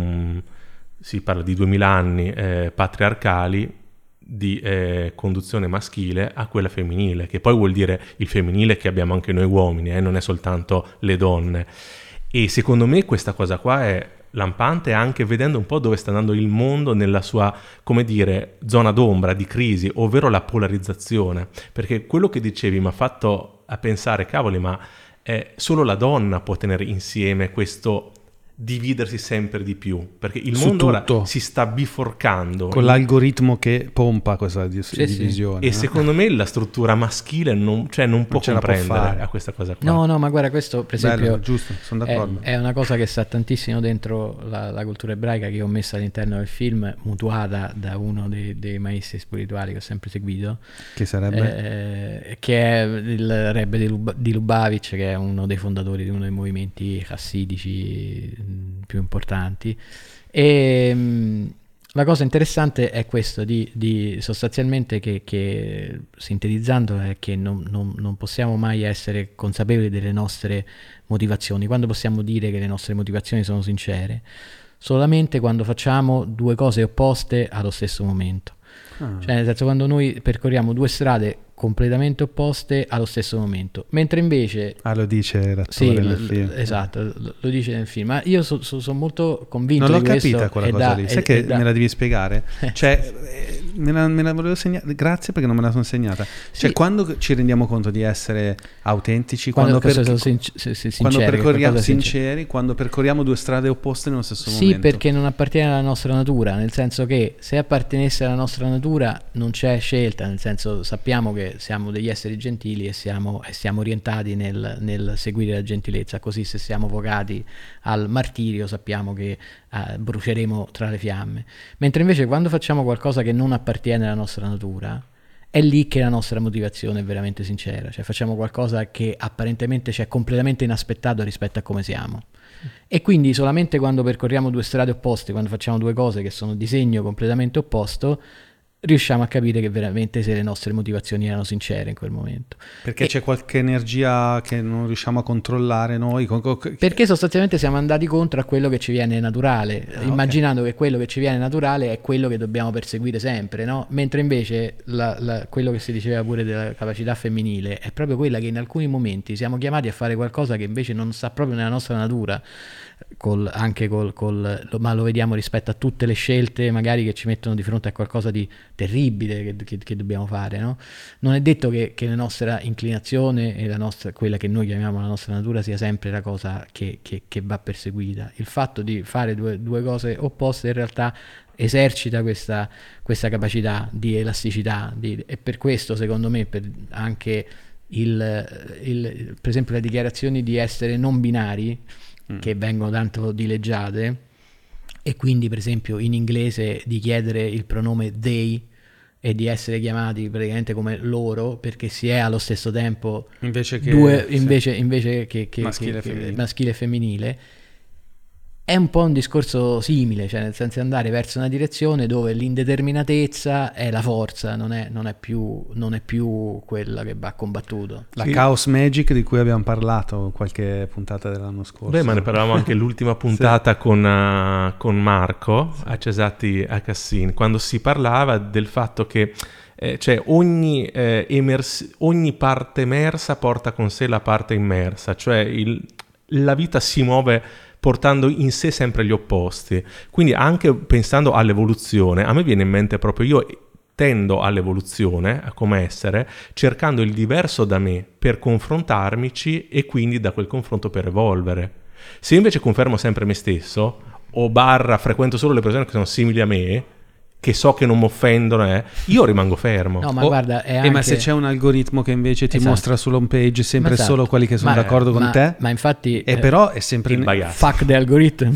si parla di 2000 anni patriarcali di conduzione maschile a quella femminile, che poi vuol dire il femminile che abbiamo anche noi uomini, non è soltanto le donne. E secondo me questa cosa qua è lampante, anche vedendo un po' dove sta andando il mondo nella sua, come dire, zona d'ombra di crisi, ovvero la polarizzazione. Perché quello che dicevi mi ha fatto a pensare, cavoli, ma solo la donna può tenere insieme questo dividersi sempre di più, perché il mondo ora si sta biforcando con l'algoritmo che pompa questa divisione. E secondo me la struttura maschile non può comprendere a questa cosa qua. No, ma guarda, questo per esempio bello, giusto, sono d'accordo. È una cosa che sta tantissimo dentro la cultura ebraica, che ho messo all'interno del film, mutuata da uno dei maestri spirituali che ho sempre seguito, che sarebbe che è il Rebbe di Lubavitch, che è uno dei fondatori di uno dei movimenti hassidici più importanti. E la cosa interessante è questo, di sostanzialmente che sintetizzando, è che non possiamo mai essere consapevoli delle nostre motivazioni. Quando possiamo dire che le nostre motivazioni sono sincere? Solamente quando facciamo due cose opposte allo stesso momento. Cioè, nel senso, quando noi percorriamo due strade completamente opposte allo stesso momento, mentre invece lo dice l'attore nel film. Esatto, lo dice nel film. Ma io sono molto convinto non di l'ho questo. capita quella cosa lì, sai che me la devi spiegare? Cioè me la volevo segnare, grazie, perché non me la sono segnata. Cioè, quando ci rendiamo conto di essere autentici, quando percorriamo sinceri, quando percorriamo due strade opposte nello stesso momento. Sì, perché non appartiene alla nostra natura, nel senso che se appartenesse alla nostra natura non c'è scelta, nel senso, sappiamo che siamo degli esseri gentili e siamo orientati nel seguire la gentilezza, così se siamo vocati al martirio sappiamo che bruceremo tra le fiamme. Mentre invece quando facciamo qualcosa che non appartiene alla nostra natura, è lì che la nostra motivazione è veramente sincera, cioè facciamo qualcosa che apparentemente c'è completamente inaspettato rispetto a come siamo. E quindi solamente quando percorriamo due strade opposte, quando facciamo due cose che sono di segno completamente opposto, riusciamo a capire che veramente se le nostre motivazioni erano sincere in quel momento. Perché c'è qualche energia che non riusciamo a controllare noi? Perché sostanzialmente siamo andati contro a quello che ci viene naturale, immaginando che quello che ci viene naturale è quello che dobbiamo perseguire sempre, no? Mentre invece quello che si diceva pure della capacità femminile è proprio quella che in alcuni momenti siamo chiamati a fare qualcosa che invece non sta proprio nella nostra natura, ma lo vediamo rispetto a tutte le scelte magari che ci mettono di fronte a qualcosa di terribile che dobbiamo fare, no? Non è detto che la nostra inclinazione e quella che noi chiamiamo la nostra natura sia sempre la cosa che va perseguita. Il fatto di fare due cose opposte in realtà esercita questa capacità di elasticità, e per questo secondo me anche per esempio le dichiarazioni di essere non binari, che vengono tanto dileggiate, e quindi per esempio in inglese di chiedere il pronome they e di essere chiamati praticamente come loro, perché si è allo stesso tempo invece che maschile e femminile. È un po' un discorso simile, cioè nel senso andare verso una direzione dove l'indeterminatezza è la forza, non è più quella che va combattuto. La Chaos Magic di cui abbiamo parlato qualche puntata dell'anno scorso. Beh, ma ne parlavamo anche l'ultima puntata con Marco a Cesati a Cassin, quando si parlava del fatto che cioè ogni parte emersa porta con sé la parte immersa, cioè la vita si muove portando in sé sempre gli opposti. Quindi anche pensando all'evoluzione, a me viene in mente proprio, io tendo all'evoluzione, a come essere, cercando il diverso da me per confrontarmici e quindi da quel confronto per evolvere. Se invece confermo sempre me stesso, frequento solo le persone che sono simili a me, che so che non mi offendono, io rimango fermo. No, ma guarda, è anche... ma se c'è un algoritmo che invece ti mostra sull'home page sempre solo quelli che sono d'accordo con te, ma infatti però è sempre fuck the algorithm,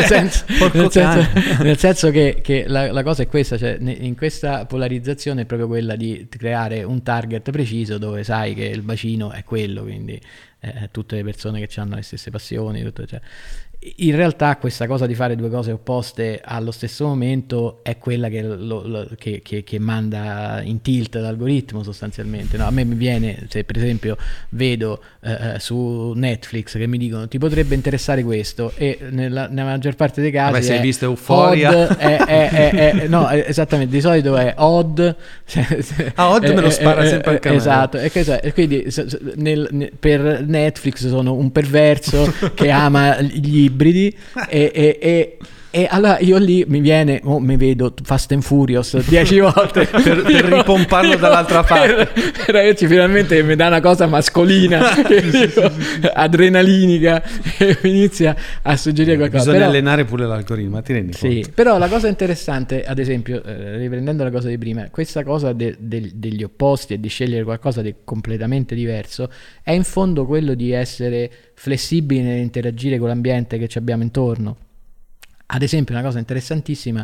nel senso che la cosa è questa, cioè in questa polarizzazione è proprio quella di creare un target preciso dove sai che il bacino è quello, quindi tutte le persone che hanno le stesse passioni, tutto, cioè. in realtà questa cosa di fare due cose opposte allo stesso momento è quella che manda in tilt l'algoritmo sostanzialmente, no? A me mi viene, se per esempio vedo su Netflix che mi dicono ti potrebbe interessare questo, e nella maggior parte dei casi se hai visto Euphoria no, esattamente, di solito è odd odd me lo spara sempre al canale, esatto, e quindi per Netflix sono un perverso che ama gli ibridi e allora io lì mi vedo Fast and Furious 10 volte per ripomparlo dall'altra parte, per averci finalmente mi dà una cosa mascolina adrenalinica e mi inizia a suggerire qualcosa. Bisogna allenare pure l'algoritmo, ti rendi conto? Sì, però la cosa interessante, ad esempio, riprendendo la cosa di prima, questa cosa degli opposti e di scegliere qualcosa di completamente diverso è in fondo quello di essere flessibili nell'interagire con l'ambiente che ci abbiamo intorno. Ad esempio, una cosa interessantissima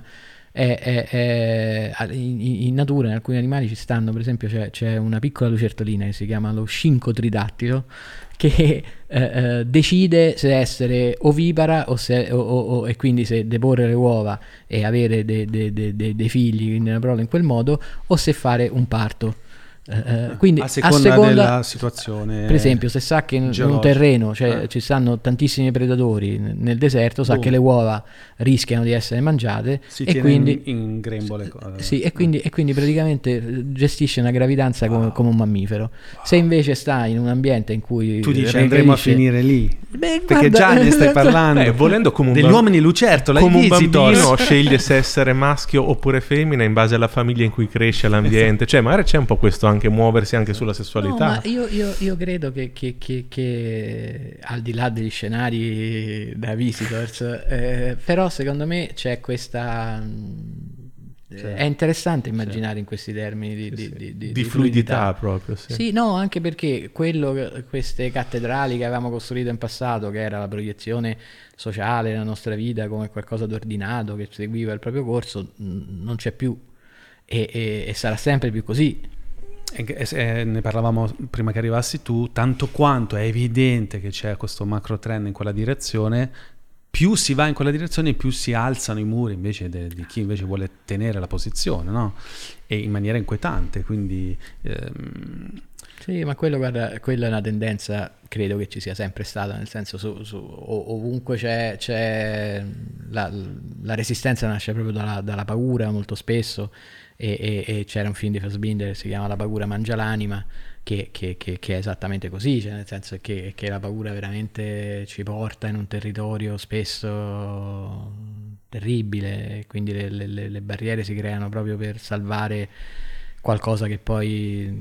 è in natura, in alcuni animali ci stanno, per esempio c'è una piccola lucertolina che si chiama lo scincotridattilo, che decide se essere ovipara e quindi se deporre le uova e avere dei figli, quindi una prole in quel modo, o se fare un parto. Quindi a seconda della situazione, per esempio, se sa che in un terreno ci stanno tantissimi predatori nel deserto, sa che le uova rischiano di essere mangiate e quindi in grembole, sì, e quindi praticamente gestisce una gravidanza come un mammifero. Se invece sta in un ambiente in cui tu dici andremo a finire lì, perché già ne stai parlando, volendo come degli uomini lucertola, come un bambino sceglie se essere maschio oppure femmina in base alla famiglia in cui cresce, l'ambiente, cioè magari c'è un po' questo anche muoversi anche sulla sessualità. No, ma io credo che al di là degli scenari da Visitors, però secondo me c'è questa è interessante immaginare in questi termini di fluidità proprio. Sì, no, anche perché queste cattedrali che avevamo costruito in passato, che era la proiezione sociale della nostra vita come qualcosa d'ordinato che seguiva il proprio corso, non c'è più e sarà sempre più così. Ne parlavamo prima che arrivassi tu, tanto quanto è evidente che c'è questo macro trend in quella direzione, più si va in quella direzione più si alzano i muri invece di chi invece vuole tenere la posizione, no? E in maniera inquietante, quindi sì, ma quella è una tendenza, credo che ci sia sempre stata, nel senso ovunque c'è la resistenza nasce proprio dalla paura molto spesso. E c'era un film di Fassbinder che si chiama La paura mangia l'anima, che è esattamente così, cioè nel senso che la paura veramente ci porta in un territorio spesso terribile, quindi le barriere si creano proprio per salvare qualcosa che poi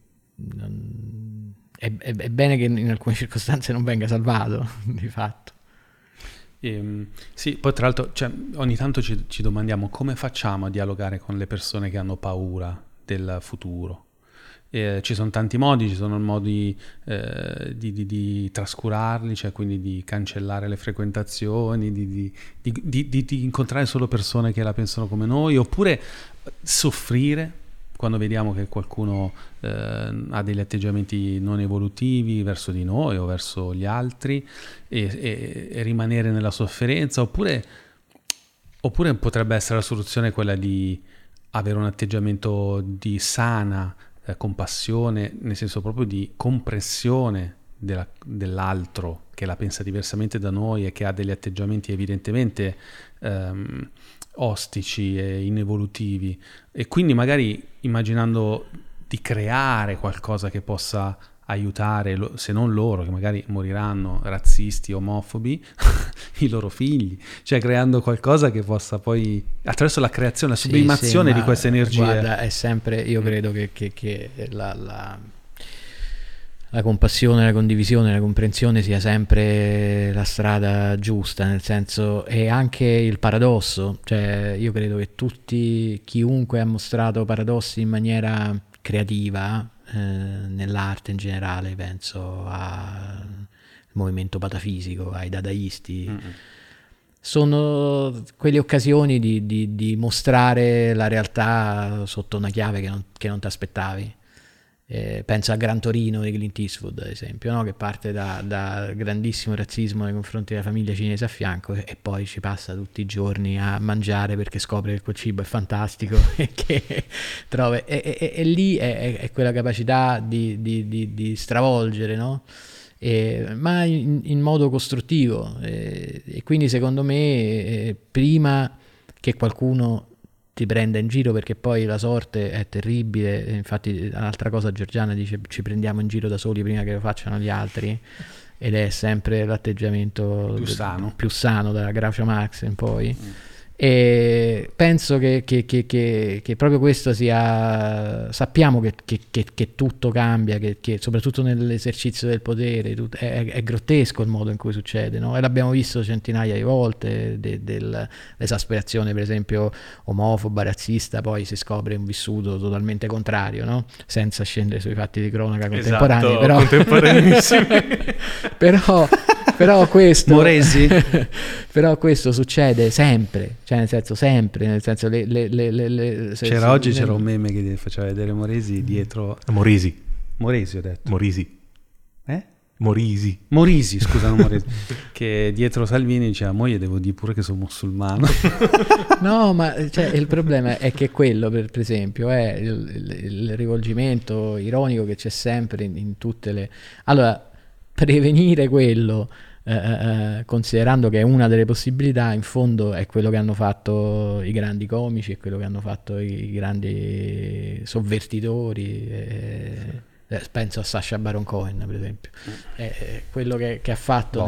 è bene che in alcune circostanze non venga salvato di fatto. Sì, poi tra l'altro ogni tanto ci domandiamo come facciamo a dialogare con le persone che hanno paura del futuro. Ci sono tanti modi, ci sono modi di trascurarli, cioè quindi di cancellare le frequentazioni, di incontrare solo persone che la pensano come noi, oppure soffrire quando vediamo che qualcuno ha degli atteggiamenti non evolutivi verso di noi o verso gli altri e rimanere nella sofferenza, oppure potrebbe essere la soluzione quella di avere un atteggiamento di sana compassione, nel senso proprio di comprensione dell'altro che la pensa diversamente da noi e che ha degli atteggiamenti evidentemente ostici e inevolutivi, e quindi magari immaginando di creare qualcosa che possa aiutare, se non loro, che magari moriranno razzisti, omofobi, i loro figli, cioè creando qualcosa che possa poi, attraverso la creazione, la sublimazione di queste energie. Guarda, è sempre, io credo che la compassione, la condivisione, la comprensione sia sempre la strada giusta, nel senso, e anche il paradosso, cioè io credo che chiunque ha mostrato paradossi in maniera creativa, nell'arte in generale, penso al movimento patafisico, ai dadaisti, sono quelle occasioni di mostrare la realtà sotto una chiave che non ti aspettavi. Penso a Gran Torino di Clint Eastwood, ad esempio, no? Che parte da grandissimo razzismo nei confronti della famiglia cinese a fianco e poi ci passa tutti i giorni a mangiare perché scopre che quel cibo è fantastico e che trova, e lì è quella capacità di stravolgere, no? Ma in modo costruttivo, e quindi secondo me prima che qualcuno ti prenda in giro, perché poi la sorte è terribile, infatti un'altra cosa Giorgiana dice ci prendiamo in giro da soli prima che lo facciano gli altri, ed è sempre l'atteggiamento più sano da Groucho Marx in poi. E penso che proprio questo sia, sappiamo che tutto cambia, che soprattutto nell'esercizio del potere è grottesco il modo in cui succede, no? E l'abbiamo visto centinaia di volte, dell'esasperazione per esempio omofoba, razzista, poi si scopre un vissuto totalmente contrario, no? Senza scendere sui fatti di cronaca contemporanei, esatto, contemporaneissimi. però questo Moresi però questo succede sempre, cioè nel senso oggi c'era un meme che faceva vedere Moresi dietro Morisi ho detto Morisi, scusa, non Moresi che dietro Salvini diceva moglie devo dire pure che sono musulmano. No, ma cioè, il problema è che quello per esempio è il rivolgimento ironico che c'è sempre in tutte le... Allora, prevenire quello, considerando che è una delle possibilità, in fondo è quello che hanno fatto i grandi comici, è quello che hanno fatto i grandi sovvertitori, penso a Sacha Baron Cohen per esempio, quello che ha fatto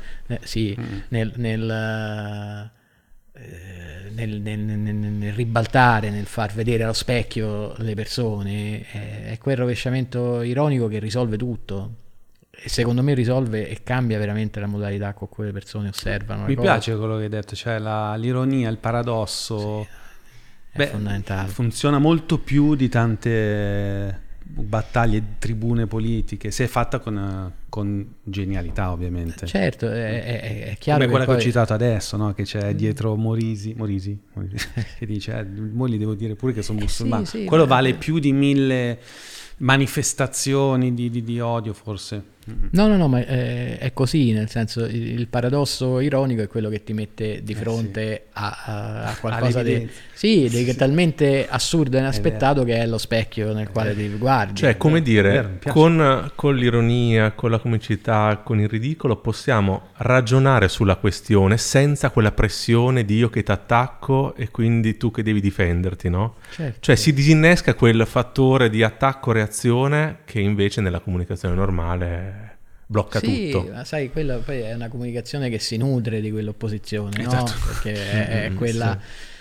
nel ribaltare, nel far vedere allo specchio le persone, è quel rovesciamento ironico che risolve tutto. E secondo me risolve e cambia veramente la modalità con cui le persone osservano. Mi piace quello che hai detto, cioè l'ironia, il paradosso, è fondamentale. Funziona molto più di tante battaglie, tribune politiche, se è fatta con genialità ovviamente. Certo, è chiaro. Come quella che ho citato adesso, no? Che c'è dietro Morisi che dice mo gli devo dire pure che sono musulmano. Sì, quello vale più di 1000 manifestazioni di odio forse. No, ma è così, nel senso il paradosso ironico è quello che ti mette di fronte a qualcosa di talmente assurdo e inaspettato che è lo specchio nel quale ti guardi. Cioè, come dire, con l'ironia, con la comicità, con il ridicolo possiamo ragionare sulla questione senza quella pressione di io che ti attacco e quindi tu che devi difenderti, no? Certo. Cioè si disinnesca quel fattore di attacco-reazione che invece nella comunicazione normale blocca tutto. Ma sai, quella poi è una comunicazione che si nutre di quell'opposizione, esatto. No? Perché è quella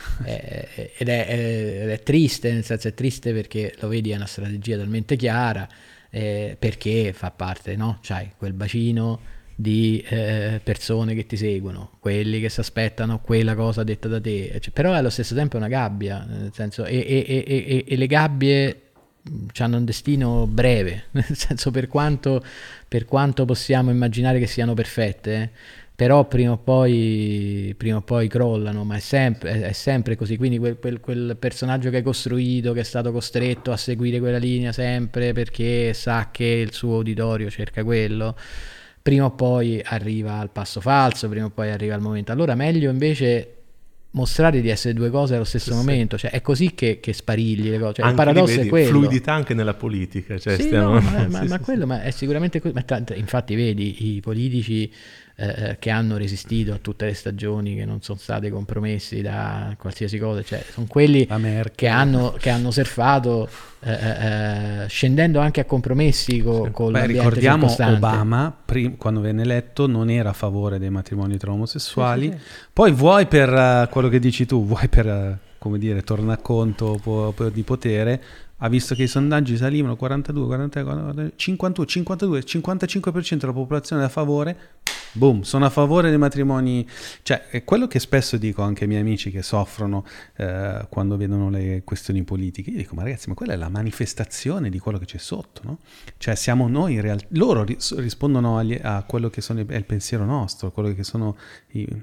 ed è triste, nel senso è triste perché lo vedi, è una strategia talmente chiara, perché fa parte, no? C'hai quel bacino di persone che ti seguono, quelli che si aspettano quella cosa detta da te, però allo stesso tempo è una gabbia, nel senso, e le gabbie hanno un destino breve, nel senso per quanto possiamo immaginare che siano perfette, però prima o poi crollano, ma è sempre così. Quindi quel personaggio che hai costruito, che è stato costretto a seguire quella linea sempre perché sa che il suo uditorio cerca quello, prima o poi arriva al passo falso, prima o poi arriva al momento. Allora meglio invece mostrare di essere due cose allo stesso momento, cioè è così che sparigli le cose, cioè, il paradosso è quello. Fluidità anche nella politica, cioè ma è sicuramente infatti vedi i politici che hanno resistito a tutte le stagioni, che non sono state compromessi da qualsiasi cosa, cioè sono quelli che hanno surfato scendendo anche a compromessi con l'ambiente ricordiamo circostante. Obama quando venne eletto non era a favore dei matrimoni tra omosessuali, poi vuoi per quello che dici tu, vuoi per come dire tornaconto di potere, ha visto che i sondaggi salivano 42, 43, 42, 52, 52, 55% della popolazione è a favore, boom, sono a favore dei matrimoni. Cioè è quello che spesso dico anche ai miei amici che soffrono quando vedono le questioni politiche. Io dico, ma ragazzi, ma quella è la manifestazione di quello che c'è sotto, no? Cioè siamo noi in realtà, loro rispondono a quello che è il pensiero nostro, quello che sono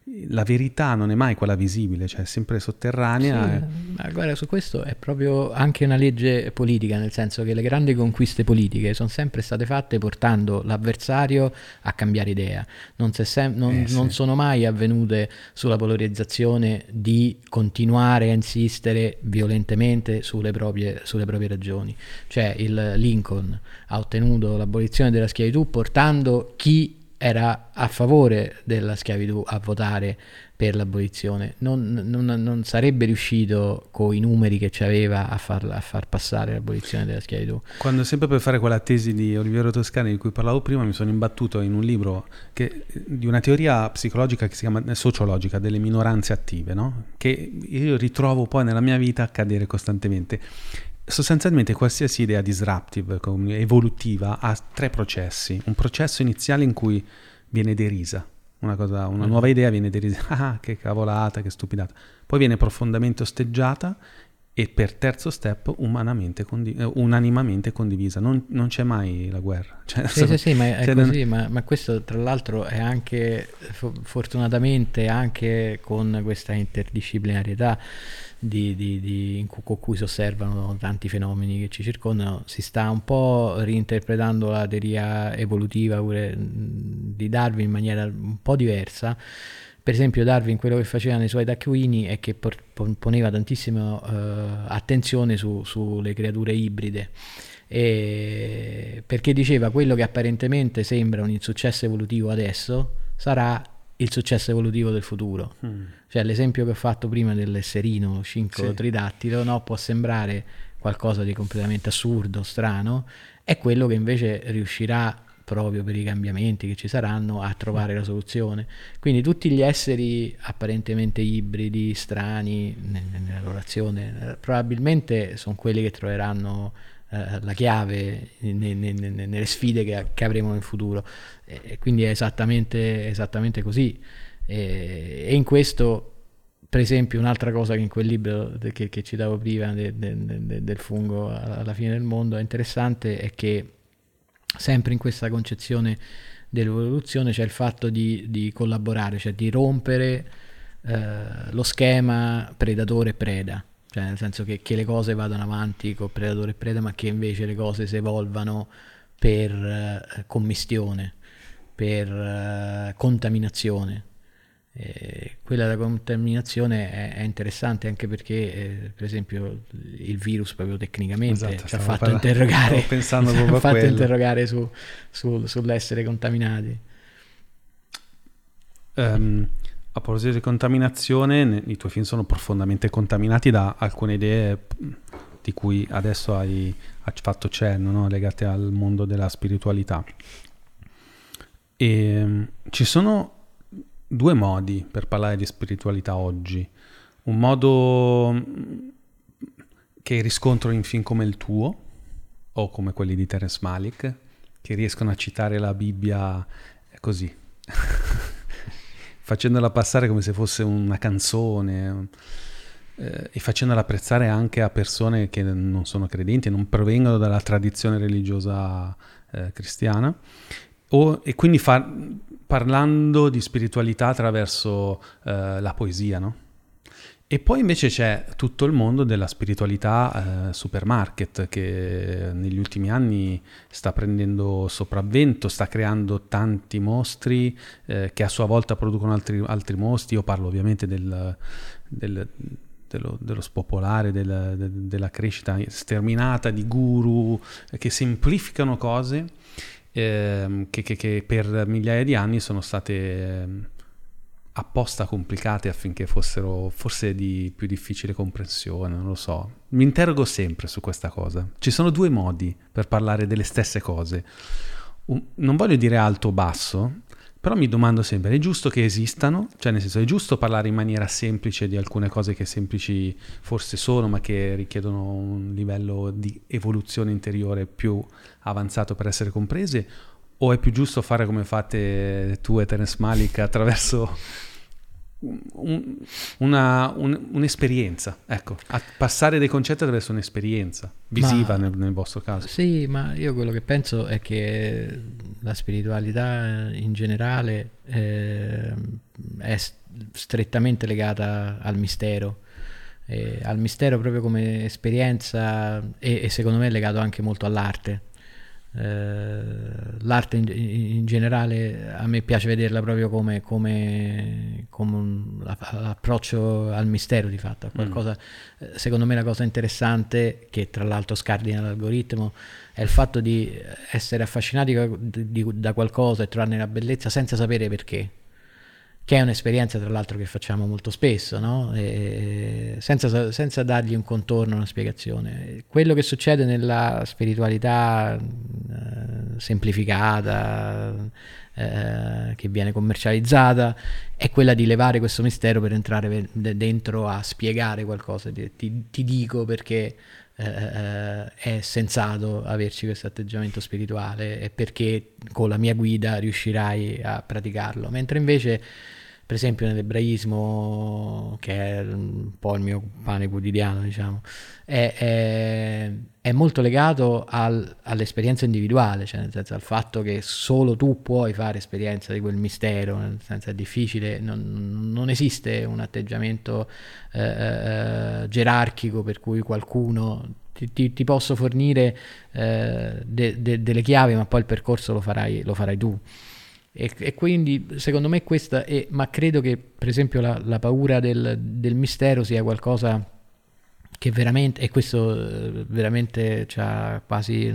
la verità non è mai quella visibile, cioè è sempre sotterranea. Sì, ma guarda, su questo è proprio anche una legge politica, nel senso che le grandi conquiste politiche sono sempre state fatte portando l'avversario a cambiare idea, non sono mai avvenute sulla polarizzazione di continuare a insistere violentemente sulle proprie ragioni. Cioè il Lincoln ha ottenuto l'abolizione della schiavitù portando chi era a favore della schiavitù a votare per l'abolizione. Non sarebbe riuscito con i numeri che c'aveva a far passare l'abolizione della schiavitù. Quando, sempre per fare quella tesi di Oliviero Toscani di cui parlavo prima, mi sono imbattuto in un libro di una teoria psicologica che si chiama sociologica delle minoranze attive, no? Che io ritrovo poi nella mia vita accadere costantemente. Sostanzialmente qualsiasi idea disruptive, evolutiva, ha 3 processi. Un processo iniziale in cui viene derisa, una nuova idea viene derisa, ah, che cavolata, che stupidata. Poi viene profondamente osteggiata e per terzo step unanimamente condivisa. Non c'è mai la guerra. Cioè, sì, ma è così, ma questo tra l'altro è anche, fortunatamente, anche con questa interdisciplinarietà con cui si osservano tanti fenomeni che ci circondano, si sta un po' reinterpretando la teoria evolutiva pure di Darwin in maniera un po' diversa. Per esempio Darwin, quello che faceva nei suoi taccuini è che poneva tantissima attenzione sulle creature ibride, perché diceva quello che apparentemente sembra un insuccesso evolutivo adesso sarà il successo evolutivo del futuro. Cioè l'esempio che ho fatto prima dell'esserino scinco tridattilo, no? Può sembrare qualcosa di completamente assurdo, strano, è quello che invece riuscirà, proprio per i cambiamenti che ci saranno, a trovare la soluzione. Quindi tutti gli esseri apparentemente ibridi, strani nella loro azione, probabilmente sono quelli che troveranno la chiave nelle sfide che avremo nel futuro, e quindi è esattamente così, e in questo, per esempio, un'altra cosa che in quel libro che citavo prima del fungo alla fine del mondo è interessante è che sempre in questa concezione dell'evoluzione c'è il fatto di collaborare, cioè di rompere lo schema predatore e preda. Cioè nel senso che le cose vadano avanti con predatore e preda, ma che invece le cose si evolvano per commistione, per contaminazione. Quella della contaminazione è interessante anche perché per esempio il virus proprio tecnicamente ci ha fatto interrogare, interrogare sull'essere contaminati. A proposito di contaminazione, i tuoi film sono profondamente contaminati da alcune idee di cui adesso hai fatto cenno, no? Legate al mondo della spiritualità. E ci sono 2 modi per parlare di spiritualità oggi. Un modo che riscontro in film come il tuo, o come quelli di Terrence Malick, che riescono a citare la Bibbia così, facendola passare come se fosse una canzone, e facendola apprezzare anche a persone che non sono credenti, non provengono dalla tradizione religiosa cristiana, e quindi parlando di spiritualità attraverso la poesia, no? E poi invece c'è tutto il mondo della spiritualità supermarket, che negli ultimi anni sta prendendo sopravvento, sta creando tanti mostri che a sua volta producono altri mostri. Io parlo ovviamente dello spopolare, della crescita sterminata di guru che semplificano cose che per migliaia di anni sono state apposta complicate affinché fossero forse di più difficile comprensione, non lo so. Mi interrogo sempre su questa cosa. Ci sono 2 modi per parlare delle stesse cose. Non voglio dire alto o basso, però mi domando sempre, è giusto che esistano? Cioè nel senso, è giusto parlare in maniera semplice di alcune cose che semplici forse sono, ma che richiedono un livello di evoluzione interiore più avanzato per essere comprese? O è più giusto fare come fate tu e Terrence Malick attraverso un'esperienza, ecco, a passare dei concetti attraverso un'esperienza visiva nel vostro caso. Sì, ma io quello che penso è che la spiritualità in generale è strettamente legata al mistero proprio come esperienza e secondo me è legato anche molto all'arte. L'arte in generale a me piace vederla proprio come un approccio al mistero, di fatto, a qualcosa. Secondo me la cosa interessante, che tra l'altro scardina l'algoritmo, è il fatto di essere affascinati da qualcosa e trovarne la bellezza senza sapere perché, che è un'esperienza tra l'altro che facciamo molto spesso, no? Senza dargli un contorno, una spiegazione. Quello che succede nella spiritualità semplificata, che viene commercializzata, è quella di levare questo mistero per entrare dentro a spiegare qualcosa. Ti dico perché è sensato averci questo atteggiamento spirituale e perché con la mia guida riuscirai a praticarlo, mentre invece per esempio nell'ebraismo, che è un po' il mio pane quotidiano, diciamo, è molto legato all'esperienza individuale, cioè nel senso al fatto che solo tu puoi fare esperienza di quel mistero, nel senso è difficile, non esiste un atteggiamento gerarchico per cui qualcuno ti posso fornire delle chiavi, ma poi il percorso lo farai tu. E quindi secondo me questa è, ma credo che per esempio la paura del mistero sia qualcosa che veramente, e questo veramente c'ha quasi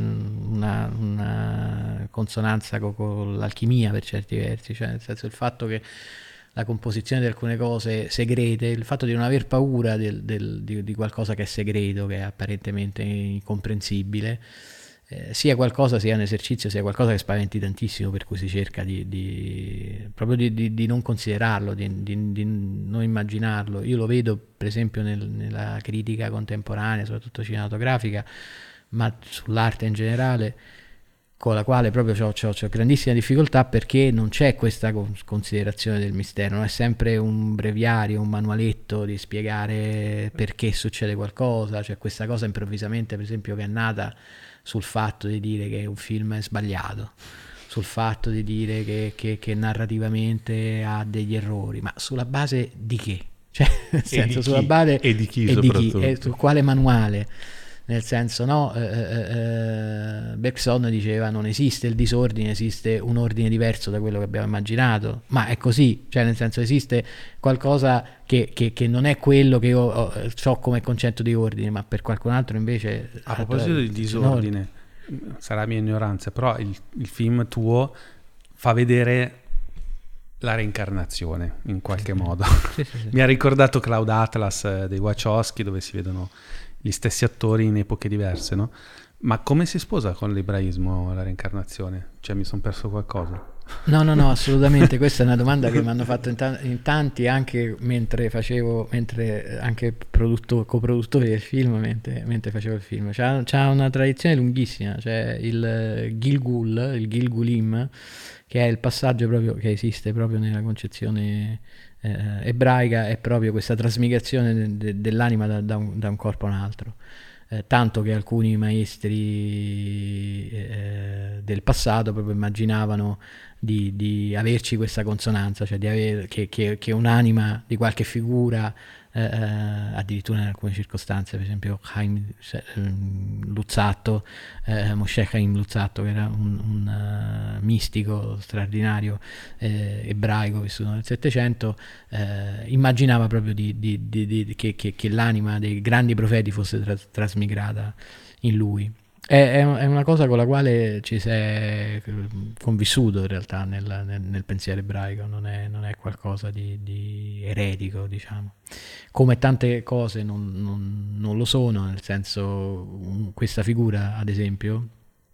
una consonanza con l'alchimia per certi versi, cioè nel senso il fatto che la composizione di alcune cose segrete, il fatto di non aver paura di qualcosa che è segreto, che è apparentemente incomprensibile, sia qualcosa, sia un esercizio, sia qualcosa che spaventi tantissimo, per cui si cerca proprio di non considerarlo, di non immaginarlo. Io lo vedo per esempio nella critica contemporanea, soprattutto cinematografica, ma sull'arte in generale, con la quale proprio ho grandissima difficoltà, perché non c'è questa considerazione del mistero, non è sempre un breviario, un manualetto di spiegare perché succede qualcosa. C'è questa cosa improvvisamente, per esempio, che è nata sul fatto di dire che un film è sbagliato, sul fatto di dire che narrativamente ha degli errori, ma sulla base di che? Cioè, nel senso, sulla base e di chi soprattutto, e su quale manuale? Nel senso, no, Bergson diceva non esiste il disordine, esiste un ordine diverso da quello che abbiamo immaginato, ma è così, cioè nel senso esiste qualcosa che non è quello che io ho come concetto di ordine, ma per qualcun altro invece... A proposito di disordine, sarà mia ignoranza, però il film tuo fa vedere la reincarnazione in qualche modo. Sì. Mi ha ricordato Cloud Atlas dei Wachowski, dove si vedono gli stessi attori in epoche diverse, no? Ma come si sposa con l'ebraismo la reincarnazione? Cioè, mi sono perso qualcosa? No, assolutamente. Questa è una domanda che mi hanno fatto in tanti, anche mentre anche coproduttori del film, mentre facevo il film. C'ha una tradizione lunghissima, cioè il Gilgulim, che è il passaggio proprio che esiste proprio nella concezione ebraica, è proprio questa trasmigrazione dell'anima da un corpo a un altro. Tanto che alcuni maestri del passato proprio immaginavano di averci questa consonanza, cioè di avere che un'anima di qualche figura, addirittura in alcune circostanze, per esempio Chaim Luzzatto, Moshe Chaim Luzzatto, che era un mistico straordinario ebraico vissuto nel Settecento, immaginava proprio che l'anima dei grandi profeti fosse trasmigrata in lui. È una cosa con la quale ci si è convissuto in realtà nel pensiero ebraico, non è qualcosa di eretico, diciamo. Come tante cose non lo sono, nel senso, questa figura, ad esempio,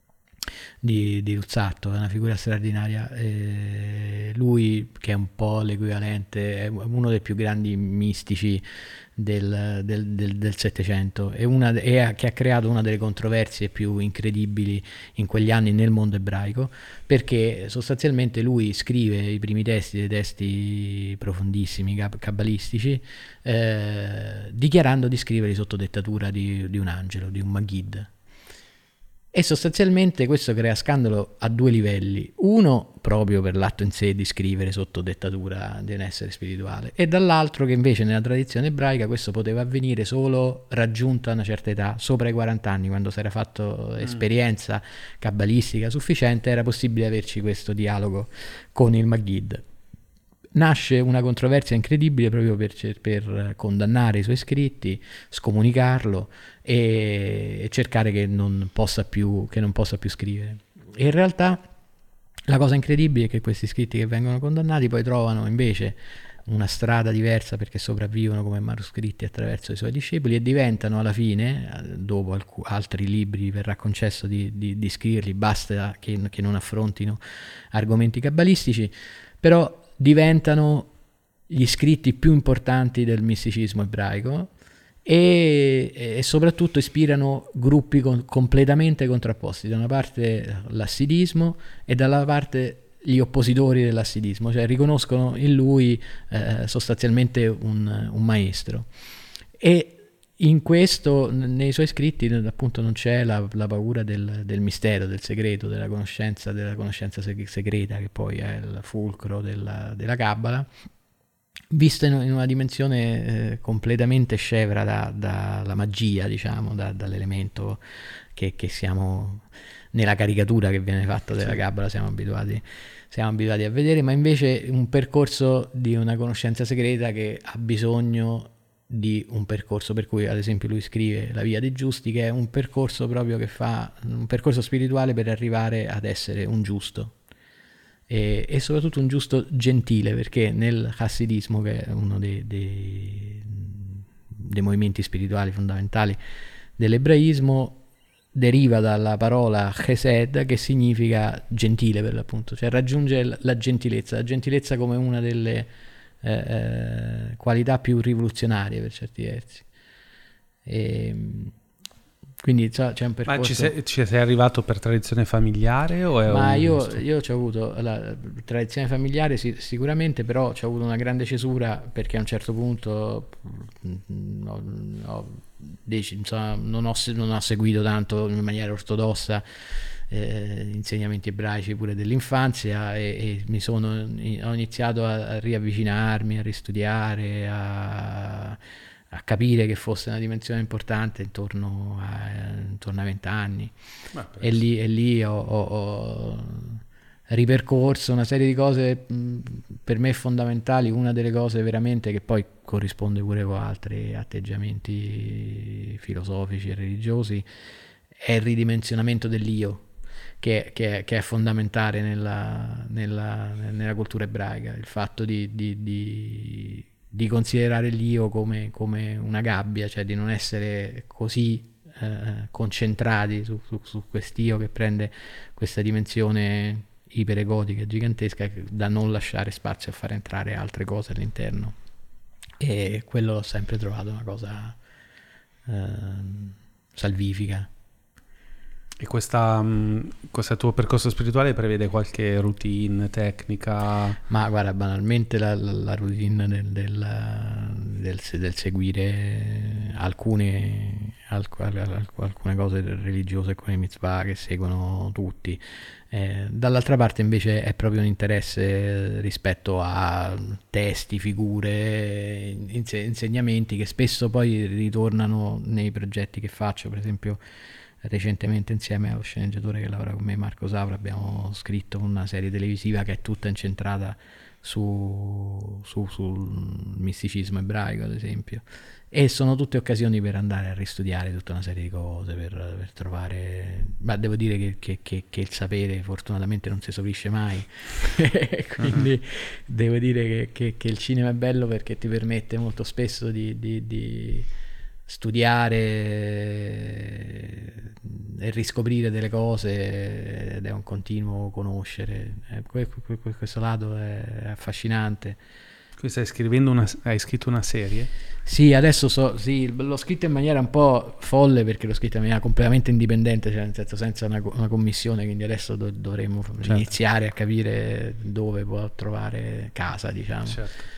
di Luzzatto è una figura straordinaria. Lui, che è un po' l'equivalente, è uno dei più grandi mistici del Settecento, e che ha creato una delle controversie più incredibili in quegli anni nel mondo ebraico, perché sostanzialmente lui scrive i primi testi, dei testi profondissimi, cabalistici, dichiarando di scriverli sotto dettatura di un angelo, di un Maggid. E sostanzialmente questo crea scandalo a due livelli: uno proprio per l'atto in sé di scrivere sotto dettatura di un essere spirituale, e dall'altro che invece nella tradizione ebraica questo poteva avvenire solo raggiunta una certa età, sopra i 40 anni, quando si era fatto esperienza cabalistica sufficiente, era possibile averci questo dialogo con il Maggid. Nasce una controversia incredibile proprio per condannare i suoi scritti, scomunicarlo e cercare che non possa più scrivere. E in realtà la cosa incredibile è che questi scritti che vengono condannati poi trovano invece una strada diversa, perché sopravvivono come manoscritti attraverso i suoi discepoli e diventano alla fine, dopo altri libri verrà concesso di scriverli, basta che non affrontino argomenti cabalistici, però diventano gli scritti più importanti del misticismo ebraico e soprattutto ispirano gruppi completamente contrapposti: da una parte l'assidismo e dalla parte gli oppositori dell'assidismo, cioè riconoscono in lui sostanzialmente un maestro. E in questo, nei suoi scritti, appunto, non c'è la paura del mistero, del segreto, della conoscenza segreta, che poi è il fulcro della Cabala, vista in una dimensione completamente scevra dalla magia, diciamo, dall'elemento che siamo, nella caricatura che viene fatta della Cabala, siamo abituati a vedere, ma invece un percorso di una conoscenza segreta che ha bisogno di un percorso, per cui ad esempio lui scrive La via dei giusti, che è un percorso proprio che fa un percorso spirituale per arrivare ad essere un giusto, e soprattutto un giusto gentile, perché nel Hassidismo, che è uno dei movimenti spirituali fondamentali dell'ebraismo, deriva dalla parola chesed, che significa gentile per l'appunto, cioè raggiunge la gentilezza come una delle qualità più rivoluzionarie per certi versi. Quindi c'è un percorso. Ma ci sei arrivato per tradizione familiare o è Ma io ci ho avuto la tradizione familiare sicuramente, però ci ho avuto una grande cesura, perché a un certo punto non ho seguito tanto in maniera ortodossa insegnamenti ebraici pure dell'infanzia, e ho iniziato a riavvicinarmi, a ristudiare, a capire che fosse una dimensione importante intorno ai 20 anni. E lì ho ripercorso una serie di cose per me fondamentali. Una delle cose veramente, che poi corrisponde pure con altri atteggiamenti filosofici e religiosi, è il ridimensionamento dell'io, che è fondamentale nella cultura ebraica. Il fatto di considerare l'io come una gabbia, cioè di non essere così concentrati su quest'io che prende questa dimensione iperegotica gigantesca, da non lasciare spazio a far entrare altre cose all'interno. E quello l'ho sempre trovato una cosa salvifica. E questo tuo percorso spirituale prevede qualche routine, tecnica? Ma guarda, banalmente la routine del seguire alcune cose religiose, alcune mitzvah che seguono tutti. Dall'altra parte invece è proprio un interesse rispetto a testi, figure, insegnamenti che spesso poi ritornano nei progetti che faccio. Per esempio, recentemente, insieme allo sceneggiatore che lavora con me, Marco Saura, abbiamo scritto una serie televisiva che è tutta incentrata sul misticismo ebraico, ad esempio, e sono tutte occasioni per andare a ristudiare tutta una serie di cose, per trovare. Ma devo dire che il sapere fortunatamente non si esaurisce mai quindi devo dire che il cinema è bello, perché ti permette molto spesso di studiare e riscoprire delle cose, ed è un continuo conoscere. Questo lato è affascinante, Qui hai scritto una serie? Sì, adesso l'ho scritto in maniera un po' folle perché l'ho scritto in maniera completamente indipendente, cioè nel senso senza una commissione, quindi adesso dovremmo iniziare a capire dove può trovare casa, diciamo. Certo.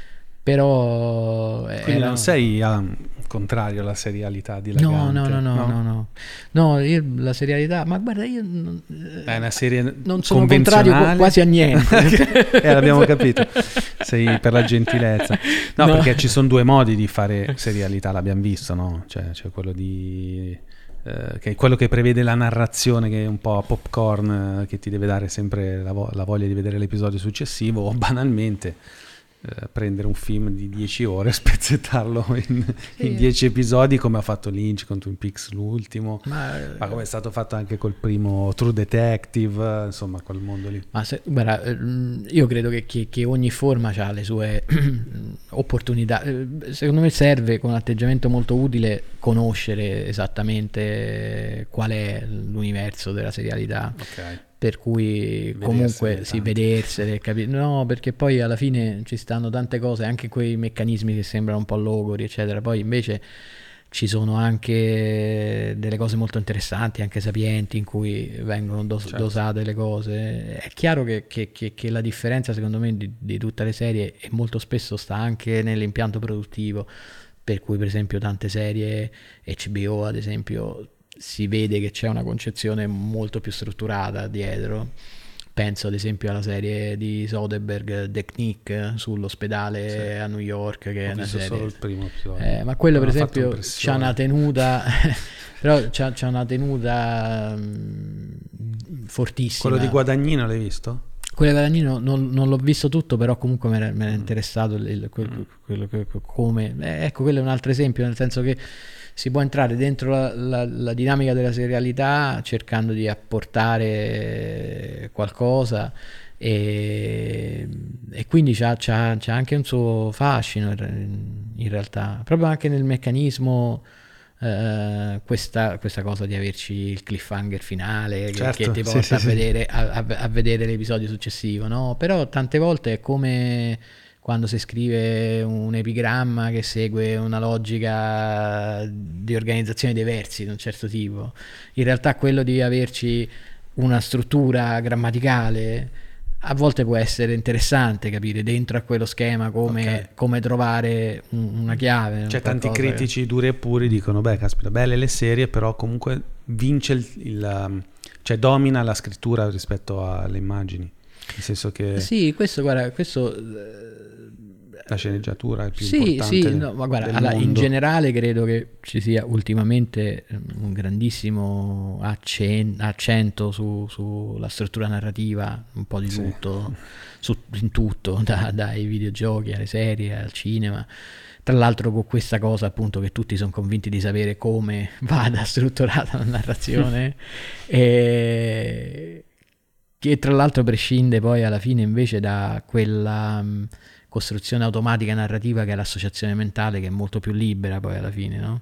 Però quindi non sei contrario alla serialità dilagante? No, io la serialità, ma guarda, io è una serie non sono contrario quasi a niente. L'abbiamo capito, sei per la gentilezza. No, perché ci sono due modi di fare serialità, l'abbiamo visto, no? Cioè c'è quello che è quello che prevede la narrazione, che è un po' a popcorn, che ti deve dare sempre la voglia di vedere l'episodio successivo, o banalmente prendere un film di 10 ore, spezzettarlo in 10 episodi, come ha fatto Lynch con Twin Peaks l'ultimo, ma come è stato fatto anche col primo True Detective, insomma quel mondo lì. Ma guarda, io credo che ogni forma ha le sue opportunità. Secondo me serve, con un atteggiamento molto utile, conoscere esattamente qual è l'universo della serialità. Ok. Per cui comunque vedersele, capire. No, perché poi alla fine ci stanno tante cose, anche quei meccanismi che sembrano un po' logori, eccetera. Poi invece ci sono anche delle cose molto interessanti, anche sapienti, in cui vengono dosate le cose. È chiaro che la differenza, secondo me, di tutte le serie, e molto spesso sta anche nell'impianto produttivo, per cui per esempio tante serie HBO, ad esempio, si vede che c'è una concezione molto più strutturata dietro. Penso ad esempio alla serie di Soderbergh, The Knick, sull'ospedale a New York, che è una serie. Solo il primo episodio. Ma quello per esempio c'ha una tenuta però c'ha una tenuta fortissima. Quello di Guadagnino l'hai visto? Quello di Guadagnino non l'ho visto tutto, però comunque mi era interessato quello come. Ecco, quello è un altro esempio, nel senso che si può entrare dentro la dinamica della serialità cercando di apportare qualcosa, e quindi c'ha anche un suo fascino in realtà, proprio anche nel meccanismo, questa cosa di averci il cliffhanger finale, che ti porta a vedere l'episodio successivo, no? Però tante volte è come quando si scrive un epigramma che segue una logica di organizzazione dei versi di un certo tipo. In realtà quello di averci una struttura grammaticale a volte può essere interessante, capire dentro a quello schema come trovare una chiave. C'è tanti critici duri e puri dicono: beh, caspita, belle le serie, però comunque vince cioè domina la scrittura rispetto alle immagini. Nel senso che sì, questo la sceneggiatura è più importante. Ma guarda, in generale credo che ci sia ultimamente un grandissimo accento sulla struttura narrativa, un po' di tutto, in tutto, dai videogiochi alle serie al cinema. Tra l'altro con questa cosa appunto che tutti sono convinti di sapere come vada strutturata la narrazione, che tra l'altro prescinde poi alla fine invece da quella costruzione automatica narrativa che è l'associazione mentale, che è molto più libera poi alla fine, no?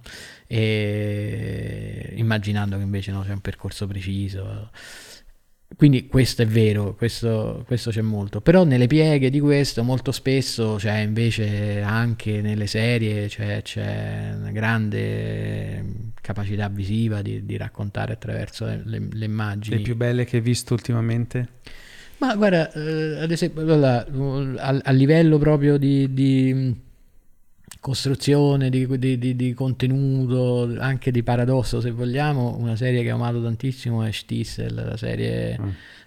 E immaginando che invece c'è un percorso preciso. Quindi questo è vero, questo c'è molto, però nelle pieghe di questo molto spesso c'è invece anche nelle serie c'è una grande capacità visiva di raccontare attraverso le immagini. Le più belle che hai visto ultimamente? Ma guarda, ad esempio a livello proprio di costruzione, di contenuto, anche di paradosso se vogliamo, una serie che ho amato tantissimo è Shtisel, la serie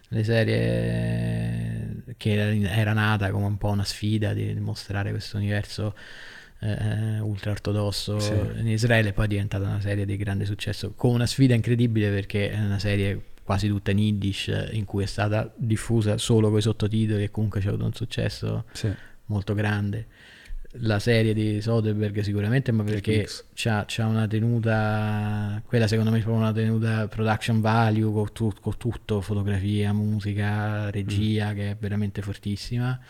che era nata come un po' una sfida di mostrare questo universo ultra ortodosso in Israele, poi è diventata una serie di grande successo, con una sfida incredibile perché è una serie quasi tutta in Yiddish, in cui è stata diffusa solo con i sottotitoli e comunque c'è avuto un successo molto grande. La serie di Soderbergh sicuramente, ma perché c'ha una tenuta, quella secondo me è proprio una tenuta production value con tutto, fotografia, musica, regia, che è veramente fortissima.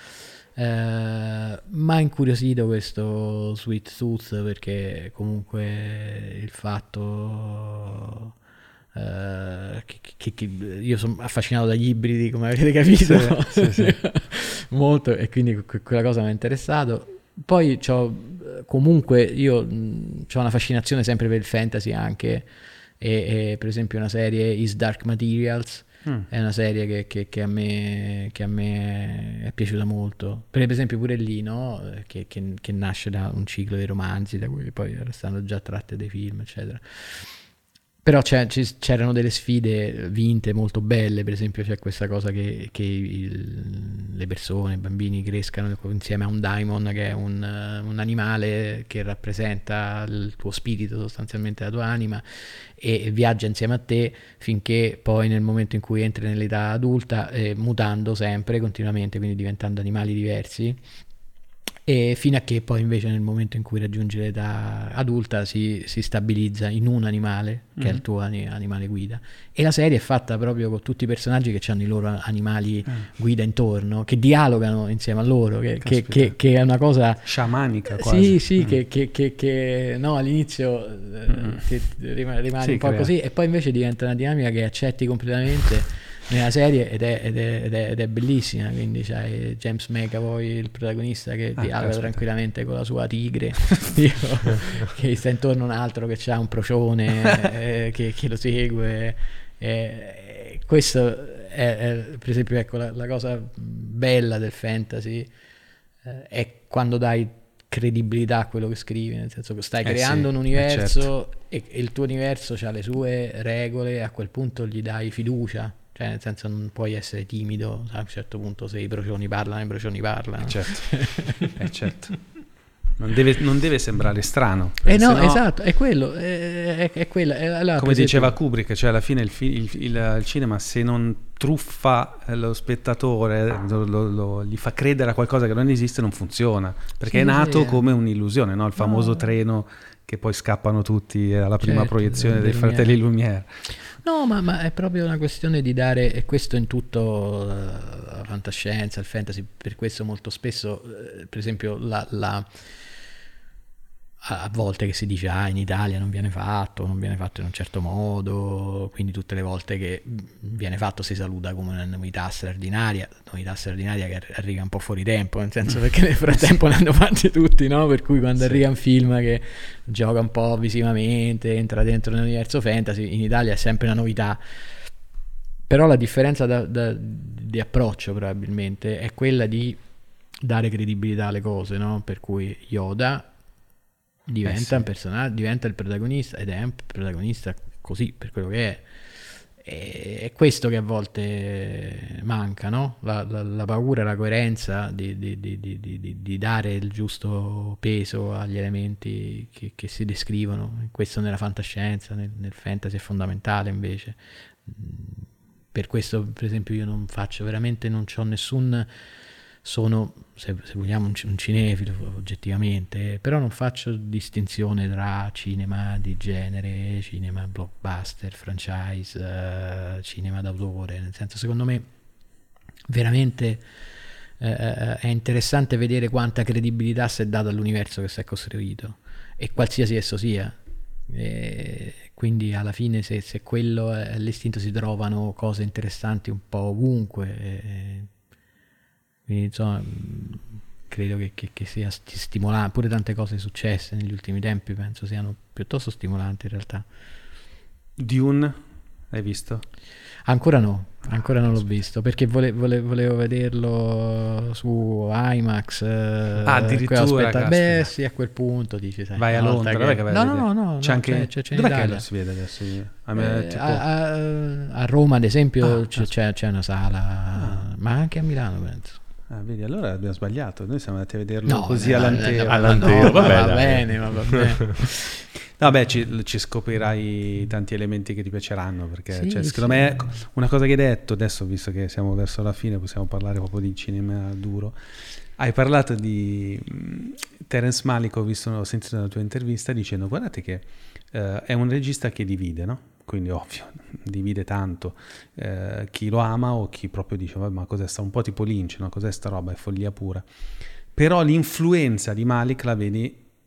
Ma incuriosito questo Sweet Tooth, perché comunque il fatto io sono affascinato dagli ibridi, come avete capito, sì. molto, e quindi quella cosa mi ha interessato. Poi comunque io ho una fascinazione sempre per il fantasy anche, e per esempio una serie His Dark Materials è una serie che a me è piaciuta molto, per esempio pure lì, no? che nasce da un ciclo di romanzi da cui poi stanno già tratte dei film, eccetera. Però c'erano delle sfide vinte molto belle, per esempio c'è questa cosa che le persone, i bambini crescano insieme a un daimon, che è un animale che rappresenta il tuo spirito, sostanzialmente la tua anima, e viaggia insieme a te finché poi nel momento in cui entri nell'età adulta, mutando sempre, continuamente, quindi diventando animali diversi, e fino a che poi invece nel momento in cui raggiungi l'età adulta si stabilizza in un animale che è il tuo animale guida. E la serie è fatta proprio con tutti i personaggi che hanno i loro animali guida intorno, che dialogano insieme a loro, che è una cosa sciamanica quasi. sì, che no, all'inizio rimane un po' così, e poi invece diventa una dinamica che accetti completamente nella serie, ed è bellissima. Quindi c'hai James McAvoy, il protagonista, che dialoga tranquillamente con la sua tigre, che sta intorno a un altro che ha un procione che lo segue. Questo è per esempio, ecco, la cosa bella del fantasy è quando dai credibilità a quello che scrivi, nel senso che stai creando un universo, e il tuo universo ha le sue regole, e a quel punto gli dai fiducia. Cioè, nel senso, non puoi essere timido, a un certo punto, se i procioni parlano, i procioni parlano. Certo. Non deve sembrare strano. No, sennò, esatto, è quello. È quella. Allora, come diceva Kubrick, cioè alla fine il cinema, se non truffa lo spettatore, gli fa credere a qualcosa che non esiste, non funziona. Perché è nato come un'illusione, no? Il famoso treno che poi scappano tutti alla prima proiezione dei Fratelli Lumière. No, ma è proprio una questione di dare, e questo in tutto la fantascienza, il fantasy, per questo molto spesso, per esempio, a volte che si dice in Italia non viene fatto in un certo modo, quindi tutte le volte che viene fatto si saluta come una novità straordinaria che arriva un po' fuori tempo, nel senso, perché nel frattempo ne hanno fatti tutti, no? Per cui quando arriva un film che gioca un po' visivamente, entra dentro l'universo fantasy, in Italia è sempre una novità. Però la differenza di approccio probabilmente è quella di dare credibilità alle cose, no? Per cui Yoda diventa un personaggio, diventa il protagonista, ed è un protagonista così per quello che è. È questo che a volte manca, no? La paura, la coerenza di dare il giusto peso agli elementi che si descrivono. Questo nella fantascienza, nel fantasy è fondamentale invece. Per questo, per esempio, io non c'ho nessun... Sono, se vogliamo, un cinefilo oggettivamente, però non faccio distinzione tra cinema di genere, cinema blockbuster, franchise, cinema d'autore. Nel senso, secondo me veramente è interessante vedere quanta credibilità si è data all'universo che si è costruito, e qualsiasi esso sia. Quindi alla fine, se quello è l'istinto, si trovano cose interessanti un po' ovunque. Quindi, insomma, credo che sia stimolante. Pure tante cose successe negli ultimi tempi penso siano piuttosto stimolanti in realtà. Dune, l'hai visto? Ancora non l'ho visto, perché volevo vederlo su IMAX. Addirittura, beh, sì, a quel punto dici, sai, vai a Londra, no, c'è anche c'è in dov'è Italia. che lo si vede adesso? A Roma, ad esempio, c'è una sala, ma anche a Milano penso. Vedi, allora abbiamo sbagliato. Noi siamo andati a vederlo così va bene. Vabbè, ci scoprirai tanti elementi che ti piaceranno, perché secondo me una cosa che hai detto adesso, visto che siamo verso la fine, possiamo parlare proprio di cinema duro. Hai parlato di Terrence Malick, ho sentito nella tua intervista dicendo: guardate che è un regista che divide, no? Quindi ovvio, divide tanto chi lo ama o chi proprio dice ma cos'è sta, un po' tipo Lynch, no? Cos'è sta roba, è follia pura. Però l'influenza di Malick la vedi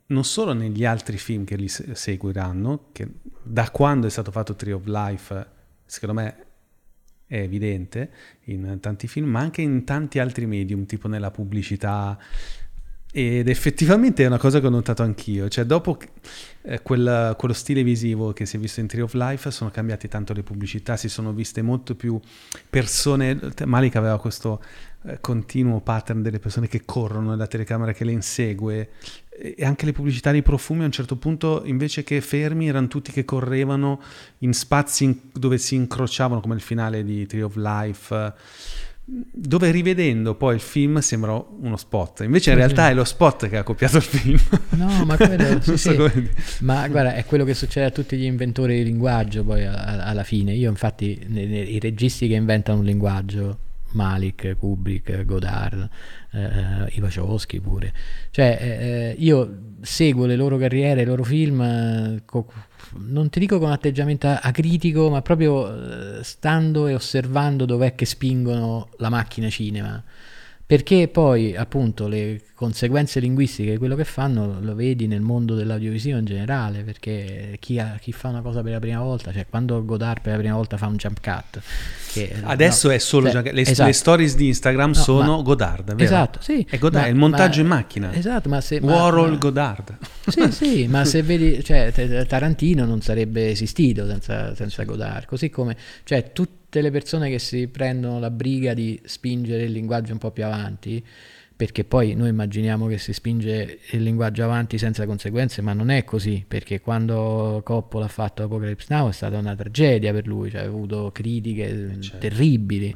non solo negli altri film che li seguiranno, che da quando è stato fatto Tree of Life, secondo me è evidente in tanti film, ma anche in tanti altri medium, tipo nella pubblicità. Ed effettivamente è una cosa che ho notato anch'io, cioè dopo quello stile visivo che si è visto in Tree of Life sono cambiate tanto le pubblicità, si sono viste molto più persone. Malik aveva questo continuo pattern delle persone che corrono e la telecamera che le insegue, e anche le pubblicità dei profumi a un certo punto, invece che fermi, erano tutti che correvano in spazi dove si incrociavano, come il finale di Tree of Life, dove rivedendo poi il film sembra uno spot, invece in realtà è lo spot che ha copiato il film. No, ma quello ma guarda, è quello che succede a tutti gli inventori di linguaggio poi alla fine. Io infatti i registi che inventano un linguaggio, Malik, Kubrick, Godard, i Wachowski pure, cioè io seguo le loro carriere, i loro film non ti dico con atteggiamento acritico, ma proprio stando e osservando dov'è che spingono la macchina cinema, perché poi appunto le conseguenze linguistiche di quello che fanno lo vedi nel mondo dell'audiovisivo in generale, perché chi fa una cosa per la prima volta, cioè quando Godard per la prima volta fa un jump cut, che adesso è solo esatto. Le stories di Instagram sono Godard, vero? Esatto, sì, è Godard, è il montaggio in macchina, esatto, ma se Warhol Godard, sì, ma se vedi, cioè Tarantino non sarebbe esistito senza Godard, così come cioè tutte le persone che si prendono la briga di spingere il linguaggio un po' più avanti, perché poi noi immaginiamo che si spinge il linguaggio avanti senza conseguenze, ma non è così, perché quando Coppola ha fatto Apocalypse Now è stata una tragedia per lui, cioè ha avuto critiche terribili,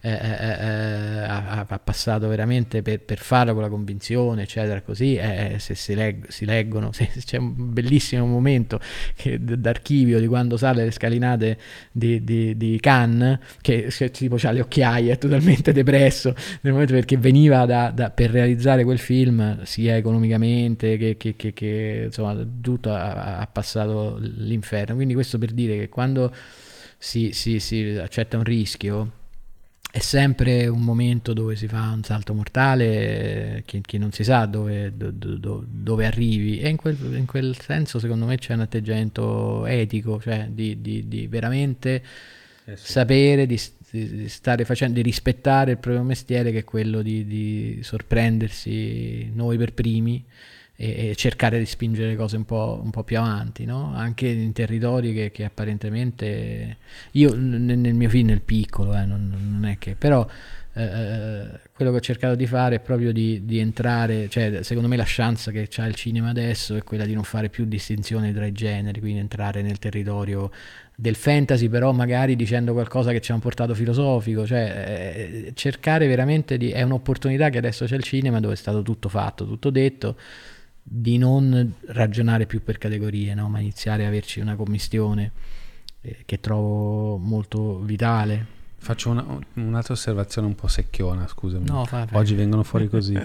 ha passato veramente per farlo con la convinzione, eccetera, così, se si leggono, c'è un bellissimo momento d'archivio di quando sale le scalinate di Cannes, che tipo c'ha le occhiaie, è totalmente depresso nel momento, perché veniva per realizzare quel film, sia economicamente che insomma tutto ha passato l'inferno. Quindi questo per dire che quando si accetta un rischio è sempre un momento dove si fa un salto mortale che non si sa dove arrivi, e in quel senso secondo me c'è un atteggiamento etico, cioè di veramente sapere di stare facendo, di rispettare il proprio mestiere, che è quello di sorprendersi noi per primi e cercare di spingere le cose un po' più avanti, no? Anche in territori che apparentemente, io nel mio film nel piccolo non è che, però quello che ho cercato di fare è proprio di entrare, cioè secondo me la chance che c'ha il cinema adesso è quella di non fare più distinzione tra i generi, quindi entrare nel territorio del fantasy, però magari dicendo qualcosa che c'è un portato filosofico, cioè cercare veramente è un'opportunità che adesso c'è il cinema, dove è stato tutto fatto, tutto detto, di non ragionare più per categorie, no? Ma iniziare a averci una commistione che trovo molto vitale. Faccio un'altra osservazione un po' secchiona, scusami. No, oggi vengono fuori così.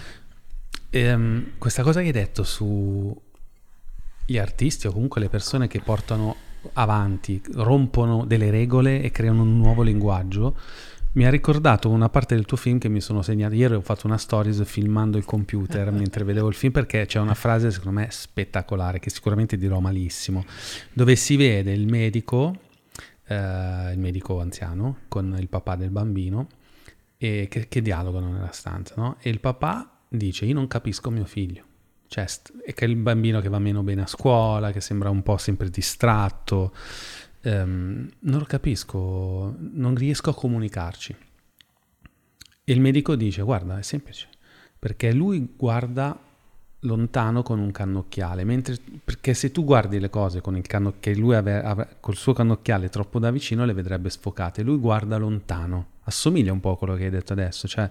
Questa cosa che hai detto su gli artisti o comunque le persone che portano avanti, rompono delle regole e creano un nuovo linguaggio, mi ha ricordato una parte del tuo film che mi sono segnato. Ieri ho fatto una stories filmando il computer mentre vedevo il film, perché c'è una frase secondo me spettacolare che sicuramente dirò malissimo, dove si vede il medico anziano con il papà del bambino e che dialogano nella stanza, no? E il papà dice: io non capisco mio figlio, cioè è che il bambino che va meno bene a scuola, che sembra un po' sempre distratto, non lo capisco, non riesco a comunicarci. E il medico dice: guarda, è semplice, perché lui guarda lontano con un cannocchiale, perché se tu guardi le cose con il che lui col suo cannocchiale troppo da vicino, le vedrebbe sfocate. Lui guarda lontano, assomiglia un po' a quello che hai detto adesso, cioè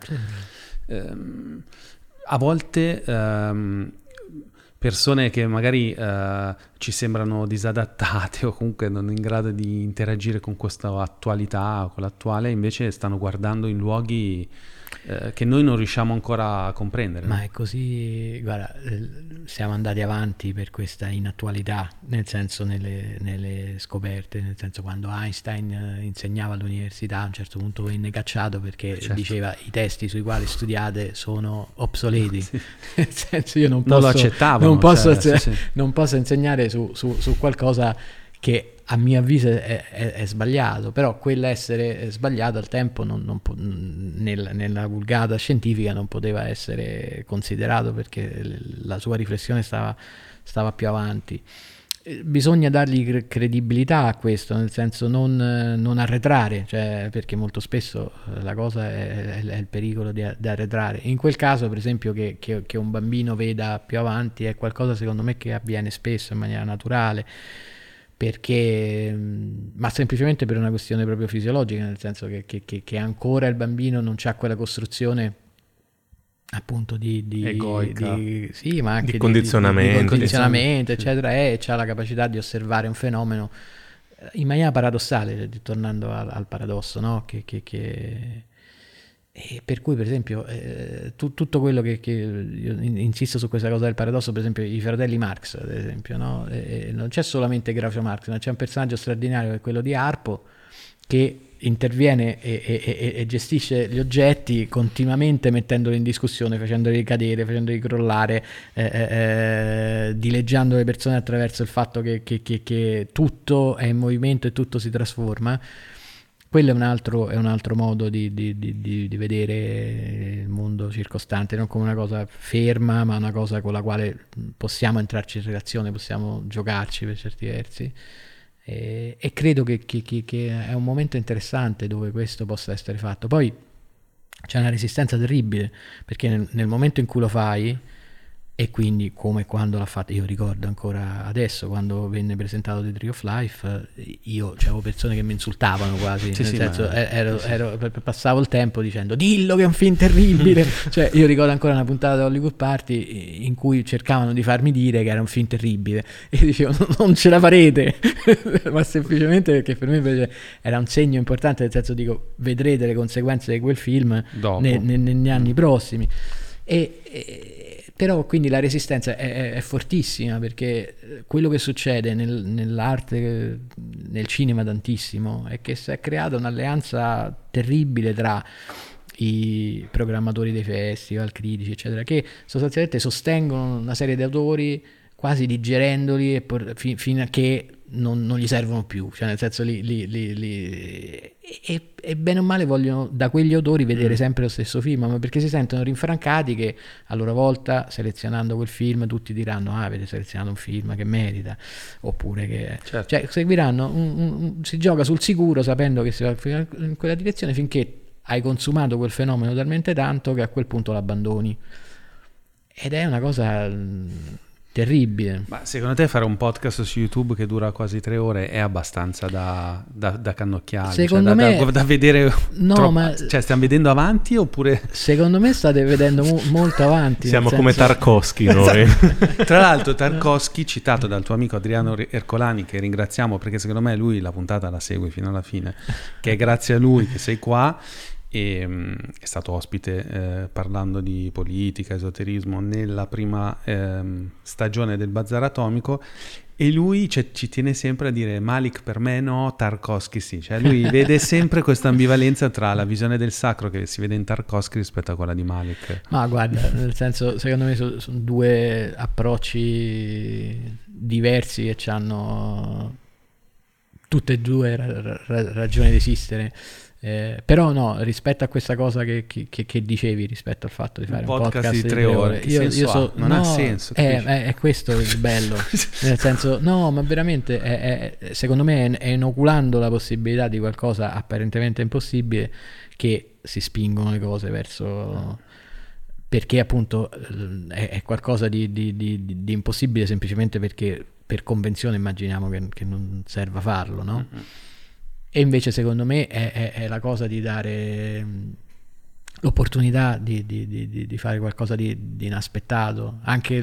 a volte persone che magari ci sembrano disadattate o comunque non in grado di interagire con questa attualità o con l'attuale, invece stanno guardando in luoghi che noi non riusciamo ancora a comprendere. Ma è così, guarda, siamo andati avanti per questa inattualità, nel senso nelle scoperte, nel senso quando Einstein insegnava all'università a un certo punto venne cacciato perché diceva i testi sui quali studiate sono obsoleti, sì. Nel senso io non lo accettavano, non posso insegnare su qualcosa che a mio avviso è sbagliato, però quell'essere sbagliato al tempo nella vulgata scientifica non poteva essere considerato perché la sua riflessione stava più avanti. Bisogna dargli credibilità a questo, nel senso non arretrare, cioè, perché molto spesso la cosa è il pericolo di arretrare. In quel caso, per esempio, che un bambino veda più avanti è qualcosa secondo me che avviene spesso in maniera naturale, perché ma semplicemente per una questione proprio fisiologica, nel senso che ancora il bambino non c'ha quella costruzione appunto egoica, sì, ma anche di condizionamento, eccetera, e c'ha la capacità di osservare un fenomeno in maniera paradossale, tornando al paradosso, no? E per cui, per esempio, tutto quello che io insisto su questa cosa del paradosso, per esempio i fratelli Marx, ad esempio, no? Non c'è solamente Groucho Marx, ma c'è un personaggio straordinario che è quello di Harpo, che interviene e gestisce gli oggetti continuamente mettendoli in discussione, facendoli cadere, facendoli crollare, dileggiando le persone attraverso il fatto che tutto è in movimento e tutto si trasforma. Quello è un altro modo di vedere il mondo circostante, non come una cosa ferma, ma una cosa con la quale possiamo entrarci in relazione, possiamo giocarci per certi versi. E credo che è un momento interessante dove questo possa essere fatto. Poi c'è una resistenza terribile, perché nel momento in cui lo fai, e quindi come quando l'ha fatto, io ricordo ancora adesso quando venne presentato The Tree of Life, io c'avevo persone che mi insultavano quasi, nel senso passavo il tempo dicendo dillo che è un film terribile. Cioè io ricordo ancora una puntata di Hollywood Party in cui cercavano di farmi dire che era un film terribile e io dicevo non ce la farete ma semplicemente perché per me invece era un segno importante, nel senso dico vedrete le conseguenze di quel film negli anni prossimi. Però quindi la resistenza è fortissima, perché quello che succede nell'arte, nel cinema tantissimo, è che si è creata un'alleanza terribile tra i programmatori dei festival, critici eccetera, che sostanzialmente sostengono una serie di autori quasi digerendoli fino a che non gli servono più, cioè nel senso e bene o male vogliono da quegli autori vedere sempre lo stesso film, ma perché si sentono rinfrancati che a loro volta selezionando quel film tutti diranno avete selezionato un film che merita, oppure che cioè seguiranno si gioca sul sicuro sapendo che si va in quella direzione finché hai consumato quel fenomeno talmente tanto che a quel punto l'abbandoni, ed è una cosa terribile. Ma secondo te fare un podcast su YouTube che dura quasi 3 ore è abbastanza da cannocchiare? Secondo me da vedere cioè stiamo vedendo avanti oppure? Secondo me state vedendo molto avanti. Siamo come Tarkovsky noi. Tra l'altro Tarkovsky, citato dal tuo amico Adriano Ercolani, che ringraziamo perché secondo me lui la puntata la segue fino alla fine, che è grazie a lui che sei qua. E è stato ospite parlando di politica, esoterismo nella prima stagione del Bazar Atomico, e lui ci tiene sempre a dire Malik per me no, Tarkovsky sì, cioè lui vede sempre questa ambivalenza tra la visione del sacro che si vede in Tarkovsky rispetto a quella di Malik. Ma guarda, nel senso secondo me sono due approcci diversi e hanno tutte e due ragione di esistere. Però no, rispetto a questa cosa che dicevi rispetto al fatto di fare un podcast di 3 ore, non ha senso, è questo il bello nel senso, no, ma veramente secondo me è inoculando la possibilità di qualcosa apparentemente impossibile che si spingono le cose verso, perché appunto è qualcosa di impossibile semplicemente perché per convenzione immaginiamo che non serva farlo, no? Mm-hmm. E invece secondo me è la cosa di dare l'opportunità di fare qualcosa di inaspettato, anche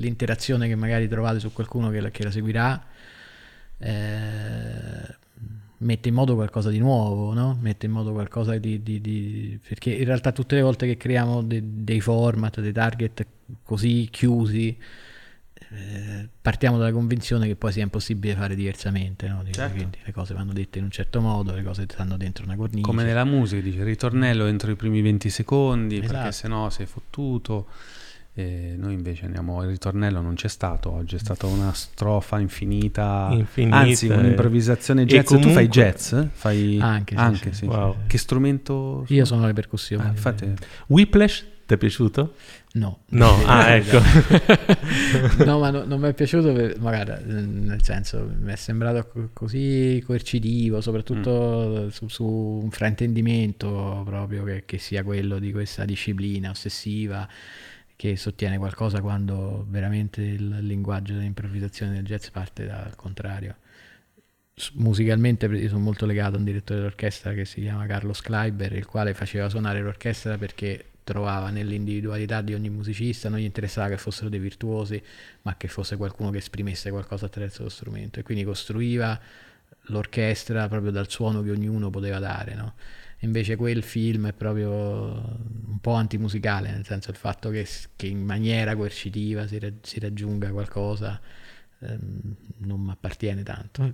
l'interazione che magari trovate su qualcuno che la seguirà mette in modo qualcosa di nuovo, no? Mette in modo qualcosa perché in realtà tutte le volte che creiamo dei format, dei target così chiusi, partiamo dalla convinzione che poi sia impossibile fare diversamente, no? Certo. Quindi le cose vanno dette in un certo modo, le cose stanno dentro una cornice. Come nella musica, dice ritornello entro i primi 20 secondi, Esatto. perché sennò sei fottuto. Noi invece andiamo, il ritornello non c'è stato oggi, è stata una strofa infinita. Anzi un'improvvisazione jazz. Comunque... Tu fai jazz? Fai... Anche, sì. Wow. Che strumento? Io sono le percussioni. Infatti... Whiplash ti è piaciuto? No. Ecco. No, ma non mi è piaciuto magari, nel senso, mi è sembrato così coercitivo, soprattutto su un fraintendimento proprio che sia quello di questa disciplina ossessiva che sostiene qualcosa, quando veramente il linguaggio dell'improvvisazione del jazz parte dal contrario. Musicalmente io sono molto legato a un direttore d'orchestra che si chiama Carlos Kleiber, il quale faceva suonare l'orchestra perché trovava nell'individualità di ogni musicista, non gli interessava che fossero dei virtuosi, ma che fosse qualcuno che esprimesse qualcosa attraverso lo strumento, e quindi costruiva l'orchestra proprio dal suono che ognuno poteva dare, no? Invece quel film è proprio un po' antimusicale, nel senso, il fatto che in maniera coercitiva si raggiunga qualcosa non mi appartiene tanto.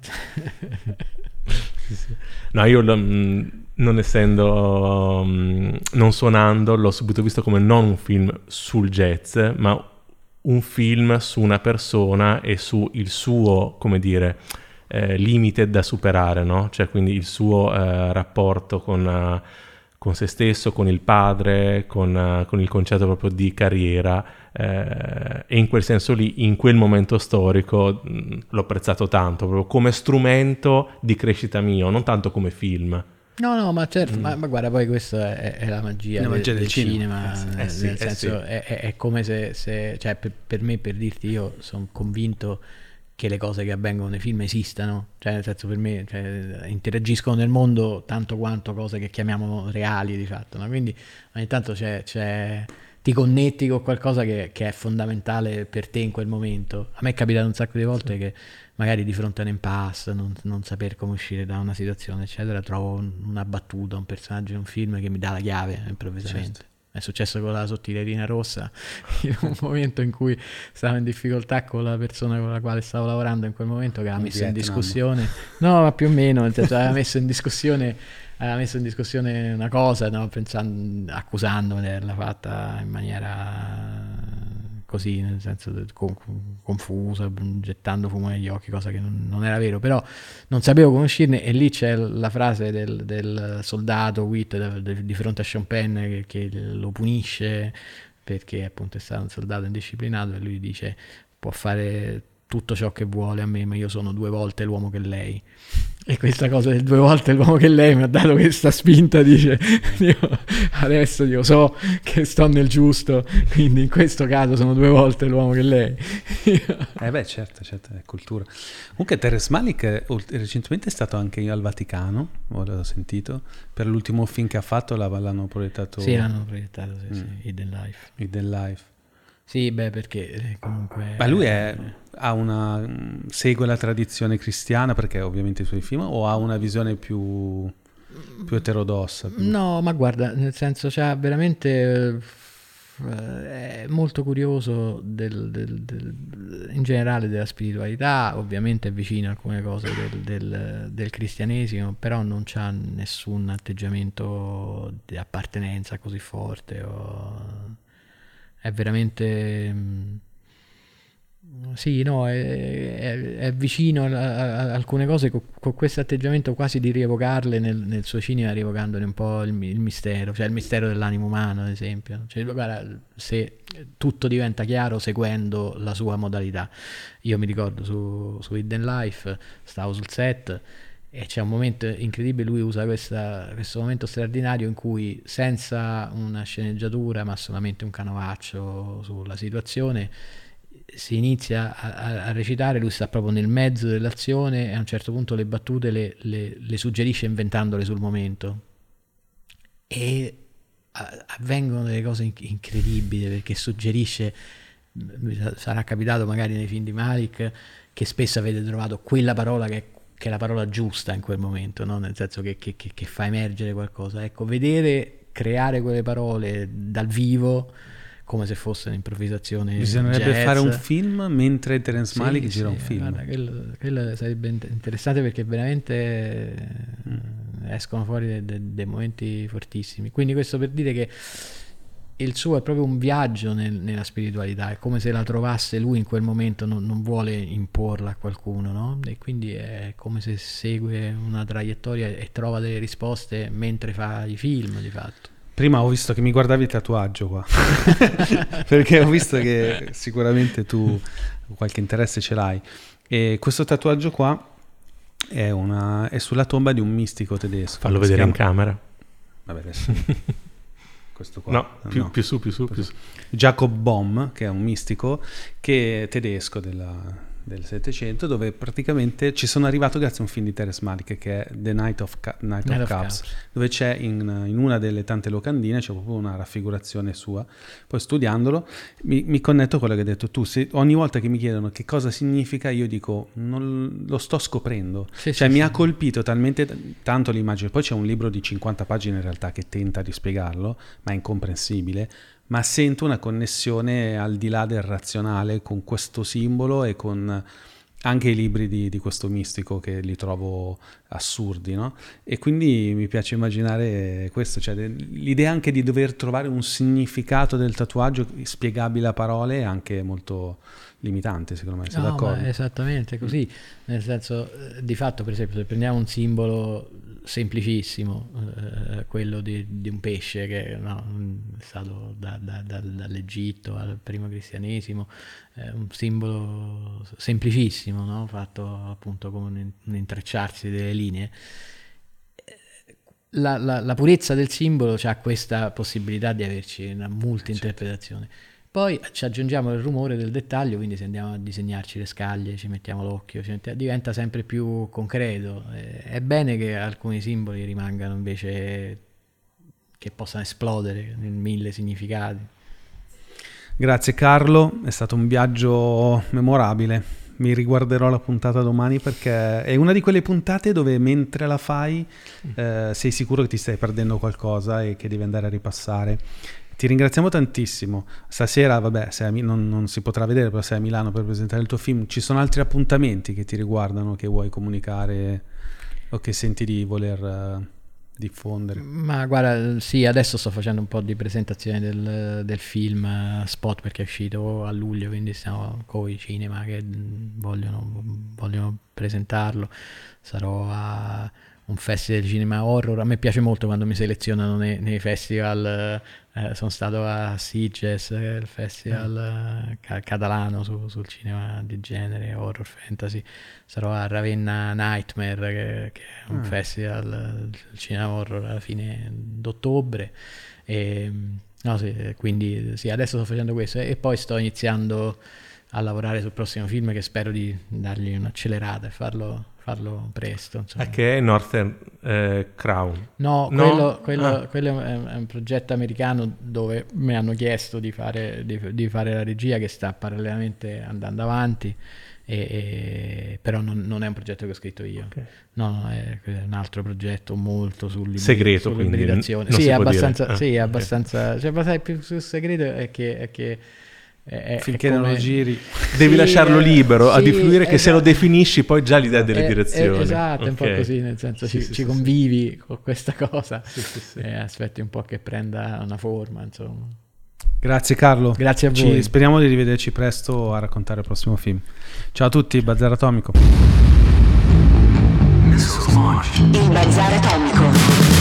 No, io non essendo, non suonando, l'ho subito visto come non un film sul jazz, ma un film su una persona e su il suo, come dire, limite da superare, no? Cioè quindi il suo rapporto con se stesso, con il padre, con il concetto proprio di carriera, e in quel senso lì, in quel momento storico, l'ho apprezzato tanto, proprio come strumento di crescita mio, non tanto come film. No, ma certo, ma guarda, poi questa è la magia del cinema, nel senso, è come se cioè per me, per dirti, io sono convinto che le cose che avvengono nei film esistano, cioè nel senso, per me, cioè, interagiscono nel mondo tanto quanto cose che chiamiamo reali di fatto, no? Quindi ogni tanto ti connetti con qualcosa che è fondamentale per te in quel momento. A me è capitato un sacco di volte che magari di fronte a un impasse, non saper come uscire da una situazione, eccetera, trovo una battuta, un personaggio in un film che mi dà la chiave improvvisamente. Certo. È successo con La sottigliatina rossa, in un momento in cui stavo in difficoltà con la persona con la quale stavo lavorando in quel momento, che aveva messo in discussione, no, ma più o meno, nel senso, aveva messo in discussione una cosa, no, accusandomi di averla fatta in maniera così, nel senso confusa, gettando fumo negli occhi, cosa che non era vero, però non sapevo come uscirne, e lì c'è la frase del soldato Witt di fronte a Sean Penn che lo punisce perché appunto è stato un soldato indisciplinato, e lui dice: può fare tutto ciò che vuole a me, ma io sono 2 volte l'uomo che lei. E questa cosa del 2 volte l'uomo che lei mi ha dato questa spinta, dice, adesso io so che sto nel giusto, quindi in questo caso sono 2 volte l'uomo che lei. Certo, è cultura. Comunque Terrence Malick recentemente è stato anche al Vaticano, l'ho sentito, per l'ultimo film che ha fatto l'hanno proiettato. Sì, l'hanno proiettato, sì, Hidden Life. Sì, perché comunque... Ma lui segue la tradizione cristiana, perché ovviamente i suoi film, o ha una visione più eterodossa? No, ma guarda, nel senso, c'ha veramente... è molto curioso in generale della spiritualità, ovviamente è vicino a alcune cose del cristianesimo, però non c'ha nessun atteggiamento di appartenenza così forte, è veramente sì, no, è vicino a alcune cose con questo atteggiamento quasi di rievocarle nel suo cinema, rievocandone un po' il mistero, cioè il mistero dell'animo umano, ad esempio. Cioè, guarda, se tutto diventa chiaro seguendo la sua modalità. Io mi ricordo su Hidden Life, stavo sul set e c'è un momento incredibile, lui usa questo momento straordinario in cui, senza una sceneggiatura ma solamente un canovaccio sulla situazione, si inizia a recitare, lui sta proprio nel mezzo dell'azione e a un certo punto le battute le suggerisce inventandole sul momento, e avvengono delle cose incredibili, perché suggerisce, sarà capitato magari nei film di Malick, che spesso avete trovato quella parola che che è la parola giusta in quel momento, no? Nel senso che fa emergere qualcosa. Ecco, vedere creare quelle parole dal vivo come se fosse un'improvvisazione. Bisognerebbe jazz. fare un film mentre Terence Malick gira un film. Guarda, quello sarebbe interessante, perché veramente escono fuori dei momenti fortissimi. Quindi questo per dire che il suo è proprio un viaggio nella spiritualità, è come se la trovasse lui in quel momento, non vuole imporla a qualcuno, no? E quindi è come se segue una traiettoria e trova delle risposte mentre fa i film, di fatto. Prima ho visto che mi guardavi il tatuaggio qua, perché ho visto che sicuramente tu qualche interesse ce l'hai, e questo tatuaggio qua è sulla tomba di un mistico tedesco. Fallo vedere in camera. Vabbè, adesso questo qua. No, più su. Jacob Bohm, che è un mistico che è tedesco del Settecento, dove praticamente ci sono arrivato grazie a un film di Terence Malick che è The Night of Cups, dove c'è in una delle tante locandine c'è proprio una raffigurazione sua. Poi studiandolo mi connetto a quello che hai detto tu. Ogni volta che mi chiedono che cosa significa, io dico non lo sto scoprendo, mi ha colpito talmente tanto l'immagine. Poi c'è un libro di 50 pagine in realtà che tenta di spiegarlo, ma è incomprensibile. Ma sento una connessione al di là del razionale con questo simbolo e con anche i libri di questo mistico, che li trovo assurdi, no? E quindi mi piace immaginare questo, cioè l'idea anche di dover trovare un significato del tatuaggio spiegabile a parole è anche molto limitante, secondo me. Sei d'accordo? Ma è esattamente così, nel senso, di fatto, per esempio, se prendiamo un simbolo semplicissimo, quello di un pesce che è stato dall'Egitto al primo cristianesimo, un simbolo semplicissimo, no? Fatto appunto come un intrecciarsi delle linee. La purezza del simbolo ha questa possibilità di averci una multi-interpretazione. Poi ci aggiungiamo il rumore del dettaglio, quindi se andiamo a disegnarci le scaglie, ci mettiamo l'occhio, diventa sempre più concreto. È bene che alcuni simboli rimangano invece, che possano esplodere in 1000 significati. Grazie Carlo, è stato un viaggio memorabile. Mi riguarderò la puntata domani, perché è una di quelle puntate dove mentre la fai sei sicuro che ti stai perdendo qualcosa e che devi andare a ripassare. Ti ringraziamo tantissimo. Stasera, vabbè, non si potrà vedere, però sei a Milano per presentare il tuo film. Ci sono altri appuntamenti che ti riguardano, che vuoi comunicare o che senti di voler diffondere? Ma guarda, sì, adesso sto facendo un po' di presentazione del film Spot, perché è uscito a luglio, quindi stiamo con i cinema che vogliono presentarlo. Sarò a un festival di cinema horror. A me piace molto quando mi selezionano nei festival. Sono stato a Sitges, il festival catalano sul cinema di genere, horror fantasy. Sarò a Ravenna Nightmare, che è un festival del cinema horror alla fine d'ottobre. Quindi sì, adesso sto facendo questo e poi sto iniziando a lavorare sul prossimo film, che spero di dargli un'accelerata e farlo presto, insomma. Che è Northern Crown? No, quello è un progetto americano dove mi hanno chiesto di fare la regia, che sta parallelamente andando avanti, però non è un progetto che ho scritto io. Okay. No, è un altro progetto molto segreto, quindi non sì, si abbastanza, può dire. Sì, abbastanza, cioè più sul segreto è che finché non lo giri devi lasciarlo libero a difluire, che se lo definisci poi già gli dai delle direzioni. Esatto, okay. È un po' così, nel senso ci convivi con questa cosa. Aspetti un po' che prenda una forma, insomma. Grazie Carlo, grazie a voi. Speriamo di rivederci presto a raccontare il prossimo film. Ciao a tutti, Bazar Atomico. Il Bazar Atomico.